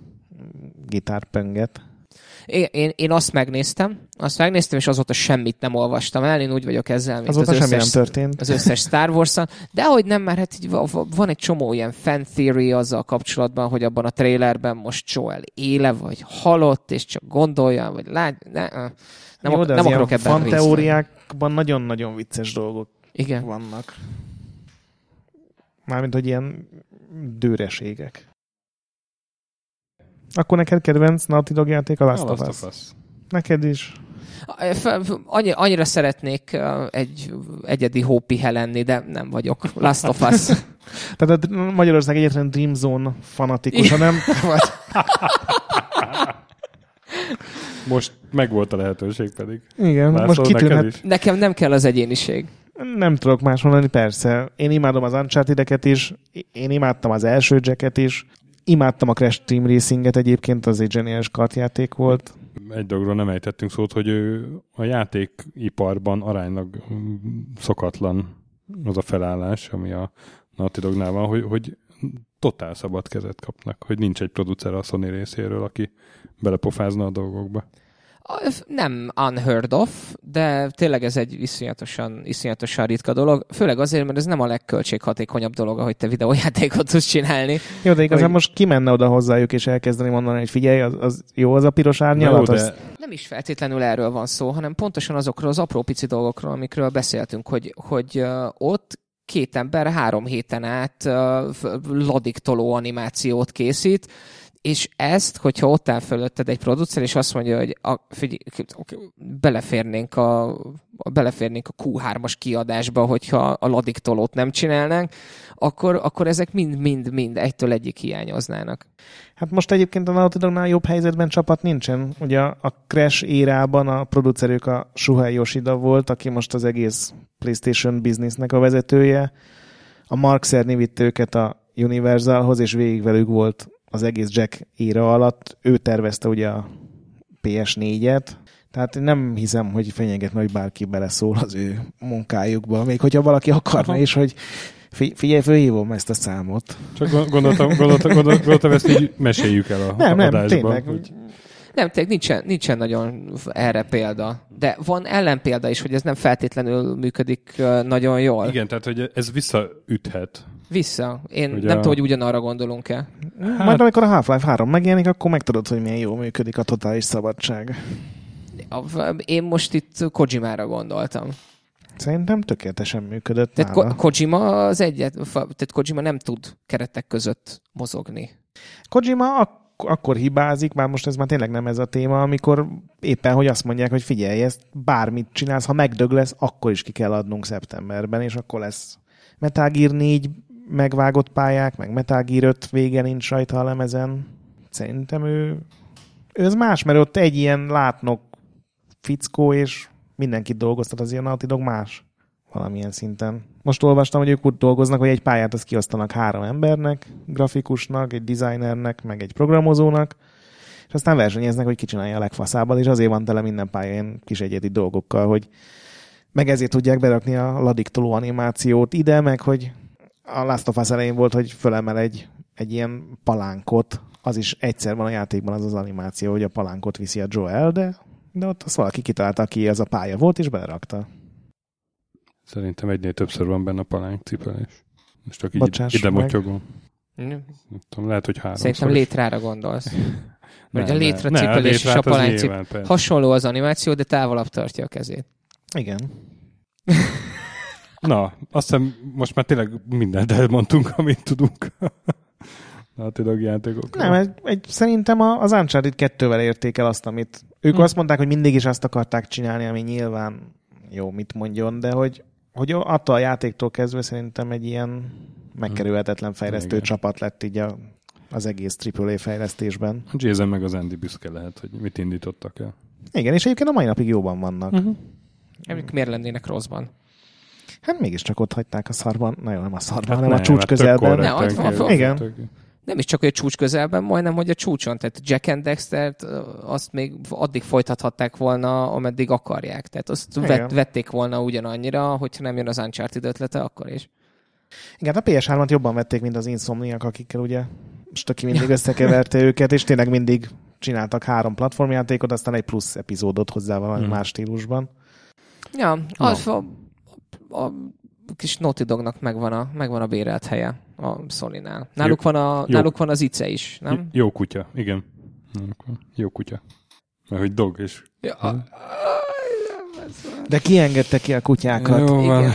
gitárpönget. Én, én, én azt megnéztem, azt megnéztem, és azóta semmit nem olvastam el, én úgy vagyok ezzel, mint Azóta az semmi összes, nem történt. az összes Star Wars-on. De ahogy nem, mert hát így van egy csomó ilyen fan theory azzal kapcsolatban, hogy abban a trailerben most Joel éle, vagy halott, és csak gondolja, vagy lát... Ne, nem, Jó, ak- de nem az akarok ilyen ebben részt venni. fanteóriákban nagyon-nagyon vicces dolgok Igen. vannak. Mármint, hogy ilyen dőreségek. Akkor neked kedvenc Naughty Dog játék a Last, A of Last Us? of Us. Neked is? Annyi, annyira szeretnék uh, egy egyedi hópihe lenni, de nem vagyok. Last of Us. Tehát a Magyarország egyetlen Dream Zone fanatikusa, nem? Vagy... Most megvolt a lehetőség pedig. Igen, László, most neked kitűnhet. is? Nekem nem kell az egyéniség. Nem tudok más mondani, persze. Én imádom az Uncharted-eket is, én imádtam az első Jacket is, imádtam a Crash Team Racinget egyébként, az egy zseniális kartjáték volt. Egy dologról nem ejtettünk szót, hogy ő a játékiparban aránylag mm, szokatlan az a felállás, ami a Naughty Dognál van, hogy, hogy totál szabad kezet kapnak, hogy nincs egy producer a Sony részéről, aki belepofázna a dolgokba. Nem unheard of, de tényleg ez egy iszonyatosan, iszonyatosan ritka dolog, főleg azért, mert ez nem a legköltséghatékonyabb dolog, ahogy te videójátékot tudsz csinálni. Jó, de igazán Hogy- most kimenne oda hozzájuk, és elkezdeni mondani, hogy figyelj, az, az jó az a piros árnyalat? Na jó, Az... de Nem is feltétlenül erről van szó, hanem pontosan azokról az apró pici dolgokról, amikről beszéltünk, hogy, hogy uh, ott két ember három héten át uh, ladiktoló animációt készít, és ezt, hogyha ott áll fölötted egy producer, és azt mondja, hogy a, figyelj, beleférnénk a, beleférnénk a kú hármas kiadásba, hogyha a ladiktolót nem csinálnánk, akkor, akkor ezek mind-mind-mind egytől egyik hiányoznának. Hát most egyébként a Naughty Dognál jobb helyzetben csapat nincsen. Ugye a Crash érában a producerük a Shuhei Yoshida volt, aki most az egész PlayStation businessnek a vezetője. A Mark Cerny vitte őket a Universalhoz, és végig velük volt az egész Jack éra alatt. Ő tervezte ugye a pé es négyet, tehát nem hiszem, hogy fenyegetne, hogy bárki beleszól az ő munkájukba. Még hogyha valaki akarna is, hogy figyelj, fölhívom ezt a számot. Csak gondoltam, gondoltam, gondoltam, gondoltam ezt így meséljük el a nem, adásban. Nem, tényleg. Hogy... Nem, tényleg nincsen, nincsen nagyon erre példa. De van ellenpélda is, hogy ez nem feltétlenül működik nagyon jól. Igen, tehát hogy ez visszaüthet. Vissza. Én hogy nem a... tudom, hogy ugyanarra gondolunk-e. Hát... Majd amikor a Half-Life három megjelenik, akkor megtudod, hogy milyen jól működik a totális szabadság. Én most itt Kojimára gondoltam. Szerintem tökéletesen működött tehát nála. Ko- Kojima az egyet, tehát Kojima nem tud keretek között mozogni. Kojima ak- akkor hibázik, már most ez már tényleg nem ez a téma, amikor éppen, hogy azt mondják, hogy figyelj, ezt bármit csinálsz, ha megdög lesz, akkor is ki kell adnunk szeptemberben, és akkor lesz Metal Gear négy megvágott pályák, meg Metal Gear öt vége nincs rajta a lemezen. Szerintem ő, ő ez más, mert ott egy ilyen látnok fickó, és mindenkit dolgoztat, az ilyen Naughty Dog más valamilyen szinten. Most olvastam, hogy ők úgy dolgoznak, hogy egy pályát azt kiosztanak három embernek, grafikusnak, egy designernek, meg egy programozónak, és aztán versenyeznek, hogy ki csinálja a legfaszábbat, és azért van tele minden pályán kis egyedi dolgokkal, hogy meg ezért tudják berakni a ladiktoló animációt ide, meg hogy a Last of Us elején volt, hogy fölemel egy, egy ilyen palánkot, az is egyszer van a játékban az az animáció, hogy a palánkot viszi a Joel, de de ott azt valaki kitalálta, aki az a pálya volt, és belerakta. Szerintem egynél többször van benne a palánkcipelés. Most csak így ide meg. motyogom. Nem tudom, lehet, hogy háromszor. Szerintem létrára gondolsz. Mert a létra ne, cipelés ne, és a palánkcip nyilván, hasonló az animáció, de távolabb tartja a kezét. Igen. Na, azt hiszem most már tényleg mindent elmondtunk, amit tudunk. Naughty Dog játékokról. Nem, egy, egy, szerintem az Uncharted kettővel érték el azt, amit ők hm. azt mondták, hogy mindig is azt akarták csinálni, ami nyilván jó, mit mondjon, de hogy, hogy attól a játéktól kezdve szerintem egy ilyen megkerülhetetlen fejlesztő igen. csapat lett így a, az egész triple A fejlesztésben. A Jason meg az Andy büszke lehet, hogy mit indítottak el. Igen, és egyébként a mai napig jóban vannak. Uh-huh. Miért lennének rosszban? Hát mégiscsak ott hagyták a szarban. Na jó, nem a szarban, hát hanem nem, a csúcs közelben. Ne, ott van, van. Igen. Tök. Nem is csak, hogy a csúcs közelben, majdnem, hogy a csúcson. Tehát Jack and Dextert azt még addig folytathatták volna, ameddig akarják. Tehát azt vett, vették volna ugyanannyira, hogyha nem jön az Uncharted ötlete, akkor is. Igen, a pé es hármat jobban vették, mint az Insomniac, akikkel ugye Stöki mindig összekeverte őket, és tényleg mindig csináltak három platformjátékot, aztán egy plusz epizódot hozzá valami hmm. más stílusban. Ja, az no. a, a kis Naughty Dognak megvan a, megvan a bérelt helye a Sony-nál. Náluk, van, a, náluk van az ice is, nem? Jó kutya, igen. Jó kutya. Mert hogy dog és... Ja, a, a, de ki engedte ki a kutyákat? Jó, igen.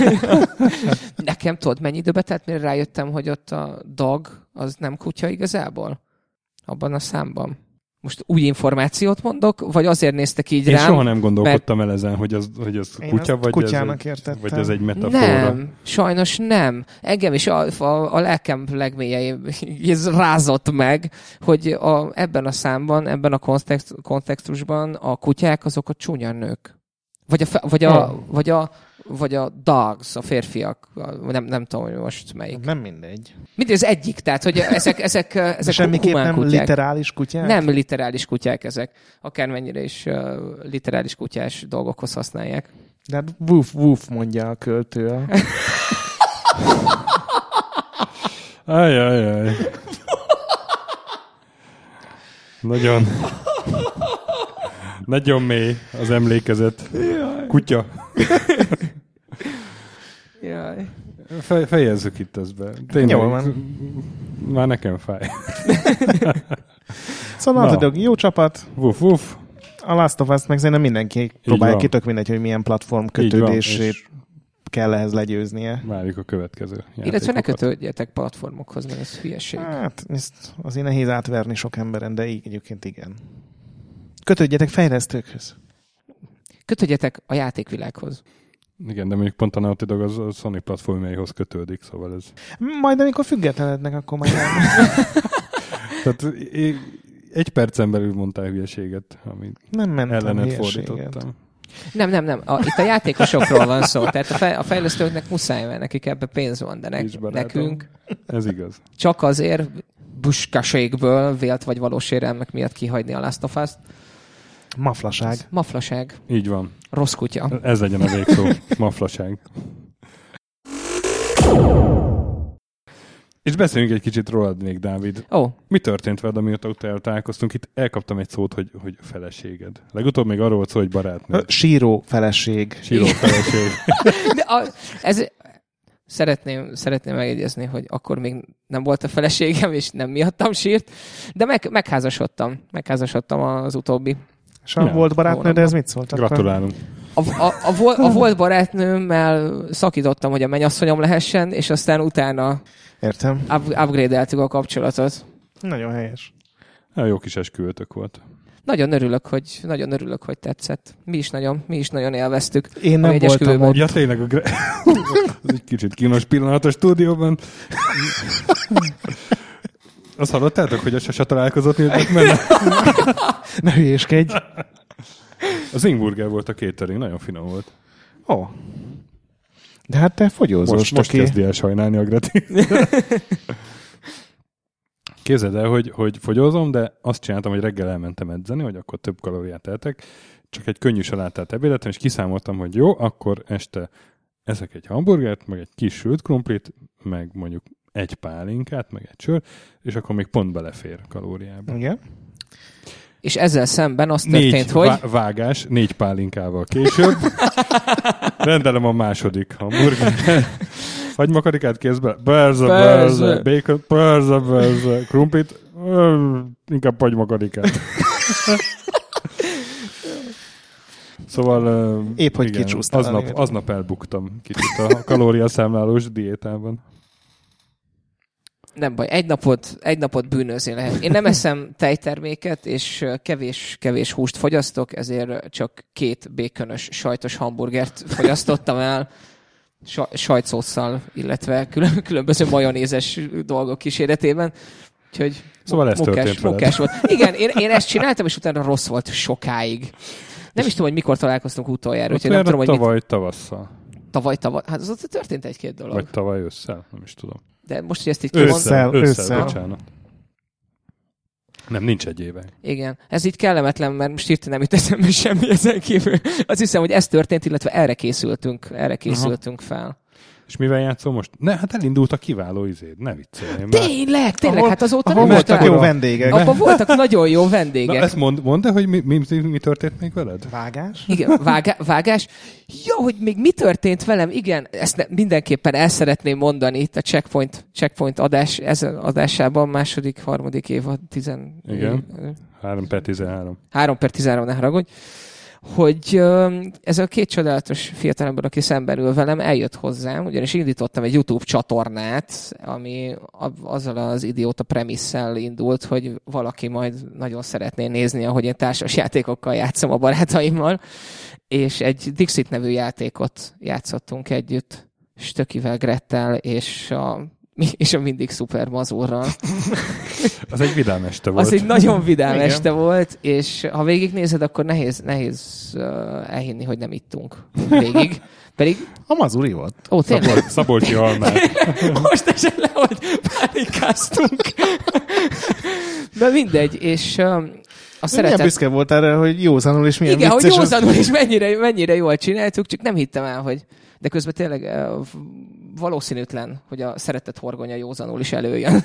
Nekem tudod, mennyi időbe telt, mire rájöttem, hogy ott a dog az nem kutya igazából? Abban a számban. Most új információt mondok, vagy azért néztek így Én rám? Én soha nem gondolkodtam mert... el ezen, hogy az, hogy az kutya, vagy kutyának ez, értettem. vagy ez egy metafora. Nem, sajnos nem. Engem is a, a, a lelkem legmélyei rázott meg, hogy a, ebben a számban, ebben a kontext, kontextusban a kutyák azok a csúnya nők. Vagy a, vagy a, hmm. vagy a, vagy a dogs, a férfiak. Nem, nem tudom, hogy most melyik. Nem mindegy. Mindegy, az egyik, tehát, hogy ezek, ezek, ezek semmiképp nem kutyák. literális kutyák? Nem literális kutyák ezek. Akármennyire is uh, literális kutyás dolgokhoz használják. De hát woof, woof mondja a költő. Ajajaj. Nagyon... Nagyon mély az emlékezet. Jaj. Kutya. Jaj. Fe, fejezzük itt ezt be. Tényleg, jó van. Már nekem fáj. Szóval Naughty Dog jó csapat. Woof, woof. A Last of Us meg szerintem mindenki próbálja ki, tök mindegy, hogy milyen platform kötődését kell ehhez legyőznie. Várjuk a következő játékokat. Illetve ne kötődjetek platformokhoz, mert ez hülyeség. Hát, ezt azért nehéz átverni sok emberen, de így egyébként igen. Kötődjetek fejlesztőkhöz. Kötődjetek a játékvilághoz. Igen, de mondjuk pont a Naughty Dog az a Sony platformjaihoz kötődik, szóval ez... Majd amikor függetlenednek, akkor majd el... Tehát egy percen belül mondtál hülyeséget, amit nem mentem ellenet hülyeséget. fordítottam. Nem, nem, nem. A, itt a játékosokról van szó. Tehát a, fej, a fejlesztőknek muszáj, mert nekik ebbe pénz van, de ne, nekünk ez igaz. Csak azért buskaségből, vélt vagy valós érelmek miatt kihagyni a Last of Us-t. Maflaság. Maflaság. Így van. Rossz kutya. Ez legyen a végszó. Maflaság. És beszéljünk egy kicsit rólad még, Dávid. Ó. Oh. Mi történt veled, amióta utána találkoztunk? Itt elkaptam egy szót, hogy, hogy feleséged. Legutóbb még arról volt szó, hogy barátnő. Síró feleség. Síró feleség. De a, ez... Szeretném, szeretném megjegyezni, hogy akkor még nem volt a feleségem, és nem miattam sírt, de meg, megházasodtam. Megházasodtam az utóbbi. És a volt barátnő, de ez mit szólt? Gratulálunk. A, a, a, vol, a volt barátnőmmel szakítottam, hogy a mennyasszonyom lehessen, és aztán utána Értem. Up, upgrade-eltük a kapcsolatot. Nagyon helyes. Ja, jó kis esküvőtök volt. Nagyon örülök, hogy, nagyon örülök, hogy tetszett. Mi is nagyon, mi is nagyon élveztük. Én nem voltam ott. Ja, tényleg, a gre... ez egy kicsit kínos pillanat a stúdióban. Azt hallottátok, hogy a Sasa találkozott miért menne? Ne hülyéskedj. Az Ingburger volt a catering, nagyon finom volt. Ó. Oh. De hát te fogyózós. Most, most kezdi el sajnálni a Greti. Képzeld el, hogy, hogy fogyózom, de azt csináltam, hogy reggel elmentem edzeni, hogy akkor több kalóriát eltek, csak egy könnyű salátát ebédeltem, és kiszámoltam, hogy jó, akkor este eszek egy hamburgert, meg egy kis sült krumplit, meg mondjuk egy pálinkát, meg egy sör, és akkor még pont belefér a kalóriába. Igen. És ezzel szemben az négy történt, hogy... Vá- vágás, négy pálinkával később rendelem a második hamburgert. Fagymakarikát kész be? Berze, berze, bacon, berze, berze, krumplit, ö, inkább fagymakarikát. Szóval uh, épp hogy igen, kicsúsztál. aznap, aznap elbuktam kicsit a kalóriaszámlálós diétában. Nem baj, egy napot, egy napot bűnözni lehet. Én nem eszem tejterméket, és kevés, kevés húst fogyasztok, ezért csak két békönös, sajtos hamburgert fogyasztottam el, sajtszósszal, illetve külön, különböző majonézes dolgok kíséretében. Úgyhogy szóval ez munkás, munkás volt. Igen, én, én ezt csináltam, és utána rossz volt sokáig. Nem is tudom, hogy mikor találkoztunk utoljára. Úgyhogy nem tudom, hogy tavaly mit... tavasszal. Tavaly tavaly. Hát az ott történt egy-két dolog. Vagy tavaly ősszel, nem is tudom. De most, hogy ezt így ősszel, kimond... ősszel, ősszel, bocsánat. Nem, nincs egy éve. Igen. Ez így kellemetlen, mert most hirtelen nem jut eszembe semmi ezen kívül. Azt hiszem, hogy ez történt, illetve erre készültünk, erre készültünk Aha. fel. És mivel játszol most? Ne, hát elindult a kiváló izéd, ne viccelj. Tényleg, tényleg, ahol, hát azóta nem voltak jó vendégek. Abban voltak nagyon jó vendégek. Na ezt mondd, mondd, hogy mi, mi, mi történt még veled? Vágás? Igen, vágá, vágás. Jó, hogy még mi történt velem, igen, ezt ne, mindenképpen el szeretném mondani itt a Checkpoint, Checkpoint adás, ezen adásában, második, harmadik évad, tizen... Igen, három per tizenhárom. három per tizenhárom, ne haragudj. Hogy ez a két csodálatos fiatalember, aki szemben ül velem, eljött hozzám, ugyanis indítottam egy YouTube csatornát, ami azzal az idióta premisszel indult, hogy valaki majd nagyon szeretné nézni, ahogy én társas játékokkal játszom a barátaimmal, és egy Dixit nevű játékot játszottunk együtt, Stökivel, Grettel, és a és a mindig szuper mazurral. Az egy vidám este volt. Az egy nagyon vidám Igen. este volt, és ha végignézed, akkor nehéz, nehéz uh, elhinni, hogy nem ittunk végig. Pedig... A mazuri volt. Ó, tényleg? Szabol, Szabolcsi halmát. Most eset le, hogy pánikáztunk. De mindegy, és uh, a szeretet... Milyen büszke volt erre, hogy józanul és milyen Igen, vicces. hogy józanul és mennyire, mennyire jól csináltuk, csak nem hittem el, hogy... De közben tényleg uh, valószínűtlen, hogy a szeretett horgonya józanul is előjön.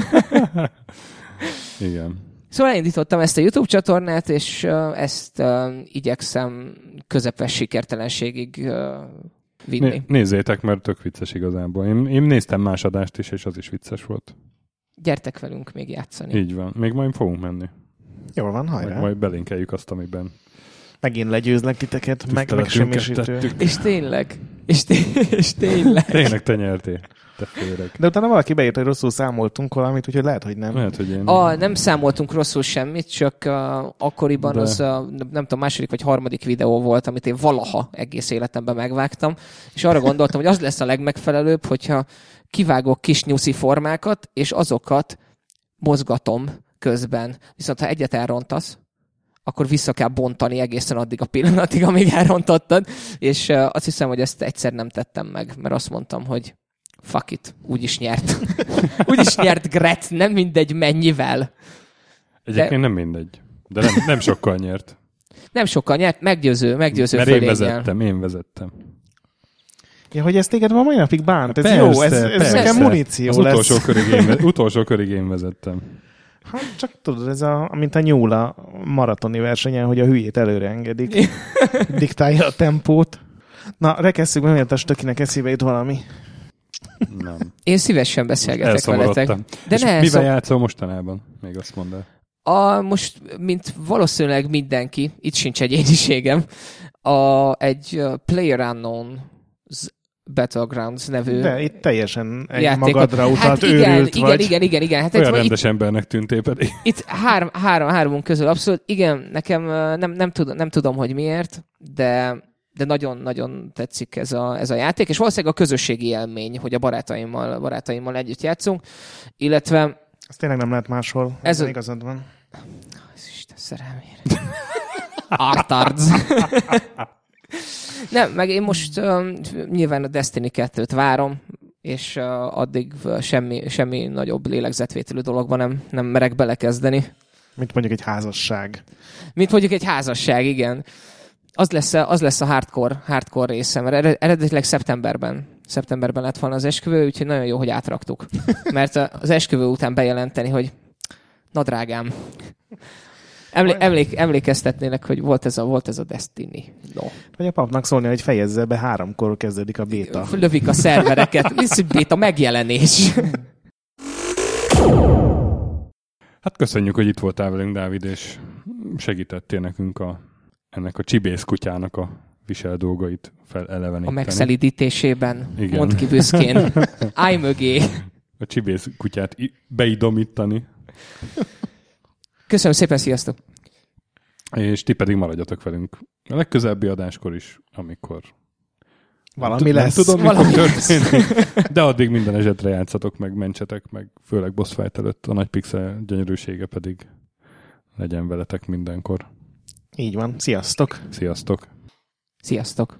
Igen. Szóval elindítottam ezt a YouTube csatornát, és uh, ezt uh, igyekszem közepes sikertelenségig uh, vinni. Né- nézzétek, mert tök vicces igazából. Én, én néztem más adást is, és az is vicces volt. Gyertek velünk még játszani. Így van. Még majd fogunk menni. Jól van, hajrá. Majd, majd belinkeljük azt, amiben Megint legyőzlek titeket, meg, meg semmisítő. És tényleg. És, té- és tényleg. Tényleg te nyertél. Te féreg. De utána valaki beírta, hogy rosszul számoltunk valamit, úgyhogy lehet, hogy nem. Lehet, hogy én... A, nem számoltunk rosszul semmit, csak uh, akkoriban De... az uh, nem tudom, második vagy harmadik videó volt, amit én valaha egész életemben megvágtam, és arra gondoltam, hogy az lesz a legmegfelelőbb, hogyha kivágok kis nyuszi formákat, és azokat mozgatom közben. Viszont ha egyet elrontasz, akkor vissza kell bontani egészen addig a pillanatig, amíg elrontottad, és uh, azt hiszem, hogy ezt egyszer nem tettem meg, mert azt mondtam, hogy fuck it, úgyis nyert. úgyis nyert Gret, nem mindegy mennyivel. Egyébként De... nem mindegy. De nem, nem sokkal nyert. Nem sokkal nyert, meggyőző, meggyőző Mert én fölénnyel. vezettem, én vezettem. Ja, hogy ez téged van mai napig bánt? Ez persze, jó, ez, ez nekem muníció az lesz. utolsó körig, én, utolsó körig én vezettem. Hát csak tudod, ez a, mint a nyúl a maratoni versenyen, hogy a hülyét előre engedik. Diktálja a tempót. Na, rekesszük meg, hogy a stökinek eszébe jut valami. Nem. Én szívesen beszélgetek veletek. De és ne mivel szó... játszol mostanában? Még azt mondd el. A, most, mint valószínűleg mindenki, itt sincs egyéniségem, a, egy uh, PlayerUnknown's Battlegrounds nevű De itt teljesen egy játékot. magadra utalt hát igen, őrült igen, vagy. igen, igen, igen. Hát olyan itt, rendes itt, embernek tűntél pedig. itt három, három, háromunk közül abszolút, igen, nekem uh, nem, nem, tudom, nem tudom, hogy miért, de de nagyon-nagyon tetszik ez a, ez a játék, és valószínűleg a közösségi élmény, hogy a barátaimmal, barátaimmal együtt játszunk, illetve... Ez tényleg nem lehet máshol, ez a... igazad van. Ez Isten szerelmére. Artards. Nem, meg én most uh, nyilván a Destiny kettőt várom, és uh, addig uh, semmi, semmi nagyobb lélegzetvételű dologban nem, nem merek belekezdeni. Mint mondjuk egy házasság. Mint mondjuk egy házasság, igen. Az lesz, az lesz a hardcore, hardcore része, mert eredetileg szeptemberben, szeptemberben lett volna az esküvő, úgyhogy nagyon jó, hogy átraktuk. Mert az esküvő után bejelenteni, hogy na drágám, emlé- emlék- emlékeztetnének, hogy volt ez a, volt ez a Destiny. No. Vagy a papnak szólni, hogy fejezze be, háromkor kezdődik a béta. Lövik a szervereket. Visz, hogy béta megjelenés. Hát köszönjük, hogy itt voltál velünk, Dávid, és segítettél nekünk a ennek a csibész kutyának a visel dolgait feleleveníteni. A megszelidítésében, igen. mondd ki büszkén. Állj mögé. A csibész kutyát beidomítani. Köszönöm szépen, sziasztok! És ti pedig maradjatok velünk a legközelebbi adáskor is, amikor valami nem lesz. Nem tudom, valami mi fog történni, de addig minden esetre játszatok meg, mentsetek meg, főleg boss fight előtt, a nagy pixel gyönyörűsége pedig legyen veletek mindenkor. Így van. Sziasztok! Sziasztok! Sziasztok!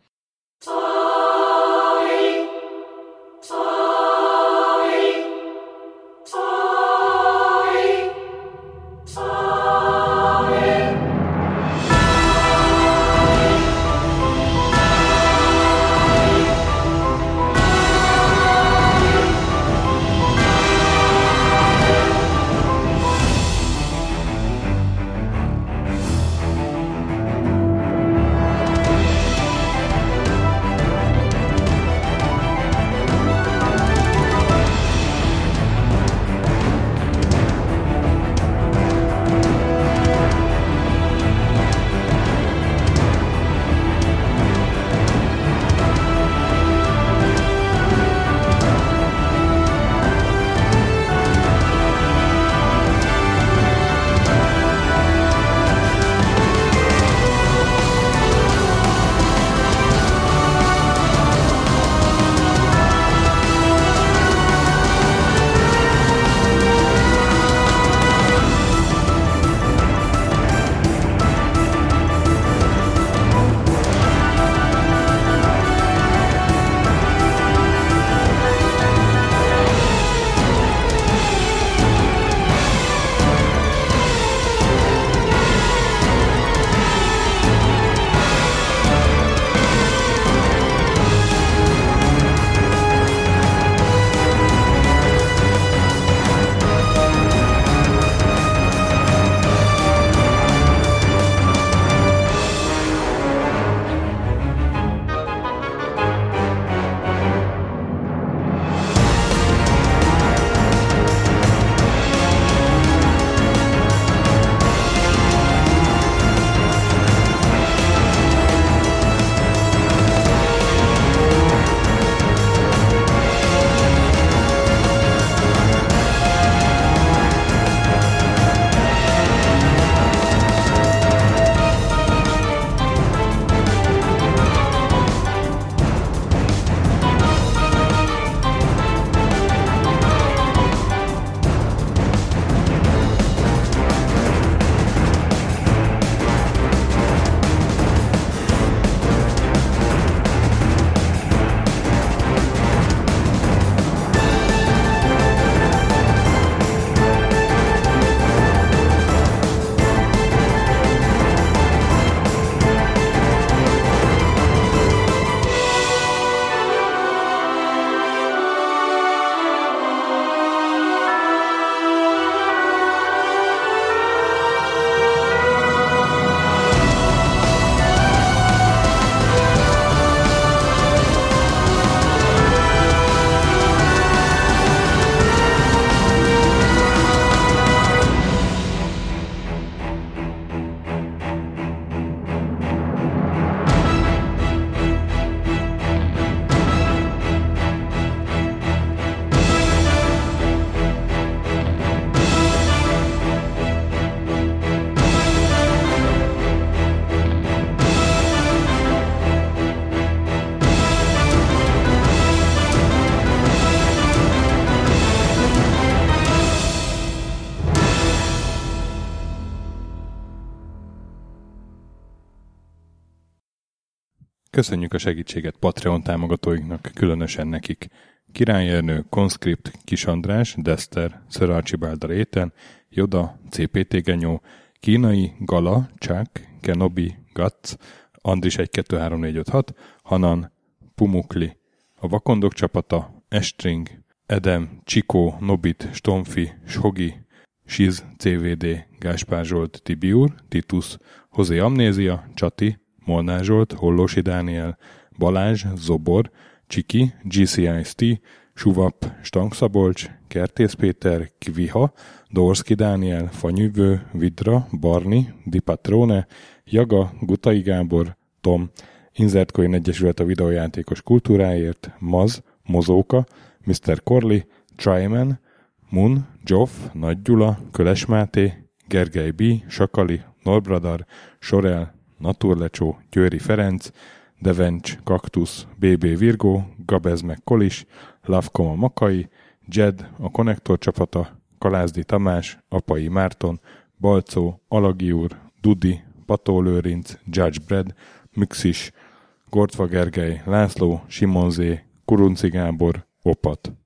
Köszönjük a segítséget Patreon támogatóinknak, különösen nekik. Király Ernő, Conscript, Kis András, Dexter, Sir Archibald Réten, Joda, cé pé té Genyó, Kínai, Gala, Chuck, Kenobi, Guts, Andris egy kettő három négy öt hat, Hanan, Pumukli, a Vakondok csapata, Estring, Edem, Csikó, Nobit, Stomfi, Shogi, Siz, cé vé dé, Gáspár Zsolt, Tibiur, Titus, Hozé Amnézia, Csati, Molnár Zsolt, Hollósi Dániel, Balázs, Zobor, Csiki, gé cé i es té, Suvap, Stangszabolcs, Kertész Péter, Kviha, Dorszki Dániel, Fanyűvő, Vidra, Barni, Di Patrone, Jaga, Gutai Gábor, Tom, Insert Coin Egyesület a videójátékos kultúráért, Maz, Mozóka, miszter Corley, Tryman, Mun, Joff, Nagy Gyula, Köles Máté, Gergely B., Sakali, Norbradar, Sorel, Naturlecsó, Győri Ferenc, Devencs, Kaktusz, bé bé Virgó, Gabez meg Kolis, Lavkoma Makai, Jed, a Konnektor csapata, Kalázdi Tamás, Apai Márton, Balcó, Alagi úr, Dudi, Pató Lőrinc, Judge Brad, Müxis, Gortva Gergely, László, Simonzé, Kurunci Gábor, Opat.